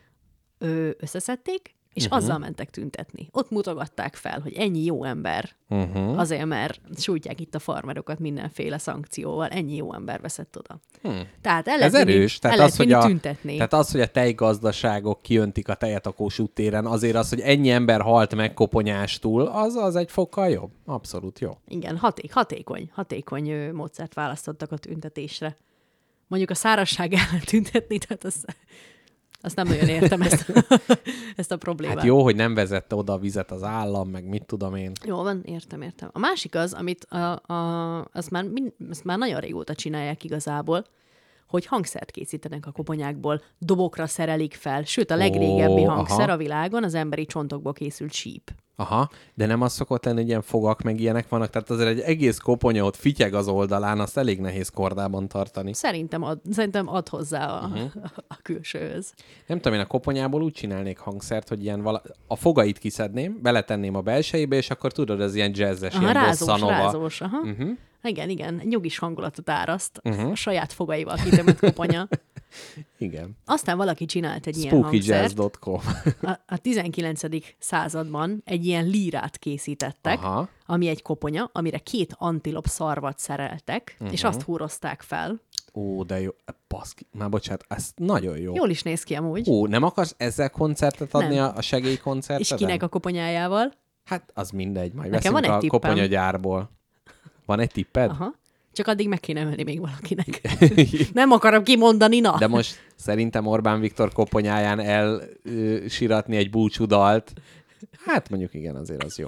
ö, összeszedték, és uh-huh. azzal mentek tüntetni. Ott mutogatták fel, hogy ennyi jó ember, uh-huh. azért, mert sújtják itt a farmerokat mindenféle szankcióval, ennyi jó ember veszett oda. Hmm. Tehát el lehet Ez erős. Tehát, az, hogy a, tüntetni. tehát az, hogy a tejgazdaságok kijöntik a tejet a Kossuth téren, azért az, hogy ennyi ember halt meg koponyástól, az, az egy fokkal jobb. Abszolút jó. Igen, haték, hatékony, hatékony ö, módszert választottak a tüntetésre. Mondjuk a szárazság ellen tüntetni, tehát az... Azt nem nagyon értem ezt, ezt a problémát. Hát jó, hogy nem vezette oda a vizet az állam, meg mit tudom én. Jó van, értem, értem. A másik az, amit a, a, azt, már, azt már nagyon régóta csinálják igazából, hogy hangszert készítenek a koponyákból, dobokra szerelik fel, sőt a legrégebbi oh, hangszer aha. a világon az emberi csontokból készült síp. Aha, de nem az szokott lenni, hogy ilyen fogak meg ilyenek vannak, tehát azért egy egész koponya ott fityeg az oldalán, azt elég nehéz kordában tartani. Szerintem ad, szerintem ad hozzá a, uh-huh. a külsőhöz. Nem tudom, én a koponyából úgy csinálnék hangszert, hogy ilyen vala... a fogait kiszedném, beletenném a belsejébe, és akkor tudod, ez ilyen jazzes, aha, ilyen rázós, bossa nova. rázós, aha. Uh-huh. Igen, igen, nyugis hangulatot áraszt, uh-huh. a saját fogaival kitömött koponya. Igen. Aztán valaki csinált egy ilyen hangszert. spooky jazz dot com A, a tizenkilencedik században egy ilyen lírát készítettek, aha. ami egy koponya, amire két antilop szarvat szereltek, uh-huh. és azt húrozták fel. Ó, de jó. Baszki. Már bocsánat, ez nagyon jó. Jól is néz ki amúgy. Ó, nem akarsz ezzel koncertet adni nem. a segélykoncerteden? És kinek a koponyájával? Hát, az mindegy. Majd nekem veszünk van egy a tippem. koponyagyárból. Van egy tipped? Aha. Csak addig meg kéne ölni még valakinek. Nem akarom kimondani, na. De most szerintem Orbán Viktor koponyáján elsiratni egy búcsúdalt. Hát mondjuk igen, azért az jó.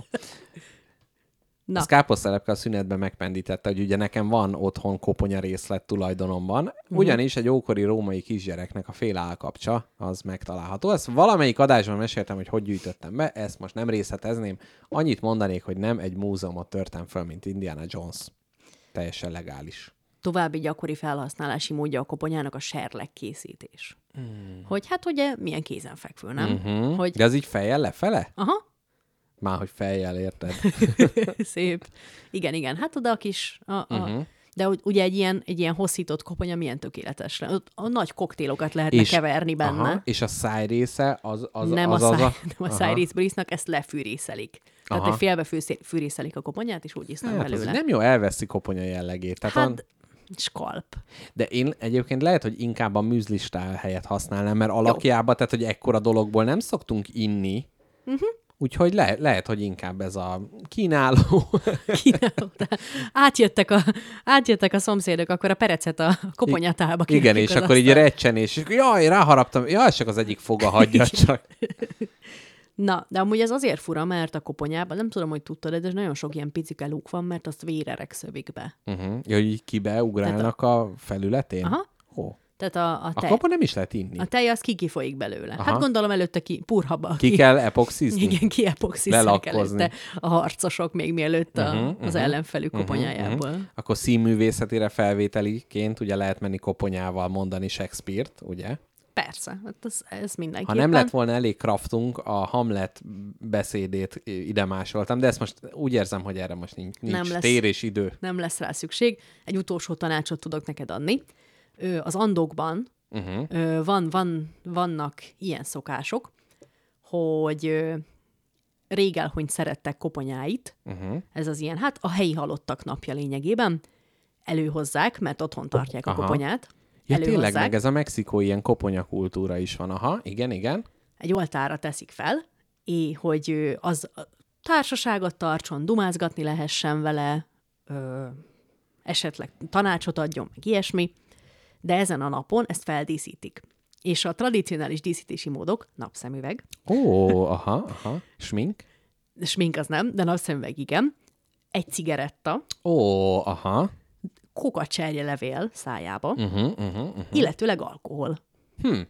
Na. Az káposztelepke a szünetben megpendítette, hogy ugye nekem van otthon koponya részlet tulajdonomban, ugyanis egy ókori római kisgyereknek a fél állkapcsa az megtalálható. Ezt valamelyik adásban meséltem, hogy hogy gyűjtöttem be, ezt most nem részletezném. Annyit mondanék, hogy nem egy múzeumot törtem föl, mint Indiana Jones. Teljesen legális. További gyakori felhasználási módja a koponyának a serleg készítés. Mm. Hogy hát ugye milyen kézenfekvő, nem? Mm-hmm. Hogy... De az így fejjel lefele? Aha. Már, hogy fejjel, érted? Szép. Igen, igen. Hát oda a kis... A, a... Uh-huh. De ugye egy ilyen, egy ilyen hosszított koponya milyen tökéletes le. Ott a nagy koktélokat lehetne és, keverni benne. Aha, és a szájrésze az az Nem az, a, az, száj, a... nem a szájrészből isznak, ezt lefűrészelik. Tehát, hogy félbe fűrészelik a koponyát, és úgy isznak hát belőle. Nem jó, elveszi koponya jellegét. Tehát hát, on... skalp. De én egyébként lehet, hogy inkább a műzlistál helyett használnám, mert alakjában, tehát, hogy ekkora dologból nem szoktunk inni, uh-huh. Úgyhogy le, lehet, hogy inkább ez a kínáló. Kínáló. Átjöttek a, átjöttek a szomszédok, akkor a perecet a koponyatálba. Igen, és akkor így recsenés. És jaj, ráharaptam. Jaj, csak az egyik foga hagyja csak. Na, de amúgy ez azért fura, mert a koponyában, nem tudom, hogy tudtad, de nagyon sok ilyen picike luk van, mert azt vérerek szövik be. Uh-huh. Ja, hogy így kibeugrálnak a... a felületén? Aha. Oh. Tehát a, a tej... Akkor nem is lehet inni. A tej az kikifolyik belőle. Aha. Hát gondolom előtte ki, purhabba. Ki, ki kell epoxizni? Igen, ki epoxizzák előtte a harcosok még mielőtt a, uh-huh, az uh-huh, ellenfelük uh-huh, koponyájából. Uh-huh. Akkor színművészetére felvételiként ugye lehet menni koponyával mondani Shakespeare-t, ugye? Persze, hát ez, ez mindenképpen. Ha nem lett volna elég kraftunk, a Hamlet beszédét ide másoltam, de ezt most úgy érzem, hogy erre most nincs, nincs lesz, tér és idő. Nem lesz rá szükség. Egy utolsó tanácsot tudok neked adni. Az Andokban uh-huh. van, van, vannak ilyen szokások, hogy régelhony szerettek koponyáit, uh-huh. ez az ilyen, hát a helyi halottak napja lényegében, előhozzák, mert otthon tartják a aha. koponyát. Ja, tényleg, meg ez a mexikói ilyen koponyakultúra is van. Aha, igen, igen. Egy oltára teszik fel, és hogy az társaságot tartson, dumázgatni lehessen vele, ö, esetleg tanácsot adjon, meg ilyesmi, de ezen a napon ezt feldíszítik. És a tradicionális díszítési módok, napszemüveg. Ó, aha, aha. Smink? Smink az nem, de napszemüveg igen. Egy cigaretta. Ó, aha. Kokacserjelevél szájába, uh-huh, uh-huh, uh-huh. illetőleg alkohol. Hm.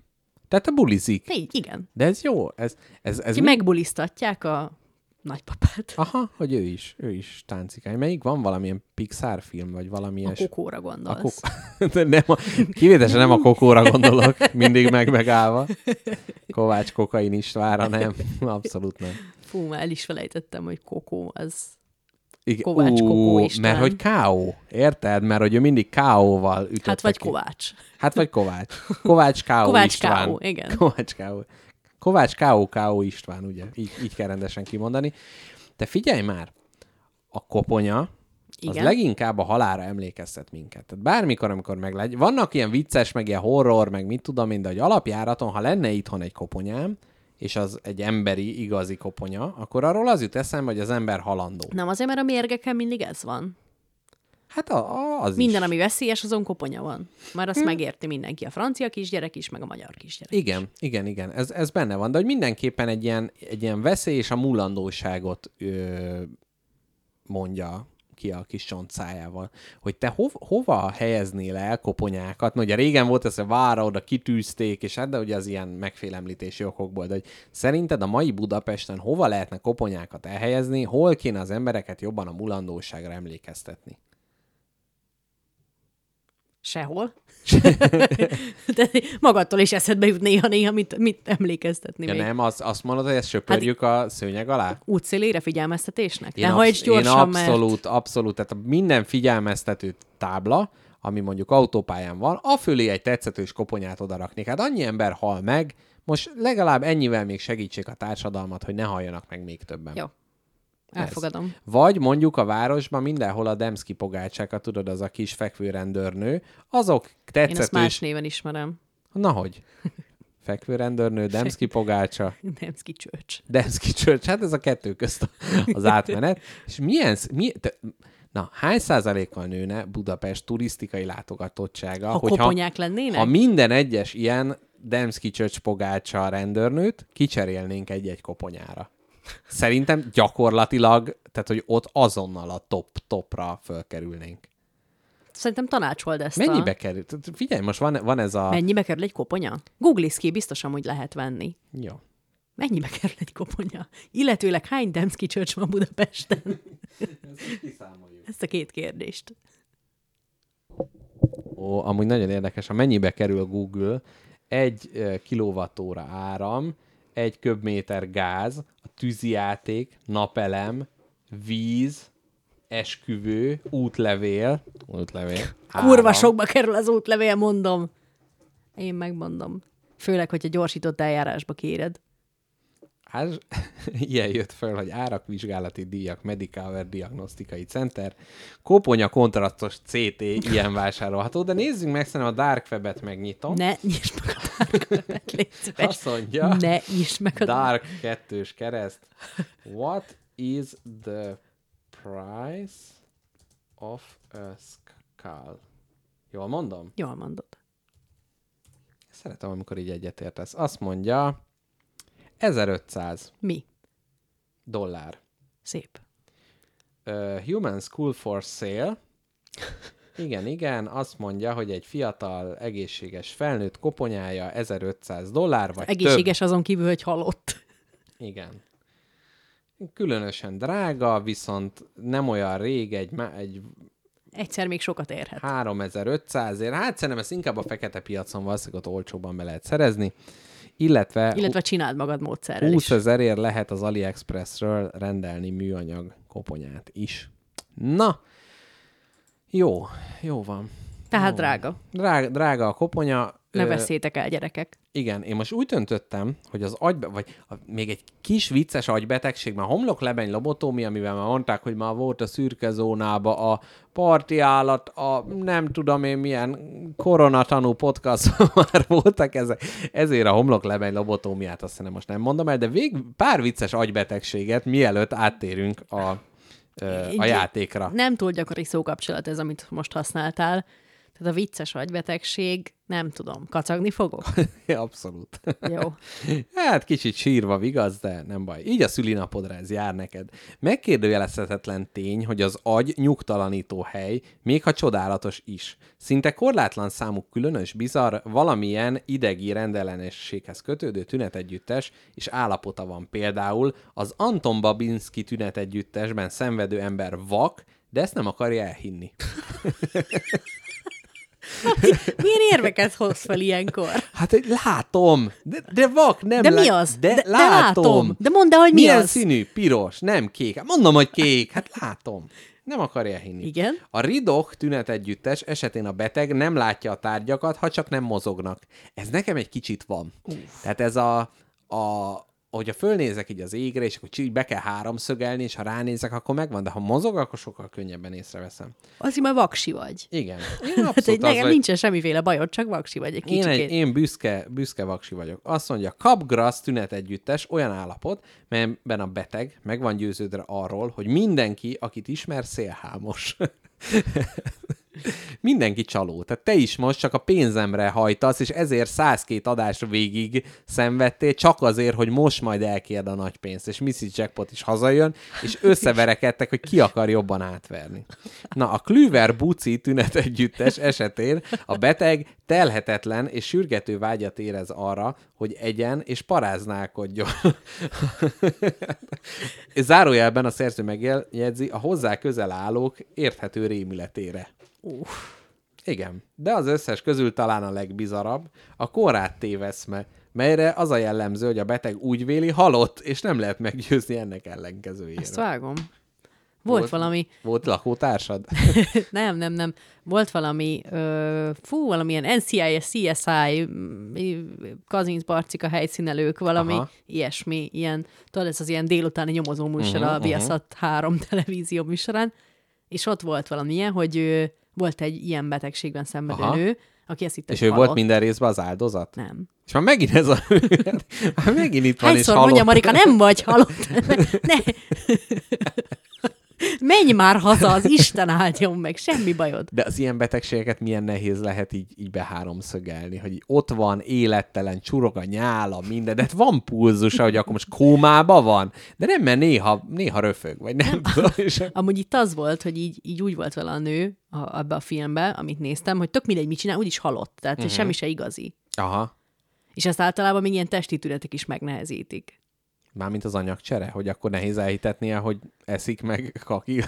Tehát te bulizik. Így, igen. De ez jó. Ez, ez, ez Ki mi... megbuliztatják a nagypapát. Aha, hogy ő is, ő is táncikány. Melyik van valamilyen Pixar film, vagy valami A ilyes... Kokóra gondolsz. A kok... De nem a... Kivételesen nem a Kokóra gondolok, mindig meg megállva. Kovács Kokain Istvánra, nem. Abszolút nem. Fú, már el is felejtettem, hogy Kokó az... Igen. Kovács Kokó István. Mert hogy ká ó, érted? Mert hogy ő mindig ká ó-val ütötte Hát vagy ki. Kovács. Hát vagy Kovács. Kovács ká ó Kovács István. ká ó, igen. Kovács ká ó. Kovács ká ó ká ó István, ugye? Így, így kell rendesen kimondani. De figyelj már, a koponya, Igen. az leginkább a halálra emlékeztet minket. Tehát bármikor, amikor meglegy. Vannak ilyen vicces, meg ilyen horror, meg mit tudom én, de hogy alapjáraton, ha lenne itthon egy koponyám, és az egy emberi, igazi koponya, akkor arról az jut eszembe, hogy az ember halandó. Nem azért, mert a mérgeken mindig ez van. Hát a, a, az Minden, is. ami veszélyes, azon koponya van. Már azt hm. megérti mindenki, a francia kisgyerek is, meg a magyar kisgyerek Igen, is. igen, igen, ez, ez benne van, de hogy mindenképpen egy ilyen, egy ilyen veszély és a mulandóságot ö, mondja ki a kis csontszájával. Hogy te hov, hova helyeznél el koponyákat? No, ugye régen volt ez, hogy vára oda kitűzték, és hát, de ugye az ilyen megfélemlítési okokból, de hogy szerinted a mai Budapesten hova lehetne koponyákat elhelyezni, hol kéne az embereket jobban a mulandóságra emlékeztetni? Sehol. De magadtól is eszedbe jut néha-néha, mit, mit emlékeztetni Ja még. nem, az, azt mondod, hogy ezt söpörjük hát, a szőnyeg alá? Útszélére figyelmeztetésnek? Én, Ne absz- hajts gyorsan, én abszolút, mert... abszolút, tehát a minden figyelmeztető tábla, ami mondjuk autópályán van, afölé egy tetszetős koponyát odaraknék. Hát annyi ember hal meg, most legalább ennyivel még segítsék a társadalmat, hogy ne haljanak meg még többen. Jó. Elfogadom. Ez. Vagy mondjuk a városban mindenhol a Demszki pogácsákat, tudod, az a kis fekvő rendőrnő, azok tetszetős... Én ezt más néven ismerem. Nahogy? Fekvő rendőrnő, Demszki pogácsa. Demszki csöcs. Demszki csöcs, hát ez a kettő közt az átmenet. És milyen... Mi, te, na, hány százalékkal nőne Budapest turisztikai látogatottsága? Ha hogyha, koponyák lennének? Ha minden egyes ilyen Demszki csöcs pogácsa rendőrnőt kicserélnénk egy-egy koponyára. Szerintem gyakorlatilag, tehát hogy ott azonnal a top-topra fölkerülnénk. Szerintem tanácsold ezt. Mennyibe a... kerül? Figyelj, most van, van ez a... Mennyibe kerül egy koponya? Googliz ki, biztosan, hogy lehet venni. Jó. Mennyibe kerül egy koponya? Illetőleg hány Demszki csöcs van Budapesten? Ezt kiszámoljuk. Ezt a két kérdést. Ó, amúgy nagyon érdekes, ha mennyibe kerül a Google egy uh, kilowattóra áram, egy köbméter gáz, a tűzijáték, napelem, víz, esküvő, útlevél, útlevél, Kurva áram. sokba kerül az útlevél, mondom. Én megmondom. Főleg, hogyha gyorsított eljárásba kéred. Hát, ilyen jött föl, hogy árakvizsgálati díjak, Medicover diagnosztikai center, koponya kontrasztos cé té ilyen vásárolható, de nézzünk meg, szerintem a Dark Web-et megnyitom. Ne nyisd meg a Dark Web-et, légy szíves. Azt mondja, Ne nyisd meg a Dark kettős kereszt. What is the price of a skull? Jól mondom? Jól mondod. Szeretem, amikor így egyetértesz. Azt mondja, ezerötszáz Mi? dollár. Szép. Uh, human School for Sale. Igen, igen, azt mondja, hogy egy fiatal, egészséges felnőtt koponyája ezerötszáz dollár, vagy Egészséges több. azon kívül, hogy halott. Igen. Különösen drága, viszont nem olyan rég egy, egy Egyszer még sokat érhet. háromezer-ötszázért. Hát szerintem ezt inkább a fekete piacon valószínűleg ott olcsóban be lehet szerezni. Illetve, Illetve csináld magad módszerrel is. húszezerért lehet az AliExpressről rendelni műanyag koponyát is. Na, jó, jó van. Tehát jó drága. Van. Drága, drága a koponya. Ne Ö, veszélytek el, gyerekek. Igen, én most úgy döntöttem, hogy az agybe, vagy a, még egy kis vicces agybetegség, már homloklebeny lobotómia, amivel már mondták, hogy már volt a szürke zónába a parti állat, a nem tudom én milyen koronatanú podcast már voltak ezek. Ezért a homloklebeny lobotómiát azt hiszem most nem mondom el, de vég pár vicces agybetegséget, mielőtt áttérünk a, ö, a játékra. Nem túl gyakori szókapcsolat ez, amit most használtál. Tehát a vicces agybetegség, nem tudom, kacagni fogok? Abszolút. Jó. Hát kicsit sírva vigaz, de nem baj. Így a szülinapodra ez jár neked. Megkérdőjelezhetetlen tény, hogy az agy nyugtalanító hely, még ha csodálatos is. Szinte korlátlan számú különös, bizarr, valamilyen idegi rendellenességhez kötődő tünetegyüttes és állapota van. Például az Anton Babinski tünetegyüttesben szenvedő ember vak, de ezt nem akarja elhinni. Milyen érveket hoz fel ilyenkor? Hát látom, de, de vak, nem De mi lá... az? De, De, de látom. látom. De mondd el, hogy mi Milyen az? színű? Piros, nem kék. Hát mondom, hogy kék. Hát látom. Nem akarja hinni. Igen. A ridok tünetegyüttes esetén a beteg nem látja a tárgyakat, ha csak nem mozognak. Ez nekem egy kicsit van. Uf. Tehát ez a, a hogyha fölnézek így az égre, és akkor így be kell háromszögelni, és ha ránézek, akkor megvan, de ha mozog, akkor sokkal könnyebben észreveszem. Azért már vaksi vagy. Igen. Én Hát, hogy nekem vagy... nincsen semmiféle bajod, csak vaksi vagy egy Én, kicsikét. egy, én büszke, büszke vaksi vagyok. Azt mondja, Capgras tünetegyüttes olyan állapot, melyben a beteg meg van győződve arról, hogy mindenki, akit ismer, szélhámos. Mindenki csaló. Tehát te is most csak a pénzemre hajtasz, és ezért százkét adás végig szenvedtél, csak azért, hogy most majd elkérd a nagy pénzt, és missus Jackpot is hazajön, és összeverekedtek, hogy ki akar jobban átverni. Na, a Klüver Buci tünetegyüttes esetén a beteg telhetetlen és sürgető vágyat érez arra, hogy egyen és paráználkodjon. Zárójelben a szerző megjegyzi a hozzá közel állók érthető rémületére. Uff. Igen, de az összes közül talán a legbizarabb a Konrád téveszme, melyre az a jellemző, hogy a beteg úgy véli halott, és nem lehet meggyőzni ennek ellenkezőjére. Ezt vágom. Volt, Volt- valami... Volt lakótársad? nem, nem, nem. Volt valami, ö, fú, valamilyen en cé i es, cé es i, mm, Kazinc Barcika helyszínelők, valami Aha. ilyesmi, ilyen, tudod, ez az ilyen délutáni nyomozó műsor Uh-huh, a Viaszat három televízió műsorán, és ott volt valamilyen, hogy ö, volt egy ilyen betegségben szenvedő Aha. nő, aki azt hitte, És hogy ő halott. volt minden részben az áldozat? Nem. És már megint ez a... már megint itt van, és Hányszor halott. mondja, Marika, nem vagy halott? Ne. Menj már haza, az Isten áldjon meg, semmi bajod. De az ilyen betegségeket milyen nehéz lehet így, így beháromszögelni, hogy így ott van, élettelen, csurog a nyála, minden, de hát van pulzusa, hogy akkor most kómába van, de nem, mert néha, néha röfög, vagy nem, nem. tudom. És... Amúgy itt az volt, hogy így, így úgy volt vele a nő a, abba a filmben, amit néztem, hogy tök mindegy, mit csinál, úgyis halott, tehát uh-huh. semmi se igazi. Aha. És ezt általában még ilyen testi tünetek is megnehezítik. Mármint az anyagcsere, hogy akkor nehéz elhitetnie, hogy eszik meg kaki.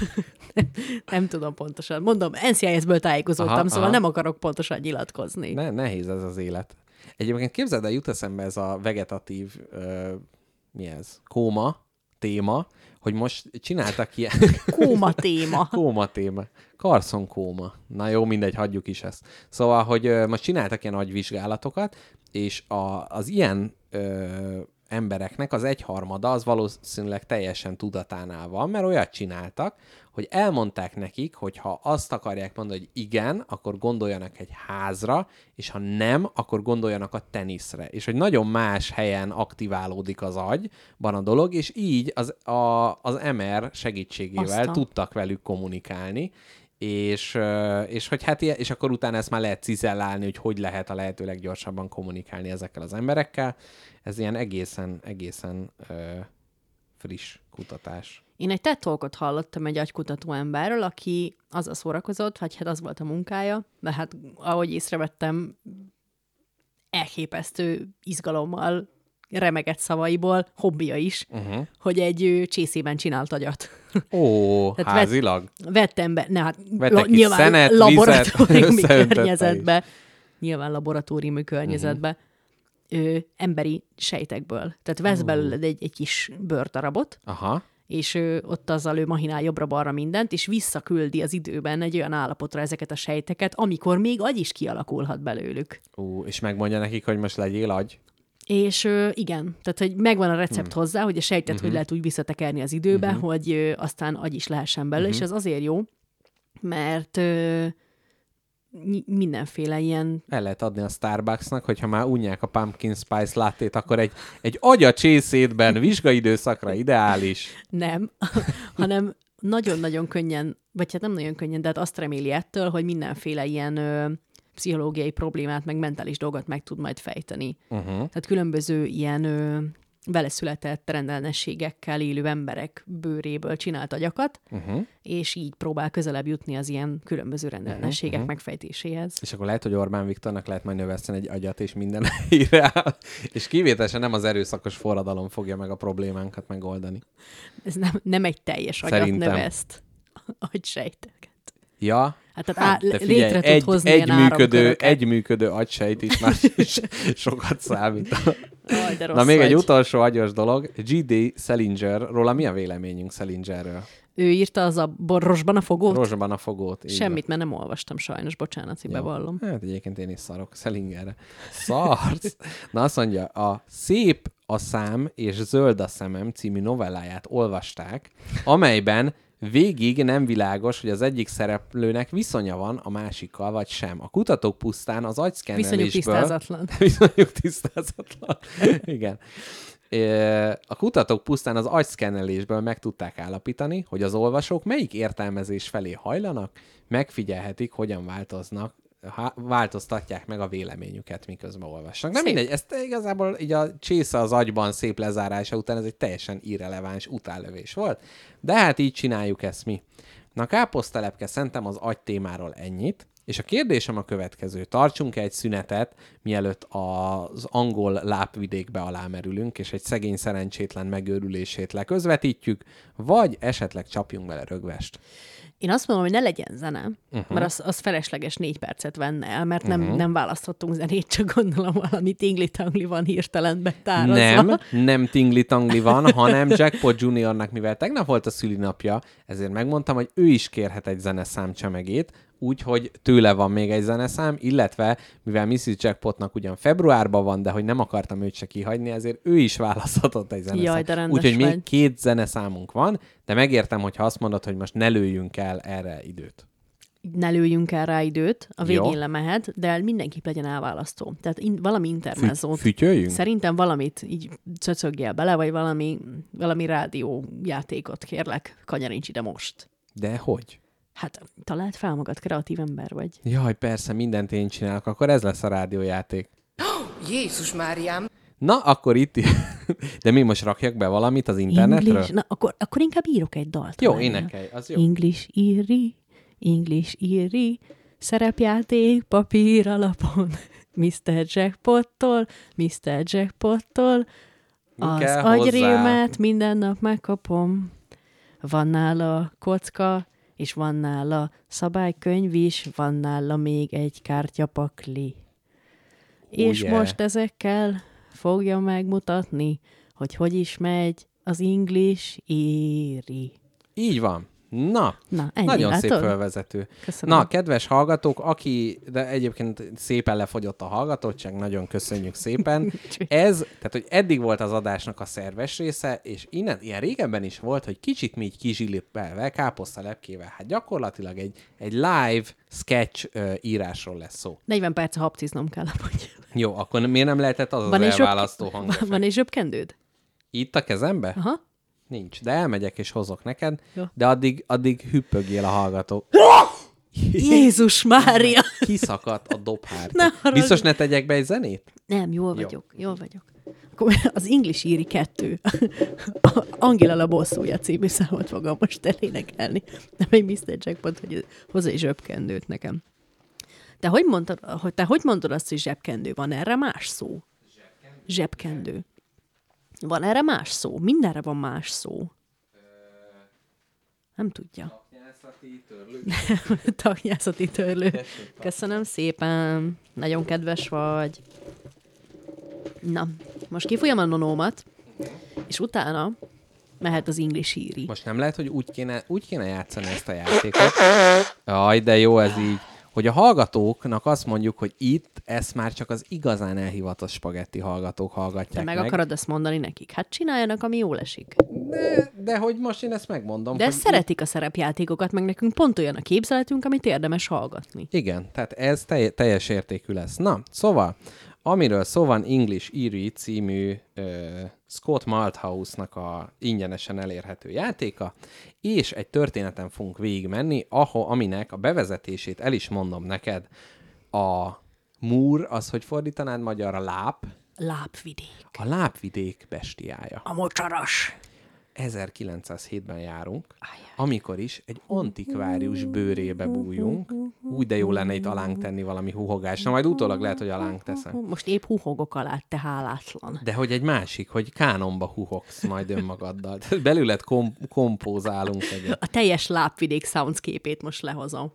Nem tudom pontosan. Mondom, en cé i es-ből tájékozódtam, Aha, szóval aha. nem akarok pontosan nyilatkozni. Ne, nehéz ez az élet. Egyébként képzeld el, jut eszembe ez a vegetatív, ö, mi ez, kóma téma, hogy most csináltak ilyen... Kóma téma. Kóma téma. Carson kóma. Na jó, mindegy, hagyjuk is ezt. Szóval, hogy ö, most csináltak ilyen agyvizsgálatokat, és a, az ilyen ö, embereknek az egyharmada az valószínűleg teljesen tudatánál van, mert olyat csináltak, hogy elmondták nekik, hogy ha azt akarják mondani, hogy igen, akkor gondoljanak egy házra, és ha nem, akkor gondoljanak a teniszre. És hogy nagyon más helyen aktiválódik az agyban a dolog, és így az, a, az em er segítségével Aztán. tudtak velük kommunikálni, és, és hogy hát ilyen, és akkor utána ezt már lehet cizellálni, hogy hogy lehet a lehető leggyorsabban kommunikálni ezekkel az emberekkel. Ez ilyen egészen, egészen ö, friss kutatás. Én egy TED Talkot hallottam egy agykutató emberről, aki azzal szórakozott, vagy hát az volt a munkája, de hát ahogy észrevettem, elképesztő izgalommal remegett szavaiból, hobbija is, Uh-huh. hogy egy ő, csészében csinált agyat. Ó, Tehát házilag? Vettem be, ne hát Vettek la, ki nyilván szenet, laboratóriumi vizet, összeöntötte környezetbe, nyilván laboratóriumi környezetbe, ö, emberi sejtekből. Tehát vesz belőled egy, egy kis bőrdarabot, Aha. és ő, ott azzal ő mahinál jobbra-balra mindent, és visszaküldi az időben egy olyan állapotra ezeket a sejteket, amikor még agy is kialakulhat belőlük. Ú, és megmondja nekik, hogy most legyél agy? És ö, igen, tehát hogy megvan a recept hmm. hozzá, hogy a sejtet Uh-huh. hogy lehet úgy visszatekerni az időbe, Uh-huh. hogy ö, aztán agy is lehessen belőle, Uh-huh. és ez azért jó, mert ö, ny- mindenféle ilyen... El lehet adni a Starbucksnak, hogyha már unják a pumpkin spice lattét, akkor egy, egy agya csészétben vizsgaidőszakra ideális. Nem, hanem nagyon-nagyon könnyen, vagy hát nem nagyon könnyen, de hát azt reméli ettől, hogy mindenféle ilyen ö, pszichológiai problémát, meg mentális dolgot meg tud majd fejteni. Uh-huh. Tehát különböző ilyen ö, vele született rendellenességekkel élő emberek bőréből csinált agyakat, uh-huh. és így próbál közelebb jutni az ilyen különböző rendellenességek uh-huh. megfejtéséhez. És akkor lehet, hogy Orbán Viktornak lehet majd növeszteni egy agyat, és minden hírre áll, és kivételesen nem az erőszakos forradalom fogja meg a problémánkat megoldani. Ez nem, nem egy teljes agyat Szerintem. növeszt, agysejteket. Ja, hát, hát de figyelj, létre egy, tud hozni egy, ilyen működő, egy működő agysejt is már is sokat számít. Aj, de rossz Na még vagy. egy utolsó agyos dolog, G D. Salinger, róla mi a véleményünk Salingerről? Ő írta az a Rosban a fogót? Rosban a fogót. Semmit, mert nem olvastam sajnos, bocsánat, hogy bevallom. Hát egyébként én is szarok Salingerre. Szarsz! Na azt mondja, a Szép a szám és Zöld a szemem című novelláját olvasták, amelyben végig nem világos, hogy az egyik szereplőnek viszonya van a másikkal, vagy sem. A kutatók pusztán az agyszkennelésből... Viszonyuk tisztázatlan. Viszonyuk tisztázatlan. Igen. A kutatók pusztán az agyszkennelésből meg tudták állapítani, hogy az olvasók melyik értelmezés felé hajlanak, megfigyelhetik, hogyan változnak, változtatják meg a véleményüket, miközben olvasnak. Nem mindegy, ezt igazából így a csésze az agyban szép lezárása után ez egy teljesen irreleváns utánlövés volt, de hát így csináljuk ezt mi. Na, káposztelepke, szerintem az agy témáról ennyit, és a kérdésem a következő. Tartsunk egy szünetet, mielőtt az angol lápvidékbe alámerülünk, és egy szegény szerencsétlen megőrülését leközvetítjük, vagy esetleg csapjunk bele rögvest. Én azt mondom, hogy ne legyen zene, uh-huh. mert az, az felesleges négy percet venne el, mert nem, uh-huh. nem választhattunk zenét, csak gondolom valami tingli-tangli van hirtelen betárazva. Nem, nem tingli-tangli van, hanem Jackpot Juniornak, mivel tegnap volt a szülinapja, ezért megmondtam, hogy ő is kérhet egy zeneszám csemegét, úgyhogy tőle van még egy zeneszám, illetve mivel missus Jackpotnak ugyan februárban van, de hogy nem akartam őt se kihagyni, ezért ő is választhatott egy zeneszám. Úgyhogy még két zeneszámunk van, de megértem, hogyha azt mondod, hogy most ne lőjünk el erre időt. Ne lőjünk el rá időt, a végén Jó. lemehet, de mindenképp legyen elválasztó. Tehát in, valami intermezzót. Fü- fütyöljünk? Szerintem valamit így cöcögjél bele, vagy valami, valami rádiójátékot kérlek, kanyarincs ide most. De hogy? Hát találd fel magad, kreatív ember vagy. Jaj, persze, mindent én csinálok, akkor ez lesz a rádiójáték. Jézus Máriám! Na, akkor itt... De mi most rakjak be valamit az internetről? English? Na, akkor, akkor inkább írok egy dalt. Jó, énekelj, az jó. English íri, English íri, szerepjáték papír alapon. miszter Jackpottól, miszter Jackpottól, az agyrémet minden nap megkapom. Van nála kocka, és van nála szabálykönyv is, van nála még egy kártyapakli. Oh, és yeah. most ezekkel fogja megmutatni, hogy hogy is megy az English íri. Így van. Na, Na ennyi, nagyon látod? szép felvezető. Köszönöm. Na, kedves hallgatók, aki, de egyébként szépen lefogyott a hallgatottság, nagyon köszönjük szépen. Ez, tehát, hogy eddig volt az adásnak a szerves része, és innen, ilyen régebben is volt, hogy kicsit mi így kizsilippelve, káposztalepkével, hát gyakorlatilag egy, egy live sketch uh, írásról lesz szó. negyven perc habciznom kell, hogy... Jó, akkor miért nem lehetett az Van az egy elválasztó zsöb... hangeffekt? Van egy zsöbkendőd? Itt a kezembe? Aha. Nincs, de elmegyek és hozok neked, Jó. de addig, addig hüppögjél a hallgató. Jézus Mária! Kiszakadt a dobhár. Ne haragudj. Biztos ne tegyek be egy zenét? Nem, jól vagyok, jó. jól vagyok. Akkor az English íri kettő. Angela la bosszúja című számot fogom most elénekelni. Nem egy miszter Jackpot, hogy hozzá egy zsebkendőt nekem. Te hogy mondtad, hogy te hogy mondod azt, hogy zsebkendő? Van erre más szó? Zsebkendő. Zsebkendő. Van erre más szó? Mindenre van más szó. Nem tudja. Taknyászati törlő. Taknyászati törlő. Köszönöm szépen. Nagyon kedves vagy. Na, most kifújom a nonómat, és utána mehet az English íri. Most nem lehet, hogy úgy kéne, úgy kéne játszani ezt a játékot. Jaj, de jó ez így. Hogy a hallgatóknak azt mondjuk, hogy itt ezt már csak az igazán elhivatott spagetti hallgatók hallgatják Te meg, meg. akarod ezt mondani nekik? Hát csináljanak, ami jól esik. De, de hogy most én ezt megmondom. De hogy szeretik a szerepjátékokat, meg nekünk pont olyan a képzeletünk, amit érdemes hallgatni. Igen, tehát ez telj- teljes értékű lesz. Na, szóval amiről szó van English Eerie című uh, Scott Malthouse-nak a ingyenesen elérhető játéka, és egy történeten fogunk végigmenni, ahol, aminek a bevezetését el is mondom neked. A Múr, az hogy fordítanád magyarra? Láp? Lápvidék. A lápvidék bestiája. A mocsaras. ezerkilencszázhétben járunk, amikor is egy antikvárius bőrébe bújjunk. Úgy de jó lenne itt alánk tenni valami huhogás. Na majd utólag lehet, hogy alánk teszem. Most épp huhogok alá, te hálátlan. De hogy egy másik, hogy kánonba huhogsz majd önmagaddal. Belőled kom- kompózálunk egyet. A teljes lápvidék soundscape-ét most lehozom.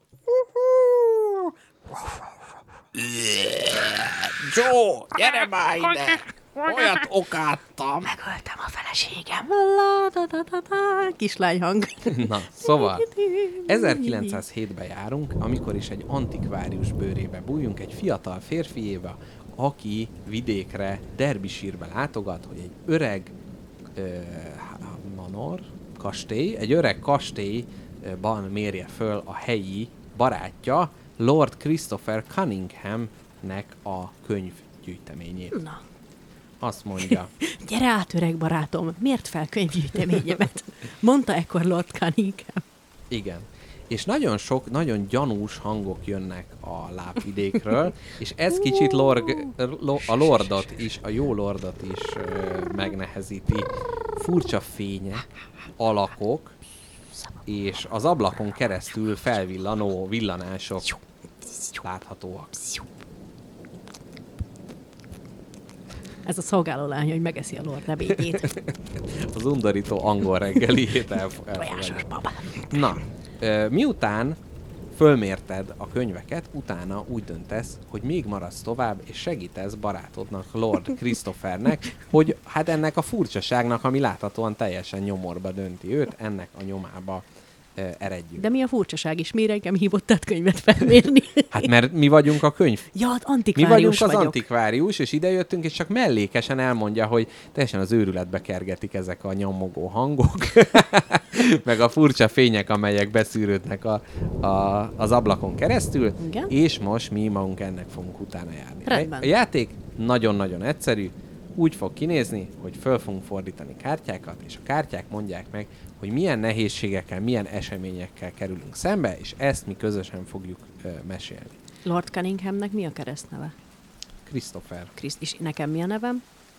Joe, gyere már ide! Olyat okáttam! Megöltem a feleségem. Kislány hang. Na, szóval ezerkilencszázhétben járunk, amikor is egy antikvárius bőrébe bújjunk egy fiatal férfiébe, aki vidékre, Derbyshire-be látogat, hogy egy öreg ö, manor, kastély, egy öreg kastélyban mérje föl a helyi barátja, Lord Christopher Cunninghamnek a könyvgyűjteményét. Na. Azt mondja. Gyere át, öreg barátom, miért fel könyvgyűjteményemet? Mondta ekkor Lord Cunningham. Igen. És nagyon sok, nagyon gyanús hangok jönnek a lápvidékről, és ez kicsit lorg, lo, a lordot is, a jó lordot is ö, megnehezíti. Furcsa fények, alakok, és az ablakon keresztül felvillanó villanások láthatóak. Ez a szolgáló lány, hogy megeszi a lord ebédjét. Az undorító angol reggeliét Tojásos baba. Na, ö, miután fölmérted a könyveket, utána úgy döntesz, hogy még maradsz tovább, és segítesz barátodnak, Lord Christophernek, hogy hát ennek a furcsaságnak, ami láthatóan teljesen nyomorba dönti őt, ennek a nyomába ö, eredjünk. De mi a furcsaság is? Miért engem hívott át könyvet felmérni? Hát mert mi vagyunk a könyv. Ja, Mi antikvárius vagyunk az vagyok. antikvárius, és idejöttünk, és csak mellékesen elmondja, hogy teljesen az őrületbe kergetik ezek a nyomogó hangok, meg a furcsa fények, amelyek beszűrődnek a, a, az ablakon keresztül, Igen. és most mi magunk ennek fogunk utána járni. Rendben. A játék nagyon-nagyon egyszerű, úgy fog kinézni, hogy föl fogunk fordítani kártyákat, és a kártyák mondják meg, hogy milyen nehézségekkel, milyen eseményekkel kerülünk szembe, és ezt mi közösen fogjuk ö, mesélni. Lord Cunninghamnek mi a keresztneve? Christopher. Kriszt, és nekem mi a nevem?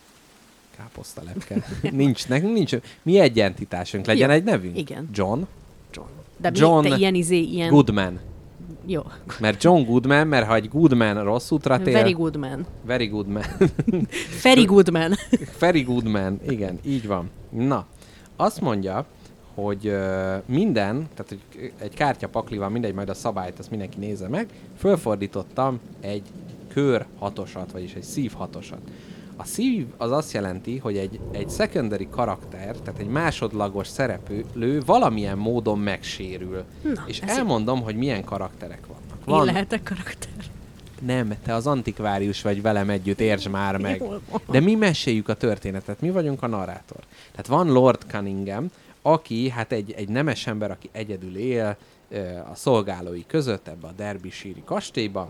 Káposztalepke. nincs, nekünk nincs. Mi egy entitásunk, legyen Jó. egy nevünk. Igen. John John. De mi, John te ilyen izé, ilyen... Goodman. Jó. Mert John Goodman, mert ha egy Goodman rossz útra tér... Very good man. Very good man. Very good man. Very good man. Igen, így van. Na, azt mondja, hogy uh, minden, tehát hogy egy kártyapakli van, mindegy, majd a szabályt, azt mindenki nézze meg, fölfordítottam egy kör hatosat, vagyis egy szív hatosat. A szív az azt jelenti, hogy egy, egy secondary karakter, tehát egy másodlagos szereplő valamilyen módon megsérül. Na, és ez elmondom, hogy milyen karakterek vannak. Én Van, lehetek karakter. nem, te az antikvárius vagy velem együtt, értsd már meg. Jól van. De mi meséljük a történetet, mi vagyunk a narrátor. Tehát van Lord Cunningham, aki hát egy, egy nemes ember, aki egyedül él ö, a szolgálói között ebbe a Derbyshire-i kastélyban,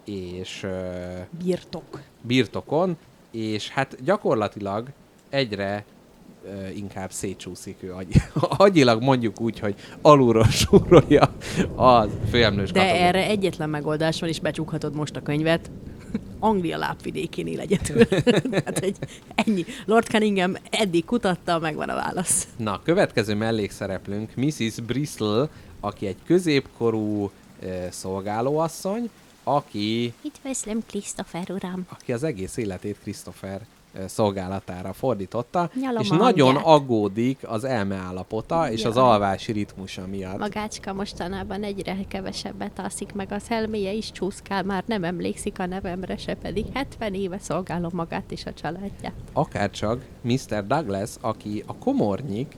és ö, Birtok. birtokon, és hát gyakorlatilag egyre ö, inkább szétcsúszik ő agy- agyilag, mondjuk úgy, hogy alulról súrolja a főemlős De katonát. erre egyetlen megoldás van, és becsukhatod most a könyvet. Anglia lápvidékén él egyedül. Hát egy, ennyi. Lord Cunningham eddig kutatta, megvan a válasz. Na, következő mellékszereplőnk missus Bristol, aki egy középkorú ö, szolgálóasszony, aki, Üdvözlöm, Christopher uram. aki az egész életét Christopher ö, szolgálatára fordította, Nyalom és a nagyon hangját. aggódik az elmeállapota és Ja. az alvási ritmusa miatt. Magácska mostanában egyre kevesebbet alszik, meg az elméje is csúszkál, már nem emlékszik a nevemre se, pedig hetven éve szolgálom magát és a családját. Akárcsak miszter Douglas, aki a komornyik,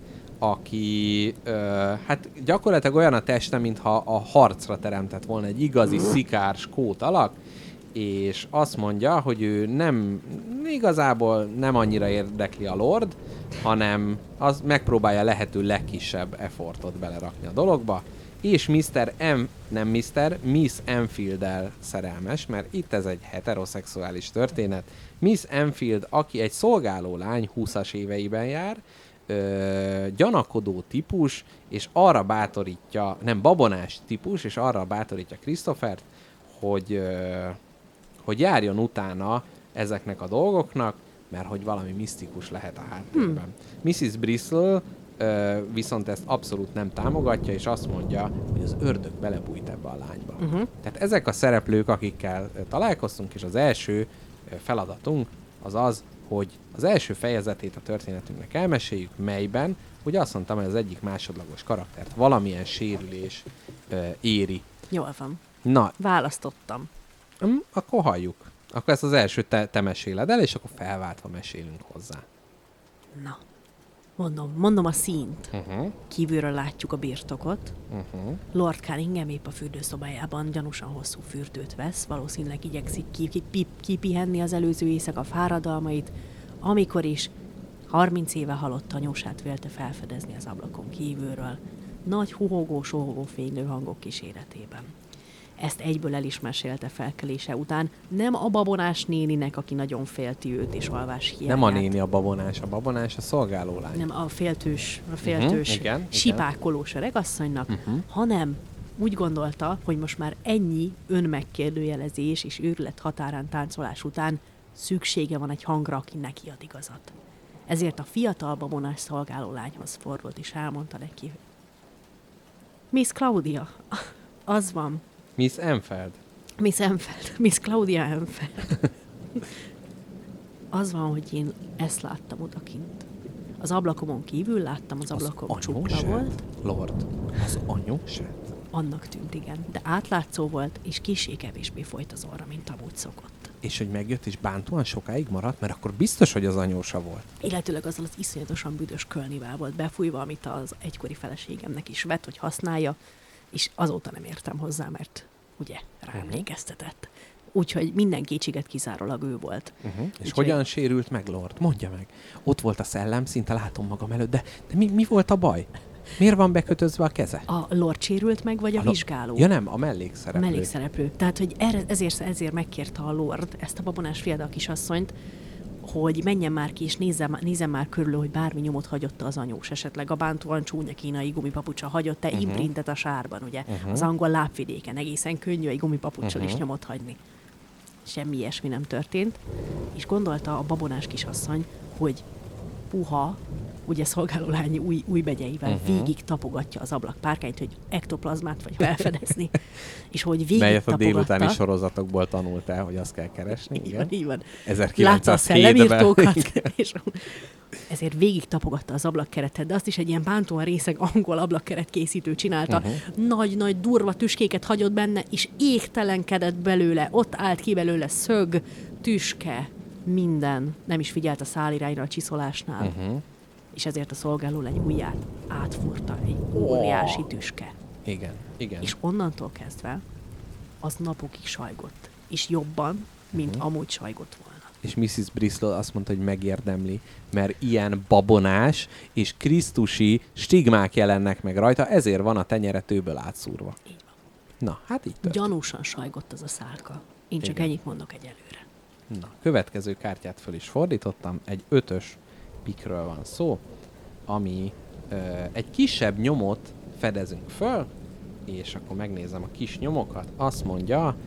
aki ö, hát gyakorlatilag olyan a teste, mintha a harcra teremtett volna egy igazi szikár skót alak, és azt mondja, hogy ő nem, igazából nem annyira érdekli a lord, hanem az megpróbálja lehető legkisebb effortot belerakni a dologba, és miszter M, nem miszter, Miss Enfield-el szerelmes, mert itt ez egy heteroszexuális történet. Miss Enfield, aki egy szolgáló lány, húszas éveiben jár, ö, gyanakodó típus, és arra bátorítja, nem babonás típus, és arra bátorítja Christophert, hogy, ö, hogy járjon utána ezeknek a dolgoknak, mert hogy valami misztikus lehet a háttérben. Hmm. missziz Bristol ö, viszont ezt abszolút nem támogatja, és azt mondja, hogy az ördög belebújt ebbe a lányba. Uh-huh. Tehát ezek a szereplők, akikkel ö, találkoztunk, és az első ö, feladatunk az az, hogy az első fejezetét a történetünknek elmeséljük, melyben, ugye azt mondtam, hogy az egyik másodlagos karaktert valamilyen sérülés ö, éri. Jól van. Na. Választottam. Mm, akkor halljuk. Akkor ezt az első te, te meséled el, és akkor felváltva mesélünk hozzá. Na, mondom, mondom a színt. Uh-huh. Kívülről látjuk a birtokot. Uh-huh. Lord Cunningham épp a fürdőszobájában gyanúsan hosszú fürdőt vesz, valószínűleg igyekszik kipihenni az előző éjszaka fáradalmait, amikor is harminc éve halott anyósát vélte felfedezni az ablakon kívülről, nagy huhogó, sohogó fénylő hangok kíséretében. Ezt egyből el is mesélte felkelése után, nem a babonás néninek, aki nagyon félti őt és alvás hiányát. Nem a néni a babonás, a babonás a szolgálólány. Nem a féltős, a féltős uh-huh, igen, sipákolós öregasszonynak, uh-huh. hanem úgy gondolta, hogy most már ennyi önmegkérdőjelezés és őrület határán táncolás után szüksége van egy hangra, aki neki ad igazat. Ezért a fiatal babonás szolgálólányhoz fordult és elmondta neki, Miss Claudia, az van. Miss Enfield. Miss Enfield. Miss Claudia Enfield. Az van, hogy én ezt láttam odakint. Az ablakomon kívül láttam, az ablakom csukla volt. Lord, az anyósát? Annak tűnt, igen. De átlátszó volt, és kissé kevésbé folyt az orra, mint amúgy szokott. És hogy megjött, és bántóan sokáig maradt, mert akkor biztos, hogy az anyósa volt. Illetőleg azzal az iszonyatosan büdös kölnivel volt befújva, amit az egykori feleségemnek is vett, hogy használja, és azóta nem értem hozzá, mert ugye rá emlékeztetett. Úgyhogy minden kétséget kizárólag ő volt. Uh-huh. És Úgyhogy... hogyan sérült meg Lord? Mondja meg. Ott volt a szellem, szinte látom magam előtt, de, de mi, mi volt a baj? Miért van bekötözve a keze? A Lord sérült meg, vagy a, a lo- vizsgáló? Ja nem, a mellékszereplő. A mellékszereplő. Tehát, hogy erre, ezért, ezért megkérte a Lord ezt a babonás fiatal kisasszonyt, hogy menjen már ki, és nézzen, nézzen már körül, hogy bármi nyomot hagyott az anyós, esetleg a bántóan csúnya kínai gumipapucsa hagyott-e uh-huh. imprintet a sárban, ugye? Uh-huh. Az angol lábvidéken egészen könnyű egy gumipapuccsal uh-huh. is nyomot hagyni. Semmi ilyesmi nem történt, és gondolta a babonás kisasszony, hogy puha, ugye szolgálólányi új, új begyeivel uh-huh. végig tapogatja az ablakpárkányt, hogy ektoplazmát vagy felfedezni, és hogy végig melyet a tapogatta. délutáni sorozatokból tanultál, hogy azt kell keresni. Így van, így van. ezerkilencszázhétben. Látsz a szellemírtókat, és ezért végig tapogatta az ablakkeretet, de azt is egy ilyen bántóan részeg angol ablakkeret készítő csinálta. Uh-huh. Nagy-nagy durva tüskéket hagyott benne, és égtelenkedett belőle, ott állt ki belőle szög, tüske, minden. Nem is figyelt a szálirányra a csiszolásnál. Uh-huh. És ezért a szolgálólány ujját átfúrta egy óriási tüske. Igen, igen. És onnantól kezdve az napokig sajgott. És jobban, mint uh-huh. amúgy sajgott volna. És missziz Bristol azt mondta, hogy megérdemli, mert ilyen babonás és krisztusi stigmák jelennek meg rajta, ezért van a tenyere tőből átszúrva. Így van. Na, hát így történt. Gyanúsan sajgott az a szálka. Én csak igen. ennyit mondok egyelőre. Na, következő kártyát föl is fordítottam, egy ötös pikről van szó, ami ö, egy kisebb nyomot fedezünk föl, és akkor megnézem a kis nyomokat, azt mondja,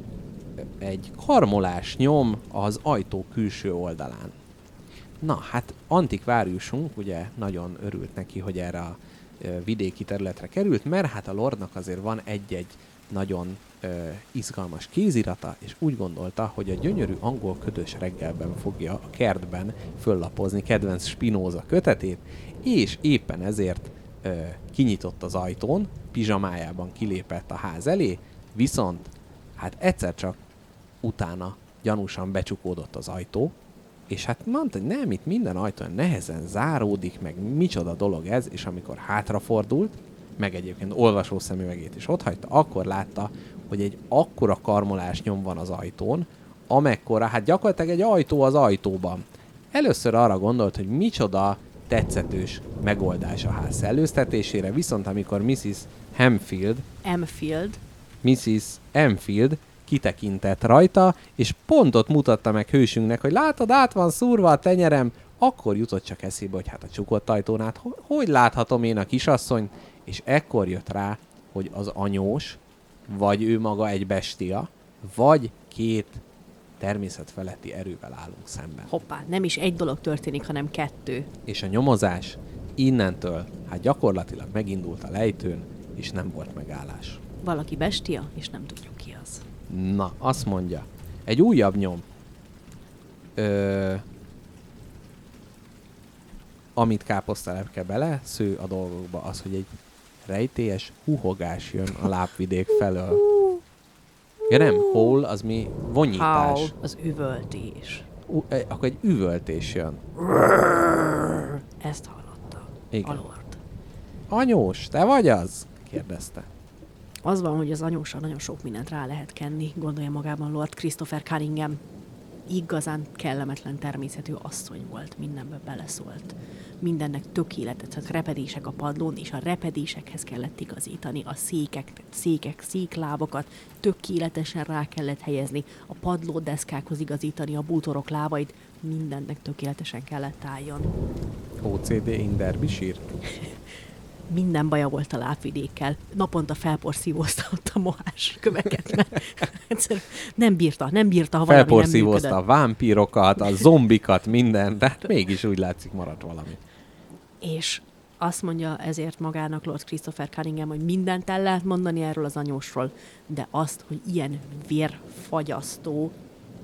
egy karmolás nyom az ajtó külső oldalán. Na, hát antikváriusunk ugye nagyon örült neki, hogy erre a ö, vidéki területre került, mert hát a Lordnak azért van egy-egy nagyon ö, izgalmas kézirata, és úgy gondolta, hogy a gyönyörű angol ködös reggelben fogja a kertben föllapozni kedvenc Spinoza kötetét, és éppen ezért ö, kinyitott az ajtón, pizsamájában kilépett a ház elé, viszont hát egyszer csak utána gyanúsan becsukódott az ajtó, és hát mondta, hogy nem, itt minden ajtón nehezen záródik, meg micsoda dolog ez, és amikor hátrafordult, meg egyébként olvasó szemüvegét is otthagyta, akkor látta, hogy egy akkora karmolás nyom van az ajtón, amekkora, hát gyakorlatilag egy ajtó az ajtóban. Először arra gondolt, hogy micsoda tetszetős megoldás a ház szellőztetésére, viszont amikor missziz Hempfield, Emfield. missziz Enfield kitekintett rajta, és pontot mutatta meg hősünknek, hogy látod, át van szúrva a tenyerem, akkor jutott csak eszébe, hogy hát a csukott ajtón át, hogy, hogy láthatom én a kisasszonyt, és ekkor jött rá, hogy az anyós, vagy ő maga egy bestia, vagy két természetfeletti erővel állunk szemben. Hoppá, nem is egy dolog történik, hanem kettő. És a nyomozás innentől, hát gyakorlatilag megindult a lejtőn, és nem volt megállás. Valaki bestia, és nem tudjuk ki az. Na, azt mondja, egy újabb nyom, Ö, amit káposztelepke bele sző a dolgokba, az, hogy egy rejtélyes huhogás jön a lábvidék felől. Ja nem, hol, az mi vonyítás. Howl, az üvöltés. U- e- akkor egy üvöltés jön. Ezt hallotta. Igen. A lord. Anyós, te vagy az? Kérdezte. Az van, hogy az anyósra nagyon sok mindent rá lehet kenni, gondolja magában Lord Christopher Cunningham. Igazán kellemetlen természetű asszony volt, mindenbe beleszólt. Mindennek tökéletes, tehát repedések a padlón, és a repedésekhez kellett igazítani, a székek, székek, széklábakat tökéletesen rá kellett helyezni, a padlódeszkákhoz igazítani, a bútorok lábait, mindennek tökéletesen kellett álljon. o cé dé in Derbyshire? Minden baja volt a lábvidékkel. Naponta felporszívózta ott a mohás köveket, mert egyszerűen nem bírta, nem bírta, ha valami nem Felporszívózta működött. a vámpírokat, a zombikat, minden, de hát mégis úgy látszik maradt valami. És azt mondja ezért magának Lord Christopher Cunningham, hogy mindent el lehet mondani erről az anyósról, de azt, hogy ilyen vérfagyasztó,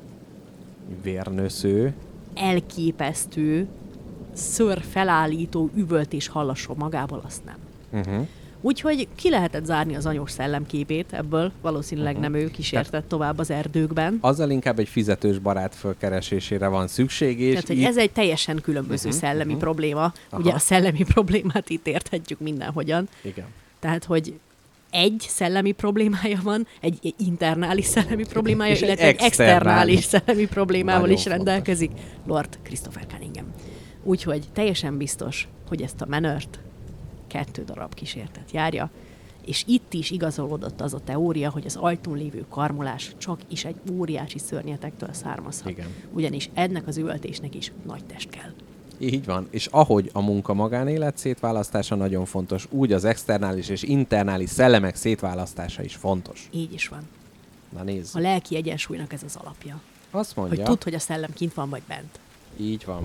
Vérnősző. elképesztő, szőr felállító üvöltés hallasson magából, azt nem. Uh-huh. Úgyhogy ki lehetett zárni az anyós szellemképét ebből, valószínűleg uh-huh. nem ő kísértett tovább az erdőkben. Azzal inkább egy fizetős barát fölkeresésére van szükség, és Tehát, hogy itt... ez egy teljesen különböző Uh-huh, szellemi uh-huh. probléma. Aha. Ugye a szellemi problémát itt érthetjük mindenhogyan. Igen. Tehát, hogy egy szellemi problémája van, egy, egy internális szellemi problémája, És egy illetve egy externális. externális szellemi problémával Nagyon is fontos. rendelkezik Lord Christopher Cunningham. Úgyhogy teljesen biztos, hogy ezt a menört kettő darab kísértet járja, és itt is igazolódott az a teória, hogy az ajtón lévő karmolás csak is egy óriási szörnyetektől származhat. Igen. Ugyanis ennek az üvöltésnek is nagy test kell. Így van. És ahogy a munka-magánélet szétválasztása nagyon fontos, úgy az externális és internális szellemek szétválasztása is fontos. Így is van. Na nézd. A lelki egyensúlynak ez az alapja. Azt mondja, Hogy tudd, hogy a szellem kint van vagy bent. így van.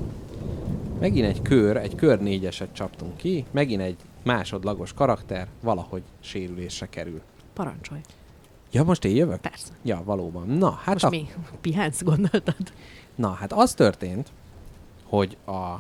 Megint egy kör, egy kör négyeset csaptunk ki, megint egy másodlagos karakter valahogy sérülésre kerül. Parancsolj. Ja, most én jövök? Persze. Ja, valóban. Na, hát, Most a... mi? Pihensz, gondoltad? Na, hát az történt, hogy a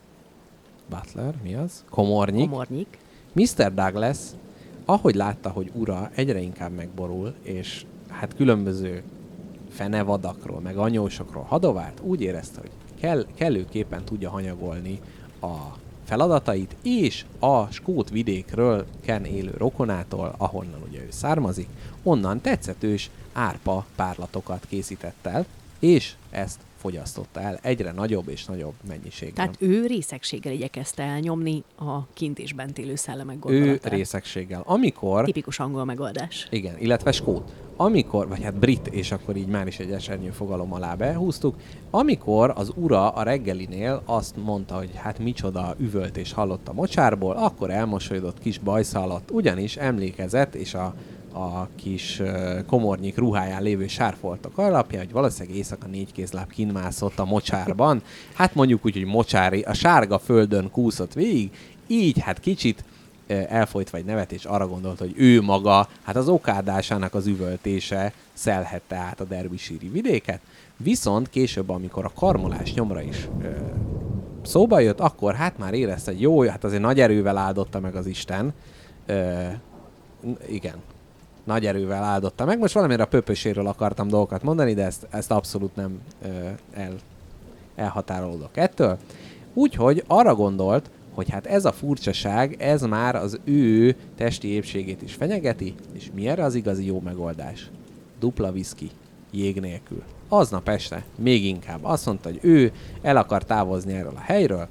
Butler, mi az? Komornyik. Komornyik. miszter Douglas, ahogy látta, hogy ura egyre inkább megborul, és hát különböző fenevadakról, meg anyósokról hadovált, úgy érezte, hogy kell, kellőképpen tudja hanyagolni a feladatait, és a skót vidékről ken élő rokonától, ahonnan ugye ő származik, onnan tetszetős árpa párlatokat készített el, és ezt fogyasztotta el egyre nagyobb és nagyobb mennyiségben. Tehát ő részegséggel igyekezte elnyomni a kint és bent élő szellemek ő gondolatát. részegséggel. Amikor... Tipikus angol megoldás. Igen, illetve skót. Amikor, vagy hát brit, és akkor így már is egy esernyő fogalom alá behúztuk, amikor az ura a reggelinél azt mondta, hogy hát micsoda üvöltés hallott a mocsárból, akkor elmosolyodott kis bajsza alatt, ugyanis emlékezett, és a, a kis uh, komornyik ruháján lévő sárfoltok alapján, hogy valószínűleg éjszaka négy kézláb kinmászott a mocsárban, hát mondjuk úgy, hogy mocsári, a sárga földön kúszott végig, így hát kicsit elfolytva egy nevet, és arra gondolt, hogy ő maga, hát az okádásának az üvöltése szelhette át a Derbyshire-i vidéket, viszont később, amikor a karmolás nyomra is ö, szóba jött, akkor hát már érezte, hogy jó, hát azért nagy erővel áldotta meg az Isten. Ö, igen, nagy erővel áldotta meg. Most valamire a pöpöséről akartam dolgokat mondani, de ezt, ezt abszolút nem ö, el, elhatárolódok ettől. Úgyhogy arra gondolt, hogy hát ez a furcsaság, ez már az ő testi épségét is fenyegeti, és mi erre az igazi jó megoldás? Dupla viszki, jég nélkül. Aznap este még inkább azt mondta, hogy ő el akar távozni erről a helyről,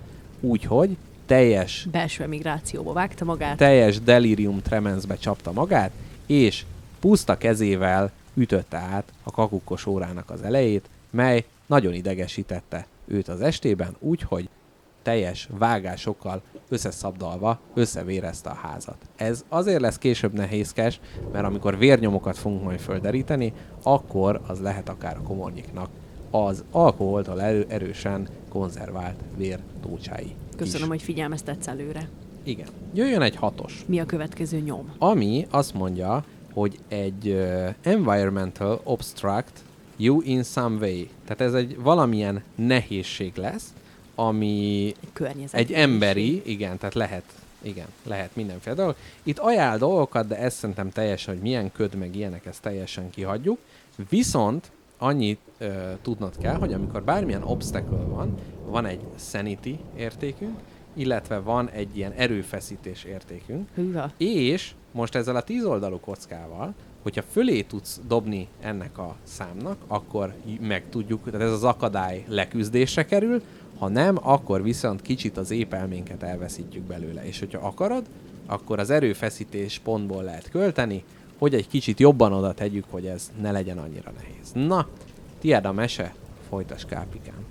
úgyhogy teljes, Belső emigrációba vágta magát. teljes delirium tremensbe csapta magát, és puszta kezével ütötte át a kakukkos órának az elejét, mely nagyon idegesítette őt az estében, úgyhogy teljes vágásokkal összeszabdalva összevérezte a házat. Ez azért lesz később nehézkes, mert amikor vérnyomokat fogunk majd földeríteni, akkor az lehet akár a komornyiknak az alkoholtól erő, erősen konzervált vértócsái. Köszönöm, is. hogy figyelmeztetsz előre. Igen. Jöjjön egy hatos. Mi a következő nyom? Ami azt mondja, hogy egy uh, environmental obstruct you in some way. Tehát ez egy valamilyen nehézség lesz, ami Egy környezet. egy emberi, igen, tehát lehet, igen, lehet mindenféle dolog. Itt ajánl dolgokat, de ezt szerintem teljesen, hogy milyen köd, meg ilyenek, ezt teljesen kihagyjuk. Viszont annyit uh, tudnod kell, hogy amikor bármilyen obstacle van, van egy sanity értékünk, illetve van egy ilyen erőfeszítés értékünk, Hűha. és most ezzel a tíz oldalú kockával, hogyha fölé tudsz dobni ennek a számnak, akkor meg tudjuk, tehát ez az akadály leküzdésre kerül, ha nem, akkor viszont kicsit az épelménket elveszítjük belőle. És hogyha akarod, akkor az erőfeszítés pontból lehet költeni, hogy egy kicsit jobban oda tegyük, hogy ez ne legyen annyira nehéz. Na, tiéd a mese, folytasd Kápikám.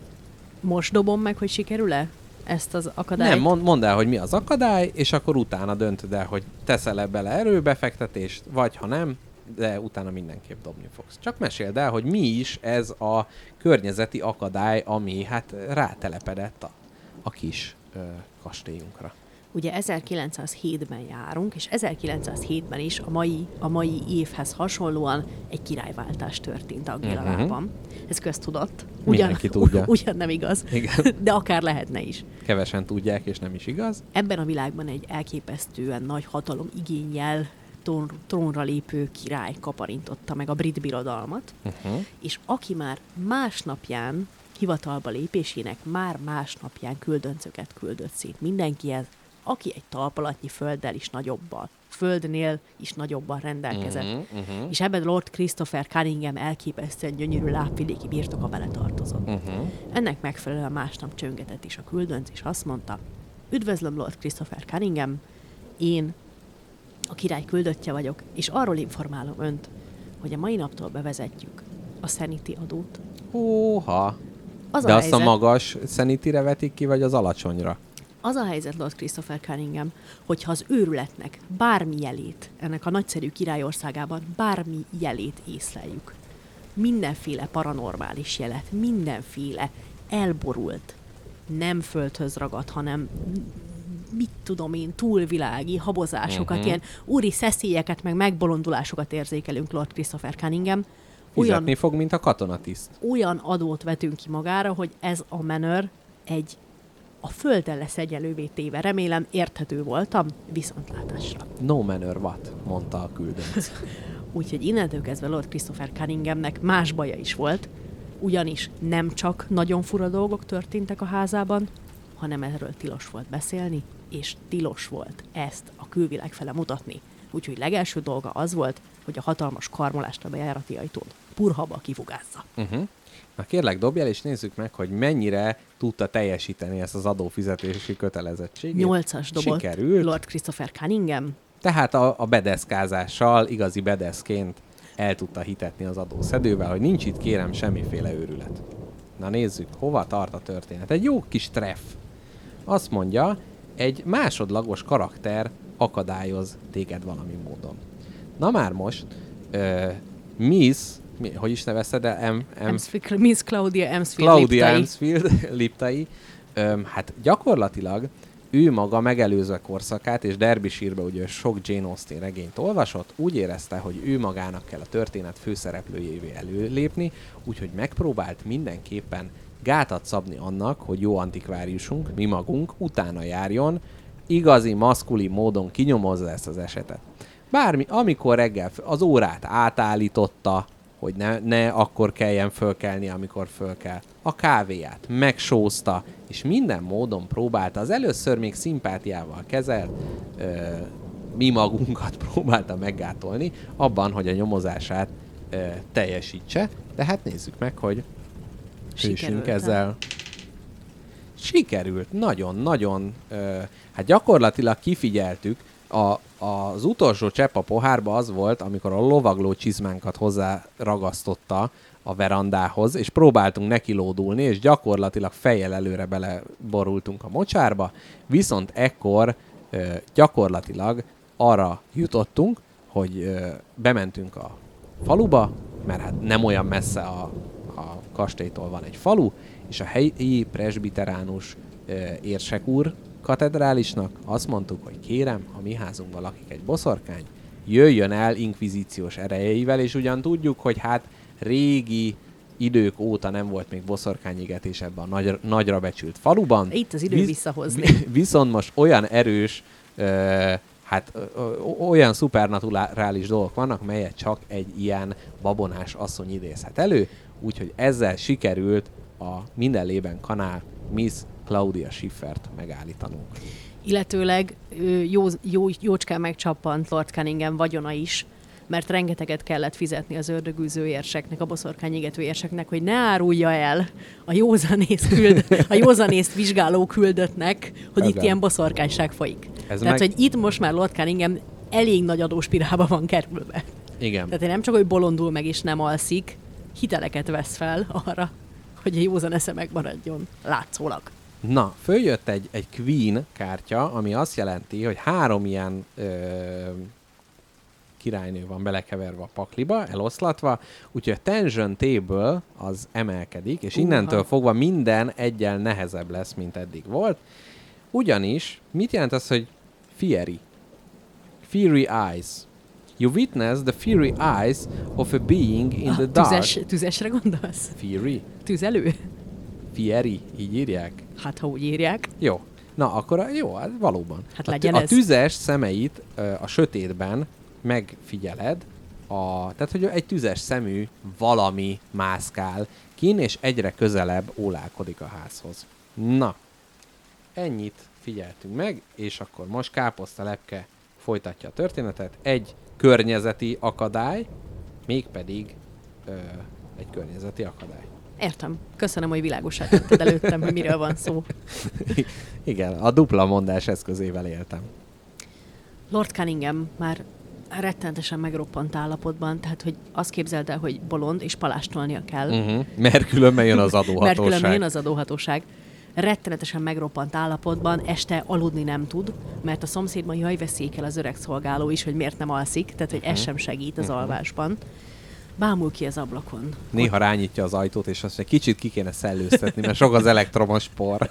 Most dobom meg, hogy sikerül-e ezt az akadályt? Nem, mond, mondd el, hogy mi az akadály, és akkor utána döntöd el, hogy teszel-e bele erőbefektetést, vagy ha nem, de utána mindenképp dobni fogsz. Csak meséld el, hogy mi is ez a környezeti akadály, ami hát rátelepedett a, a kis ö, kastélyunkra. Ugye ezerkilencszázhétben járunk, és ezerkilencszázhétben is a mai, a mai évhez hasonlóan egy királyváltás történt Angolában. Uh-huh. Ez köztudott. Ugyan, Mindenki tudja. Ugyan nem igaz, Igen. de akár lehetne is. Kevesen tudják, és nem is igaz. Ebben a világban egy elképesztően nagy hatalom igénnyel tón, trónra lépő király kaparintotta meg a brit birodalmat, Uh-huh. és aki már másnapján hivatalba lépésének már másnapján küldöncöket küldött szét mindenkihez, aki egy talpalatnyi földdel is nagyobban, földnél is nagyobban rendelkezett. Uh-huh, uh-huh. És ebben Lord Christopher Cunningham elképesztően gyönyörű lábvidéki birtoka beletartozott. Uh-huh. Ennek megfelelően másnap csöngetett is a küldönc, és azt mondta, üdvözlöm Lord Christopher Cunningham, én a király küldöttje vagyok, és arról informálom önt, hogy a mai naptól bevezetjük a sanity adót. Hóha. Az De a azt helyzet, a magas sanity-re vetik ki, vagy az alacsonyra? Az a helyzet, Lord Christopher Cunningham, hogyha az őrületnek bármi jelét, ennek a nagyszerű királyországában bármi jelét észleljük, mindenféle paranormális jelet, mindenféle elborult, nem földhöz ragadt, hanem mit tudom én, túlvilági habozásokat, Mhm. ilyen úri szeszélyeket, meg megbolondulásokat érzékelünk, Lord Christopher Cunningham. Fizetni Olyan, fog, mint a katonatiszt. olyan adót vetünk ki magára, hogy ez a manőr egy a földön lesz egyelővé téve. Remélem érthető voltam, viszontlátásra. No manner what, mondta a küldönc. Úgyhogy innentől kezdve Lord Christopher Cunninghamnek más baja is volt, ugyanis nem csak nagyon fura dolgok történtek a házában, hanem erről tilos volt beszélni, és tilos volt ezt a külvilág fele mutatni. Úgyhogy legelső dolga az volt, hogy a hatalmas karmolást a bejárati ajtón purhaba kifugázza. Uh-huh. Na kérlek, dobjál, és nézzük meg, hogy mennyire tudta teljesíteni ezt az adófizetési kötelezettségét. Nyolcas dobott Sikerült. Lord Christopher Cunningham. Tehát a, a bedeszkázással, igazi bedeszként el tudta hitetni az adószedővel, hogy nincs itt, kérem, semmiféle őrület. Na nézzük, hova tart a történet. Egy jó kis treff. Azt mondja, egy másodlagos karakter akadályoz téged valami módon. Na már most, uh, Miss, mi, hogy is nevezted el? M, M, Emsfield, Miss Claudia Emsfield Claudia liptai. Emsfield liptai. Öm, hát gyakorlatilag ő maga megelőzve korszakát, és Derbyshire-be ugye sok Jane Austen regényt olvasott, úgy érezte, hogy ő magának kell a történet főszereplőjévé előlépni, úgyhogy megpróbált mindenképpen gátat szabni annak, hogy jó antikváriusunk, mi magunk utána járjon, igazi, maszkuli módon kinyomozza ezt az esetet. Bármi, amikor reggel az órát átállította, hogy ne, ne akkor kelljen fölkelni, amikor föl kell. A kávéját megsózta, és minden módon próbálta, az először még szimpátiával kezelt, ö, mi magunkat próbálta meggátolni, abban, hogy a nyomozását ö, teljesítse. De hát nézzük meg, hogy hősünk Sikerült-e? ezzel sikerült, nagyon-nagyon, hát gyakorlatilag kifigyeltük, a, az utolsó csepp a pohárba az volt, amikor a lovagló csizmánkat hozzá ragasztotta a verandához, és próbáltunk nekilódulni, és gyakorlatilag fejjel előre beleborultunk a mocsárba, viszont ekkor ö, gyakorlatilag arra jutottunk, hogy ö, bementünk a faluba, mert hát nem olyan messze a, a kastélytól van egy falu, és a helyi presbiteránus ö, érsek úr katedrálisnak azt mondtuk, hogy kérem, a mi házunkban lakik egy boszorkány, jöjjön el inkvizíciós erejeivel, és ugyan tudjuk, hogy hát régi idők óta nem volt még boszorkányigetés ebben a nagy, nagyra becsült faluban. Itt az idő Visz, visszahozni. Viszont most olyan erős, ö, hát ö, ö, olyan szupernaturális dolgok vannak, melyet csak egy ilyen babonás asszony idézhet elő, úgyhogy ezzel sikerült a Minden Lében kanál Miss Claudia Schiffert megállítanunk. Illetőleg jó, jó, jócskán megcsappant Lord Cunningham vagyona is, mert rengeteget kellett fizetni az ördögűző érseknek, a boszorkányégető érseknek, hogy ne árulja el a józanész küld, a józanészt vizsgáló küldöttnek, hogy Ez itt nem. ilyen boszorkányság folyik. Ez Tehát, meg... hogy itt most már Lord Cunningham elég nagy adóspirálba van kerülve. Igen. Tehát nem csak, hogy bolondul meg és nem alszik, hiteleket vesz fel arra, hogy a józan esze megmaradjon látszólag. Na, följött egy, egy Queen kártya, ami azt jelenti, hogy három ilyen ö, királynő van belekeverve a pakliba, eloszlatva, úgyhogy a tension table az emelkedik, és innentől Uha. fogva minden eggyel nehezebb lesz, mint eddig volt. Ugyanis, mit jelent az, hogy fiery? Fiery eyes. You witness the fiery eyes of a being in the A dark. tüzes, tüzesre gondolsz? Fiery? Tüzelő? Fiery, így írják? Hát, ha úgy írják. Jó. Na, akkor a, jó, hát valóban. Hát a, legyen a ez. tüzes szemeit ö, a sötétben megfigyeled, a, tehát, hogy egy tüzes szemű valami mászkál kin, és egyre közelebb ólálkodik a házhoz. Na, ennyit figyeltünk meg, és akkor most Káposzta Lepke folytatja a történetet. Egy környezeti akadály, mégpedig ö, egy környezeti akadály. Értem. Köszönöm, hogy világosá tetted előttem, hogy miről van szó. Igen, a dupla mondás eszközével éltem. Lord Cunningham már rettenetesen megroppant állapotban, tehát hogy azt képzeld el, hogy bolond és palástolnia kell. Uh-huh. Mert különben jön az adóhatóság. Mert különben jön az adóhatóság. Rettenetesen megroppant állapotban, este aludni nem tud, mert a szomszédban jaj veszélykel az öreg szolgáló is, hogy miért nem alszik, tehát hogy ez sem segít az uh-huh. alvásban. Bámul ki az ablakon. Néha rányítja az ajtót, és azt mondja, kicsit ki kéne szellőztetni, mert sok az elektromos por.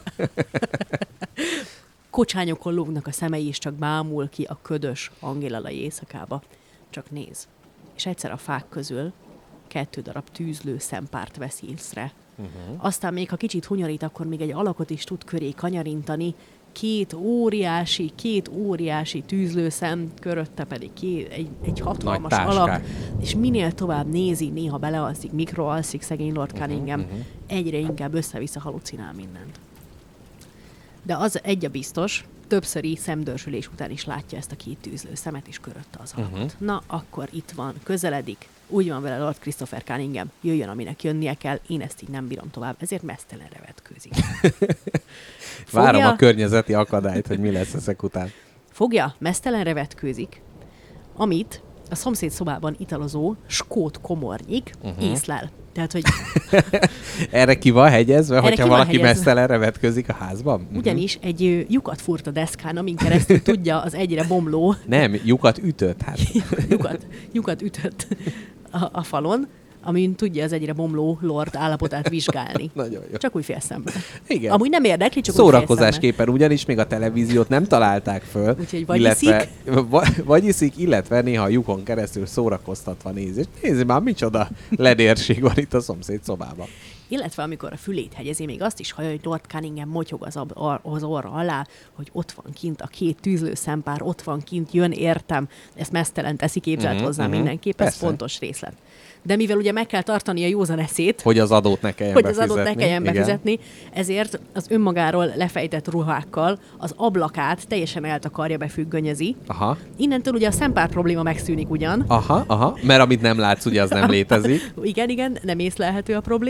Kocsányokon lógnak a szemei, és csak bámul ki a ködös angélalai éjszakába. Csak néz. És egyszer a fák közül kettő darab tűzlő szempárt vesz észre. Uh-huh. Aztán még, ha kicsit hunyarít, akkor még egy alakot is tud köré kanyarintani. Két óriási, két óriási tűzlőszem, körötte pedig két, egy, egy hatalmas alak. És minél tovább nézi, néha belealszik, mikroalszik szegény Lord Cunningham, uh-huh, uh-huh. egyre inkább össze-vissza halucinál mindent. De az egy a biztos, többszöri szemdörzsülés után is látja ezt a két tűzlő szemet, és körötte az alakot. Uh-huh. Na, akkor itt van, közeledik, úgy van vele Lord Christopher Cunningham, jöjjön, aminek jönnie kell, én ezt így nem bírom tovább, ezért mesztelenre vetkőzik. Várom a környezeti akadályt, hogy mi lesz ezek után. Fogja, mesztelenre vetkőzik, amit a szomszéd szobában italozó skót komornyik uh-huh. észlel. Tehát, hogy... Erre ki van hegyezve, Erre hogyha valaki mesztelenre vetkőzik a házban? Uh-huh. Ugyanis egy lyukat fúrt a deszkán, amin keresztül tudja az egyre bomló... Nem, lyukat ütött. Hát. lyukat, lyukat ütött a, a falon, amin tudja az egyre bomló lord állapotát vizsgálni. Nagyon jó. Csak úgy félszemben. Igen. Amúgy nem érdekli, csak szórakozásképpen, ugyanis még a televíziót nem találták föl. Úgyhogy vagy illetve, iszik. Vagy iszik, illetve néha a lyukon keresztül szórakoztatva nézi. Nézd már, micsoda ledérség van itt a szomszéd szobában. Illetve amikor a fülét hegyezi, még azt is hallja, hogy Lord Cunningham motyog az, ab, az orra alá, hogy ott van kint a két tűzlő szempár, ott van kint, jön értem. Ezt mesztelen teszi, képzelt uh-huh, hozzá uh-huh. mindenképp, ez fontos részlet. De mivel ugye meg kell tartani a józan eszét, hogy az adót ne kelljen hogy befizetni, az adót ne kelljen befizetni, ezért az önmagáról lefejtett ruhákkal az ablakát teljesen eltakarja, befüggönyezi. Aha. Innentől ugye a szempár probléma megszűnik ugyan. Aha, aha, mert amit nem látsz, ugye az nem létezik. Igen, igen, nem észlelhető a probléma,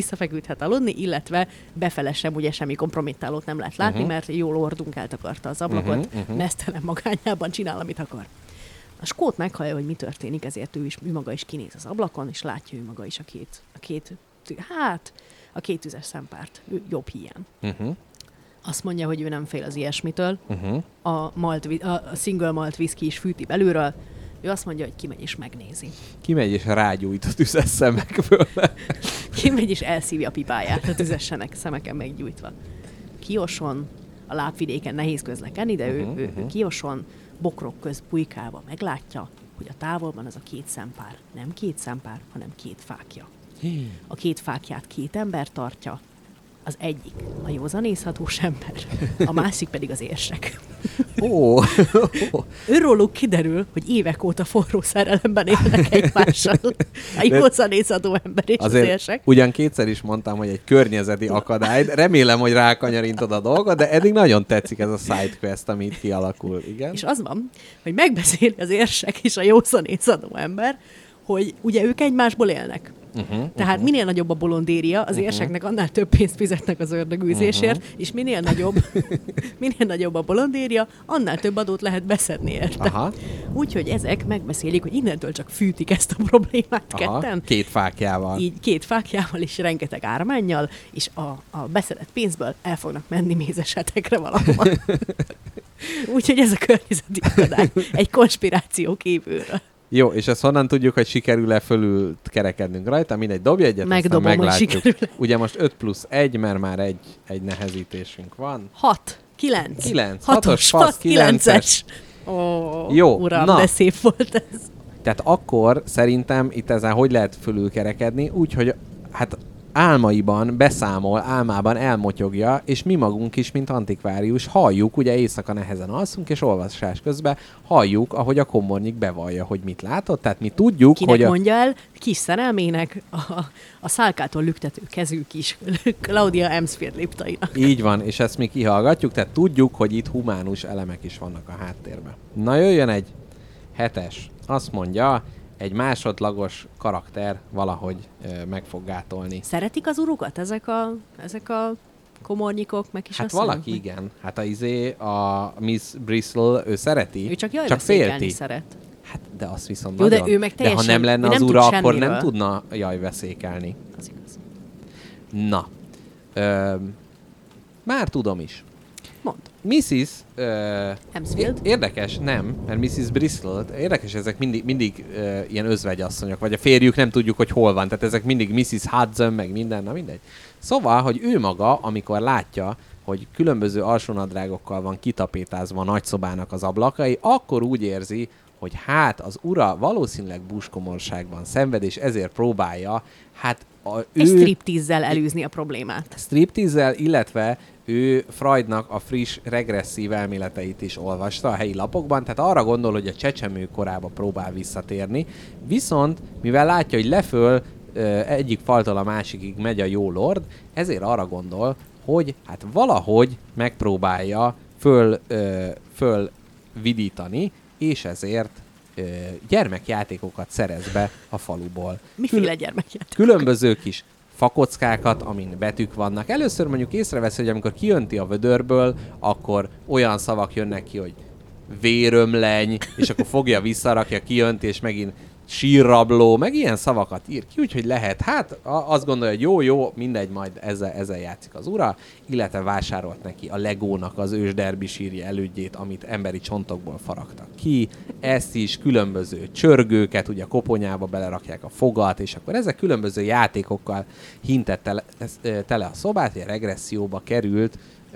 visszafeküdhet aludni, illetve befele sem ugye semmi kompromittálót nem lehet látni, uh-huh. mert jó lordunk eltakarta az ablakot, uh-huh, uh-huh. nesztelen magányában csinál, amit akar. A skót meghallja, hogy mi történik, ezért ő is, ő maga is kinéz az ablakon, és látja ő maga is a két, a két hát, a két tüzes szempárt, ő jobb híján. Uh-huh. Azt mondja, hogy ő nem fél az ilyesmitől. Uh-huh. A, malt, a single malt whisky is fűti belülről. Ő azt mondja, hogy kimegy és megnézi. Kimegy és rágyújt a tüzes szemekből. Kimegy és elszívja a pipáját a tüzes szemeken meggyújtva. Kioson, a lábvidéken nehéz közlekedni, de uh-huh, ő, ő, uh-huh. ő kioson, bokrok köz bujkálva meglátja, hogy a távolban az a két szempár nem két szempár, hanem két fákja. A két fákját két ember tartja, az egyik a józanészhatós ember, a másik pedig az érsek. Ó. Őróluk kiderül, hogy évek óta forró szerelemben élnek egymással. A józanészható ember és azért az érsek. Ugyan kétszer is mondtam, hogy egy környezeti akadály. Remélem, hogy rákanyarintod a dolgot, de eddig nagyon tetszik ez a sidequest, ami itt kialakul. Igen? És az van, hogy megbeszéli az érsek és a józanészható ember, hogy ugye ők egymásból élnek. Uh-huh, Tehát uh-huh. minél nagyobb a bolondéria, az uh-huh. érseknek annál több pénzt fizetnek az ördögűzésért, uh-huh. és minél nagyobb, minél nagyobb a bolondéria, annál több adót lehet beszedni érte. Úgyhogy ezek megbeszélik, hogy innentől csak fűtik ezt a problémát Aha. ketten. Két fákjával. Így két fákjával és rengeteg ármánnyal, és a, a beszedett pénzből el fognak menni mézesetekre valahova. Úgyhogy ez a környezeti akadály. Egy konspiráció kívülről. Jó, és ezt honnan tudjuk, hogy sikerül-e fölül kerekednünk rajta? Mindegy, dobj egyet, Megdobom, aztán meglátjuk. hogy sikerül-e. Ugye most öt plusz egy, mert már egy, egy nehezítésünk van. hat, kilenc. kilenc, hatos, fasz, kilences. Ó, Jó, uram, na. de szép volt ez. Tehát akkor szerintem itt ezen hogy lehet fölül kerekedni? Úgy, hogy hát álmaiban beszámol, álmában elmotyogja, és mi magunk is, mint antikvárius, halljuk, ugye éjszaka nehezen alszunk, és olvasás közben halljuk, ahogy a komornyik bevallja, hogy mit látott, tehát mi tudjuk, Kinek hogy a... mondja el? Kis szerelmének, a, a szálkától lüktető kezű kis Claudia Emsfield liptainak. Így van, és ezt mi kihallgatjuk, tehát tudjuk, hogy itt humánus elemek is vannak a háttérben. Na jöjjön egy hetes. Azt mondja, egy másodlagos karakter valahogy ö, meg fog gátolni. Szeretik az urukat ezek a, ezek a komornyikok, meg is Hát asszonyok? valaki igen. Hát a izé, a Miss Bristol, ő szereti. Ő csak jaj, csak félti. szeret. Hát de azt viszont Jó, de nagyon. ő meg de ha teljesen- nem lenne ő az nem ura, tud akkor nem semmiről. tudna jajveszékelni. Az igaz. Na. Ö, már tudom is. Mondd. missus Uh, Hemsfield? Érdekes, nem, mert missus Bristol, érdekes, ezek mindig, mindig uh, ilyen özvegyasszonyok, vagy a férjük nem tudjuk, hogy hol van, tehát ezek mindig missus Hudson, meg minden, na mindegy. Szóval, hogy ő maga, amikor látja, hogy különböző alsónadrágokkal van kitapétázva a nagyszobának az ablakai, akkor úgy érzi, hogy hát az ura valószínűleg búskomorságban szenved, és ezért próbálja, hát a, ő... Egy striptízzel elűzni a problémát. striptízzel, illetve ő Freudnak a friss regresszív elméleteit is olvasta a helyi lapokban, tehát arra gondol, hogy a csecsemő korába próbál visszatérni, viszont mivel látja, hogy leföl egyik faltól a másikig megy a jó lord, ezért arra gondol, hogy hát valahogy megpróbálja föl, föl vidítani, és ezért gyermekjátékokat szerez be a faluból. Miféle Kül- gyermekjáték? Különböző kis fakockákat, amin betűk vannak. Először mondjuk észrevesz, hogy amikor kijönti a vödörből, akkor olyan szavak jönnek ki, hogy vérömleny, és akkor fogja, visszarakja, kijönti, és megint sírrabló, meg ilyen szavakat ír ki, úgyhogy lehet. Hát azt gondolja, hogy jó, jó, mindegy, majd ezzel, ezzel játszik az ura, illetve vásárolt neki a Legónak az ős derbisírja elődjét, amit emberi csontokból faragtak ki. Ezt is különböző csörgőket, ugye a koponyába belerakják a fogat, és akkor ezek különböző játékokkal hintett tele, tele a szobát, hogy a regresszióba került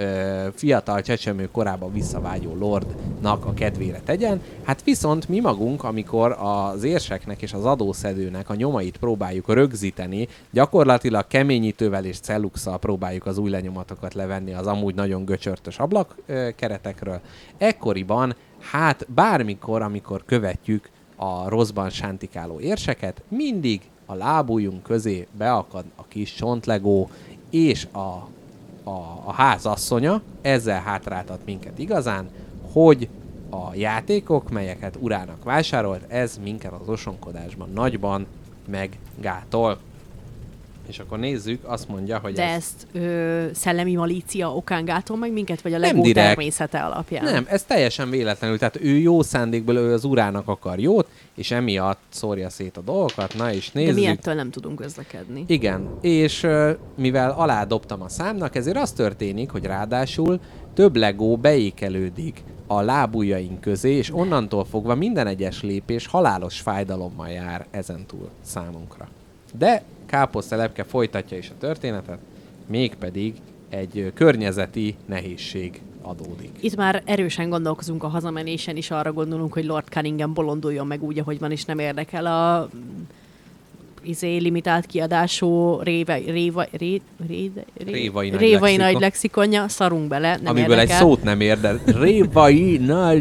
fiatal csecsemő korában visszavágyó lordnak a kedvére tegyen. Hát viszont mi magunk, amikor az érseknek és az adószedőnek a nyomait próbáljuk rögzíteni, gyakorlatilag keményítővel és celluxal próbáljuk az új lenyomatokat levenni az amúgy nagyon göcsörtös ablakkeretekről. Ekkoriban, hát bármikor, amikor követjük a rosszban sántikáló érseket, mindig a lábujjunk közé beakad a kis csontlegó és a A, a házasszonya, ezzel hátráltat minket igazán, hogy a játékok, melyeket urának vásárolt, ez minket az osonkodásban nagyban meggátol. És akkor nézzük, azt mondja, hogy De ez... ezt ö, szellemi malícia okán gátol meg minket, vagy a Nem Lego direkt. természete alapján? Nem, ez teljesen véletlenül. Tehát ő jó szándékból, ő az urának akar jót, és emiatt szórja szét a dolgokat. Na és De nézzük. mi ettől nem tudunk közlekedni. Igen, és ö, mivel aládobtam a számnak, ezért az történik, hogy ráadásul több Lego beékelődik a lábujjaink közé, és onnantól fogva minden egyes lépés halálos fájdalommal jár ezentúl számunkra. De Káposzta Lepke folytatja is a történetet, mégpedig egy ö, környezeti nehézség adódik. Itt már erősen gondolkozunk a hazamenésen is, arra gondolunk, hogy Lord Cunningham bolonduljon meg úgy, ahogy van, és nem érdekel a izé, limitált kiadású réve, réva, ré, ré, ré, Révai nagy révai lexikon. nagy lexikonja, szarunk bele, nem Amiből érdekel. egy szót nem érde. Révai nagy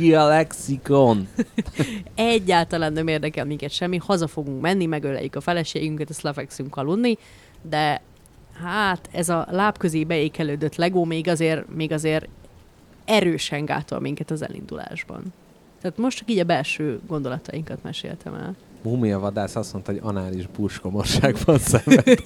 lexikon. Egyáltalán nem érdekel minket semmi, haza fogunk menni, megöleljük a feleségünket, ezt lefekszünk aludni, de hát ez a lábközé beékelődött Lego még azért, még azért erősen gátol minket az elindulásban. Tehát most csak így a belső gondolatainkat meséltem el. Múmia vadász azt mondta, hogy anális burskomorságban szenved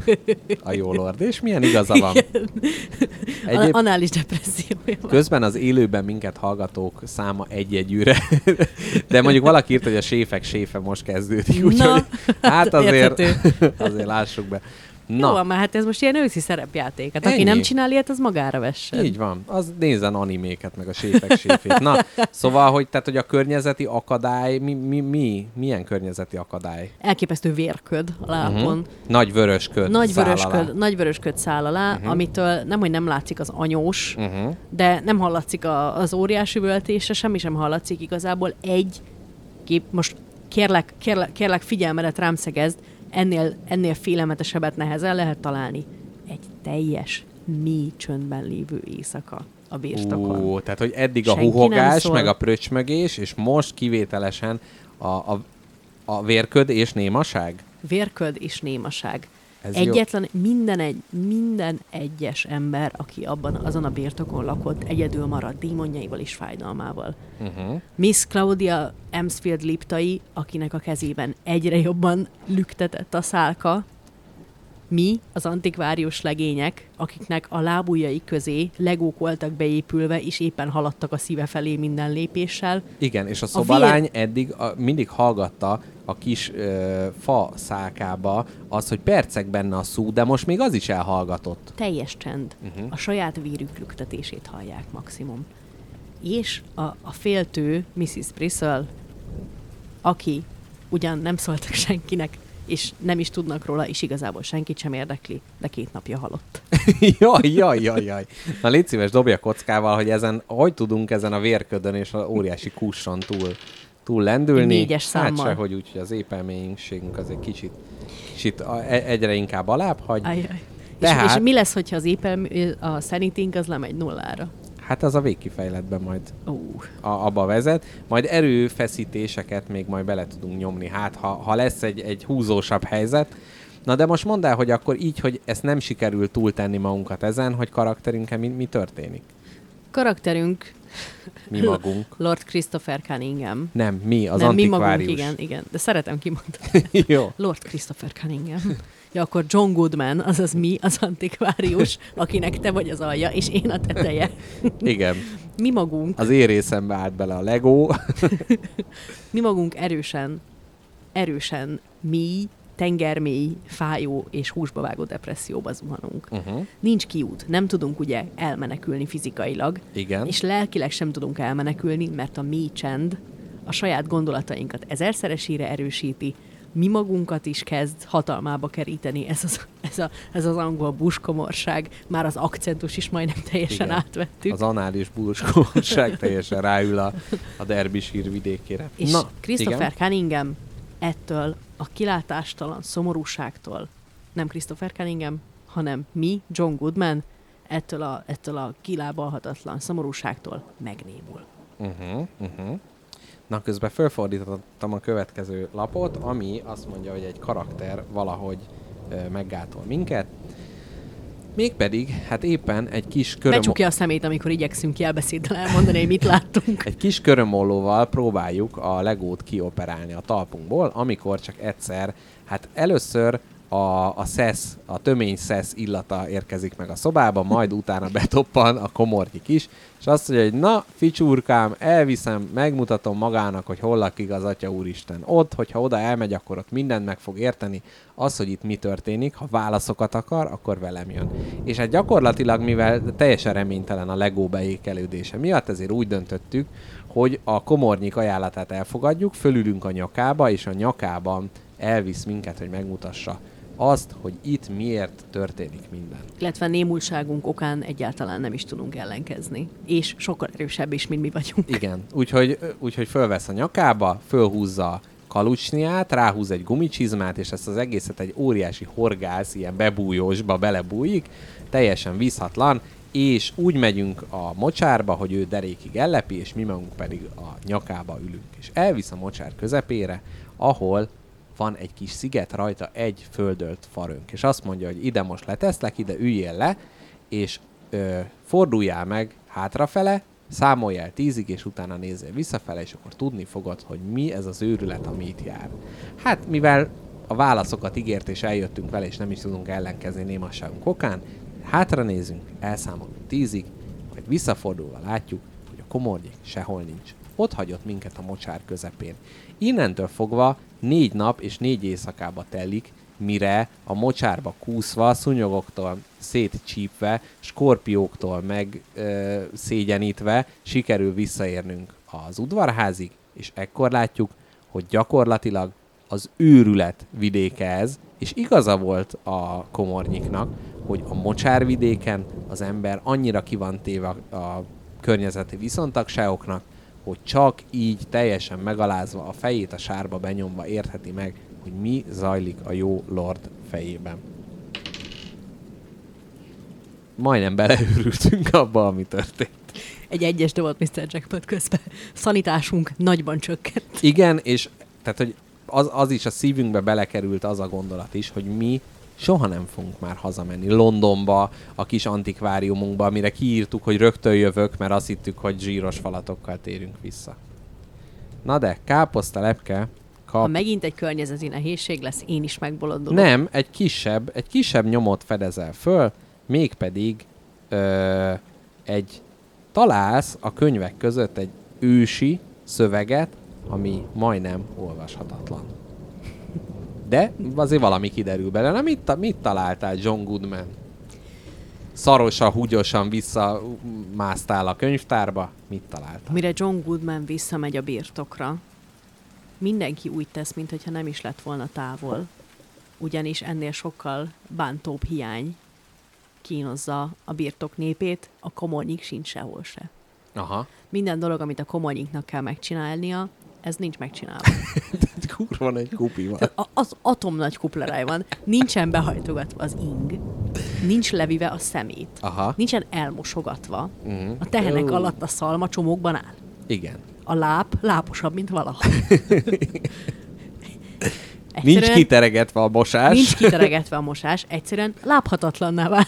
a jó lord. És milyen igaza van? Egyéb... Egyéb... Anális depressziója van. Közben az élőben minket hallgatók száma egy-egyűre. De mondjuk valaki írt, hogy a séfek séfe most kezdődik. Úgyhogy hát azért, azért lássuk be. Na. Jó, már hát ez most ilyen őszi szerepjáték. Hát aki Ennyi. nem csinál ilyet, az magára vessen. Így van. Az nézzen animéket, meg a séfek séfét. Na, szóval, hogy, tehát, hogy a környezeti akadály, mi, mi, mi, milyen környezeti akadály? Elképesztő vérköd a lábon. Uh-huh. Nagy vörös köd Nagy száll vörös alá. köd, nagy vörös köd száll alá, Uh-huh. amitől nem, hogy nem látszik az anyós, Uh-huh. de nem hallatszik a, az óriás üvöltése, semmi sem hallatszik igazából. Egy kép, most kérlek, kérlek, kérlek figyelmedet rám szegezd, ennél, ennél félelmetesebbet nehezen lehet találni. Egy teljes, mély csöndben lévő éjszaka a birtokon. Ú, tehát, hogy eddig a Senki nem huhogás, szól. meg a pröcsmögés, és most kivételesen a, a, a vérköd és némaság? Vérköd és némaság. Ez Egyetlen, minden, egy, minden egyes ember, aki abban azon a birtokon lakott, egyedül maradt démonjaival és fájdalmával. Uh-huh. Miss Claudia Emsfield liptai, akinek a kezében egyre jobban lüktetett a szálka, mi, az antikvárius legények, akiknek a lábujjai közé legók voltak beépülve, és éppen haladtak a szíve felé minden lépéssel. Igen, és a A szobalány vér- eddig a, mindig hallgatta a kis ö, fa szálkába az, hogy percek benne a szú, de most még az is elhallgatott. Teljes csend. Uh-huh. A saját vérük lüktetését hallják maximum. És a, a féltő missus Bristol, aki ugyan nem szóltak senkinek, és nem is tudnak róla, és igazából senkit sem érdekli, de két napja halott. jaj, jaj, jaj, jaj. Na légy szíves, dobja kockával, hogy ezen, hogy tudunk ezen a vérködön és a óriási kusson túl, túl lendülni. Egy négyes Hát számmal. sehogy úgy, hogy az épelménységünk azért kicsit, kicsit a, e- egyre inkább alább hagy. Ajaj. Tehát- És, és mi lesz, hogyha az épelm, a sanitink az lemegy nullára? Hát az a végkifejletben majd Ó, a, abba vezet. Majd erőfeszítéseket még majd bele tudunk nyomni. Hát, ha, ha lesz egy, egy húzósabb helyzet. Na de most mondd el, hogy akkor így, hogy ezt nem sikerül túltenni magunkat ezen, hogy karakterünkkel mi, mi történik? karakterünk Mi magunk. Lord Christopher Cunningham. Nem, mi, az nem, mi antikvárius. magunk, igen, igen. De szeretem kimondani. Jó. Lord Christopher Cunningham. Ja, akkor John Goodman, azaz mi, az antikvárius, akinek te vagy az alja, és én a teteje. Igen. Mi magunk, Az én részembe állt bele a Lego. mi magunk erősen, erősen mély, tengermély, fájó és húsba vágó depresszióba zuhanunk. Uh-huh. Nincs kiút, nem tudunk ugye elmenekülni fizikailag, Igen. és lelkileg sem tudunk elmenekülni, mert a mély csend a saját gondolatainkat ezerszeresére erősíti, mi magunkat is kezd hatalmába keríteni ez az, ez a, ez az angol buskomorság, már az akcentus is majdnem teljesen Igen. átvettük. Az anális búrskóság teljesen ráül a, a Derbyshire vidékére. És Na, Christopher igen. Cunningham ettől a kilátástalan szomorúságtól, nem Christopher Cunningham, hanem mi, John Goodman, ettől a, ettől a kilábalhatatlan szomorúságtól megnémul. Uh-huh, uh-huh. Na, közben felfordítottam a következő lapot, ami azt mondja, hogy egy karakter valahogy ö, meggátol minket. Mégpedig, hát éppen egy kis köröm... Becsukja a szemét, amikor igyekszünk jelbeszéddel elmondani, hogy mit láttunk. Egy kis körömollóval próbáljuk a Legót kioperálni a talpunkból, amikor csak egyszer, hát először a, a szesz, a tömény szesz illata érkezik meg a szobába, majd utána betoppan a komornyik is, és azt mondja, hogy na, ficsúrkám, elviszem, megmutatom magának, hogy hol lakik az Atya Úristen. Ott, hogyha oda elmegy, akkor ott mindent meg fog érteni. Az, hogy itt mi történik, ha válaszokat akar, akkor velem jön. És hát gyakorlatilag, mivel teljesen reménytelen a Lego beékelődése miatt, ezért úgy döntöttük, hogy a komornyik ajánlatát elfogadjuk, fölülünk a nyakába, és a nyakában elvisz minket, hogy megmutassa azt, hogy itt miért történik minden. Illetve némultságunk okán egyáltalán nem is tudunk ellenkezni. És sokkal erősebb is, mint mi vagyunk. Igen, úgyhogy, úgyhogy fölvesz a nyakába, fölhúzza kalucsniát, ráhúz egy gumicsizmát, és ezt az egészet egy óriási horgász, ilyen bebújósba belebújik, teljesen vízhatlan, és úgy megyünk a mocsárba, hogy ő derékig ellepi, és mi magunk pedig a nyakába ülünk. És elvisz a mocsár közepére, ahol van egy kis sziget, rajta egy földölt farönk. És azt mondja, hogy ide most leteszlek, ide üljél le, és ö, forduljál meg hátrafele, számolj el tízig, és utána nézzél visszafele, és akkor tudni fogod, hogy mi ez az őrület, ami itt jár. Hát, mivel a válaszokat ígért, és eljöttünk vele, és nem is tudunk ellenkezni némasságunk okán, hátra nézünk, elszámolunk tízig, majd visszafordulva látjuk, hogy a komornyik sehol nincs. Ott hagyott minket a mocsár közepén. Innentől fogva négy nap és négy éjszakába telik, mire a mocsárba kúszva, szúnyogoktól szétcsípve, skorpióktól meg ö, szégyenítve sikerül visszaérnünk az udvarházig, és ekkor látjuk, hogy gyakorlatilag az őrület vidéke ez, és igaza volt a komornyiknak, hogy a mocsárvidéken az ember annyira ki van téve a, a környezeti viszontagságoknak, hogy csak így teljesen megalázva, a fejét a sárba benyomva értheti meg, hogy mi zajlik a jó lord fejében. Majdnem beleőrültünk abba, ami történt. Egy egyes volt miszter Jackpot közben. Szanitásunk nagyban csökkent. Igen, és tehát, hogy az, az is a szívünkbe belekerült az a gondolat is, hogy mi soha nem fogunk már hazamenni Londonba, a kis antikváriumunkba, amire kiírtuk, hogy rögtön jövök, mert azt hittük, hogy zsíros falatokkal térünk vissza. Na de, káposztalepke kap... Ha megint egy környezeti nehézség lesz, én is megbolondulok. Nem, egy kisebb, egy kisebb nyomot fedezel föl, mégpedig ö, egy találsz a könyvek között egy ősi szöveget, ami majdnem olvashatatlan. De azért valami kiderül belőle. Mit, ta- mit találtál, John Goodman? Szarosan, húgyosan visszamásztál a könyvtárba? Mit találtál? Mire John Goodman visszamegy a birtokra, mindenki úgy tesz, mintha nem is lett volna távol, ugyanis ennél sokkal bántóbb hiány kínozza a birtok népét, a komornyik sincs sehol se. Aha. Minden dolog, amit a komornyiknak kell megcsinálnia, ez nincs megcsinálva. Kurva egy kupi van. A- az atomnagy kupleráj van, nincsen behajtogatva az ing, nincs levive a szemét, Aha. nincsen elmosogatva, Uh-huh. a tehenek Ó. alatt a szalma csomókban áll. Igen. A láb láposabb, mint valaha. Nincs kiteregetve a mosás. Nincs kiteregetve a mosás, egyszerűen lábhatatlanná vált.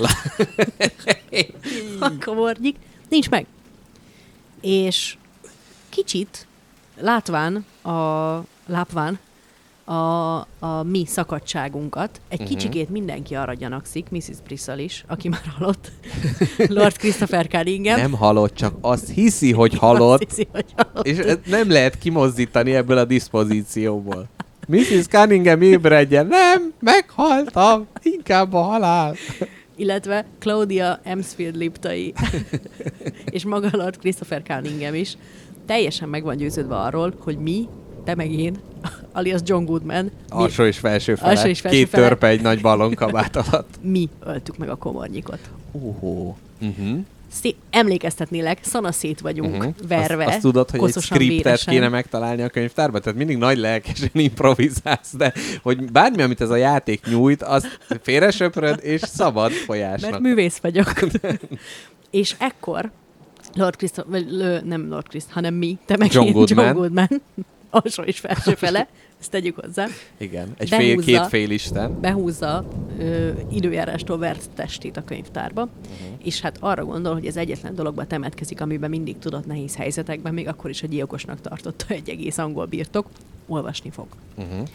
A komornyik nincs meg. És kicsit látván a lápván a, a mi szakadtságunkat, egy Uh-huh. kicsikét mindenki arra gyanakszik, missziz Bristol is, aki már halott, Lord Christopher Cunningham. Nem halott, csak azt hiszi, hogy halott, Azt hiszi, hogy halott. és ezt nem lehet kimozdítani ebből a diszpozícióból. missziz Cunningham ébredjen, nem, meghaltam, inkább a halál. Illetve Claudia Emsfield liptai, és maga Lord Christopher Cunningham is teljesen meg van győződve arról, hogy mi, te meg én, alias John Goodman, mi, Alsó és felső fele. Alsó és felső Két fele. törpe egy nagy ballonkabát alatt. mi öltük meg a komornyikot. Óhó. Uh-huh. Szé- emlékeztetnélek, szanaszét vagyunk Uh-huh. verve, Azt, azt tudod, hogy egy koszosan, scriptet véresen. kéne megtalálni a könyvtárban? Tehát mindig nagy lelkesen improvizálsz, de hogy bármi, amit ez a játék nyújt, azt félresöpröd, és szabad folyásnak. Mert művész vagyok. És ekkor Lord Christopher, vagy lő, nem Lord Christopher, hanem mi, te meg John én, Goodman. John Goodman, alsó és felső fele, ezt tegyük hozzá, Igen, egy fél, Behúzza. két fél isten. behúzza ö, időjárástól vert testét a könyvtárba, uh-huh. és hát arra gondol, hogy ez egyetlen dologba temetkezik, amiben mindig tudott nehéz helyzetekben, még akkor is a gyilkosnak tartotta egy egész angol birtok, olvasni fog. Uh-huh.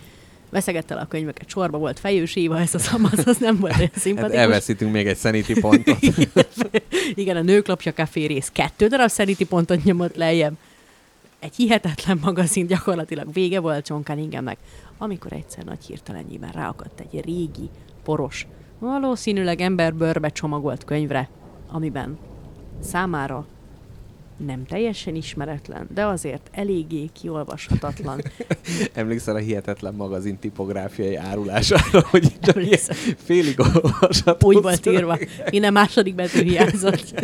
veszegette le a könyveket, sorba volt fejősíva, ez a szamasz, az nem volt olyan szimpatikus. Hát elveszítünk még egy sanity pontot. Igen, a Nőklapja Café rész kettő darab sanity pontot nyomott lejjebb. Egy hihetetlen magazin, gyakorlatilag vége volt John Cunninghamnek, amikor egyszer nagy hirtelenjében ráakadt egy régi, poros, valószínűleg emberbőrbe csomagolt könyvre, amiben számára nem teljesen ismeretlen, de azért eléggé kiolvashatatlan. Emlékszel a hihetetlen magazin tipográfiai árulására, hogy csak félig olvasható. Úgy volt írva. Innen második betű hiányzott.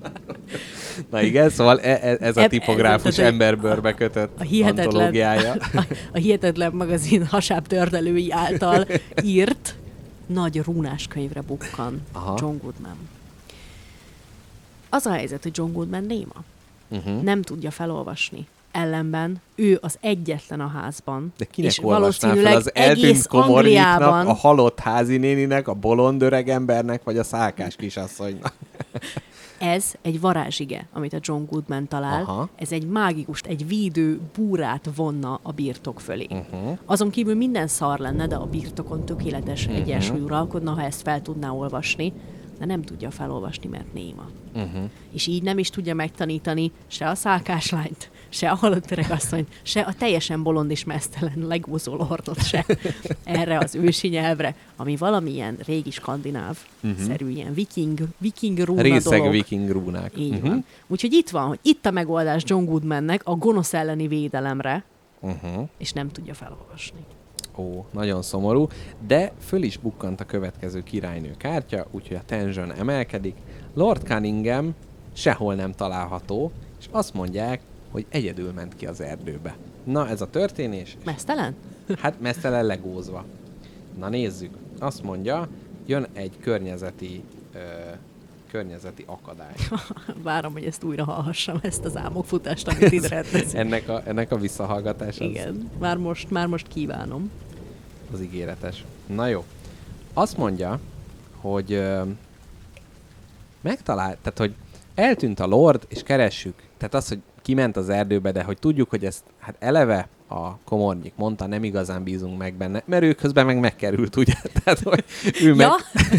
Na igen, szóval ez, ez a tipográfus e, e, emberbőrbe kötött a hihetetlen, antológiája. A, a hihetetlen magazin hasáb tördelői által írt nagy rúnás könyvre bukkan Aha. John Goodman. Az a helyzet, hogy John Goodman néma. Uh-huh. Nem tudja felolvasni. Ellenben ő az egyetlen a házban. De kinek és olvasná fel az eltűnt komornyiknak, a halott házi néninek, a bolond öreg embernek, vagy a szálkás kisasszonynak? Ez egy varázsige, amit a John Goodman talál. Aha. Ez egy mágikus, egy védő búrát vonna a birtok fölé. Uh-huh. Azon kívül minden szar lenne, de a birtokon tökéletes uh-huh. egyensúly uralkodna, ha ezt fel tudná olvasni, de nem tudja felolvasni, mert néma. Uh-huh. És így nem is tudja megtanítani se a szálkáslányt, se a halott öregasszonyt, se a teljesen bolond és meztelen legózó lordot se erre az ősi nyelvre, ami valamilyen régi skandináv-szerű, uh-huh. ilyen viking, viking rúna Részeg dolog. viking rúnák. Így uh-huh. van. Úgyhogy itt van, hogy itt a megoldás John Goodmannek a gonosz elleni védelemre, uh-huh. és nem tudja felolvasni. Ó, nagyon szomorú, de föl is bukkant a következő királynő kártya, úgyhogy a tension emelkedik. Lord Cunningham sehol nem található, és azt mondják, hogy egyedül ment ki az erdőbe. Na, ez a történés. Meztelen? Hát meztelen legózva. Na nézzük. Azt mondja, jön egy környezeti, ö, környezeti akadály. Várom, hogy ezt újra hallhassam, ezt az álmokfutást, amit itt rendez. ennek, a, ennek a visszahallgatás. Igen, az... már, most, már most kívánom. Az ígéretes. Na jó. Azt mondja, hogy ö, megtalált, tehát hogy eltűnt a lord, és keressük. Tehát az, hogy kiment az erdőbe, de hogy tudjuk, hogy ezt hát eleve a komornyik mondta, nem igazán bízunk meg benne, mert ő közben meg megkerült, ugye? Tehát, hogy ő meg... Ja?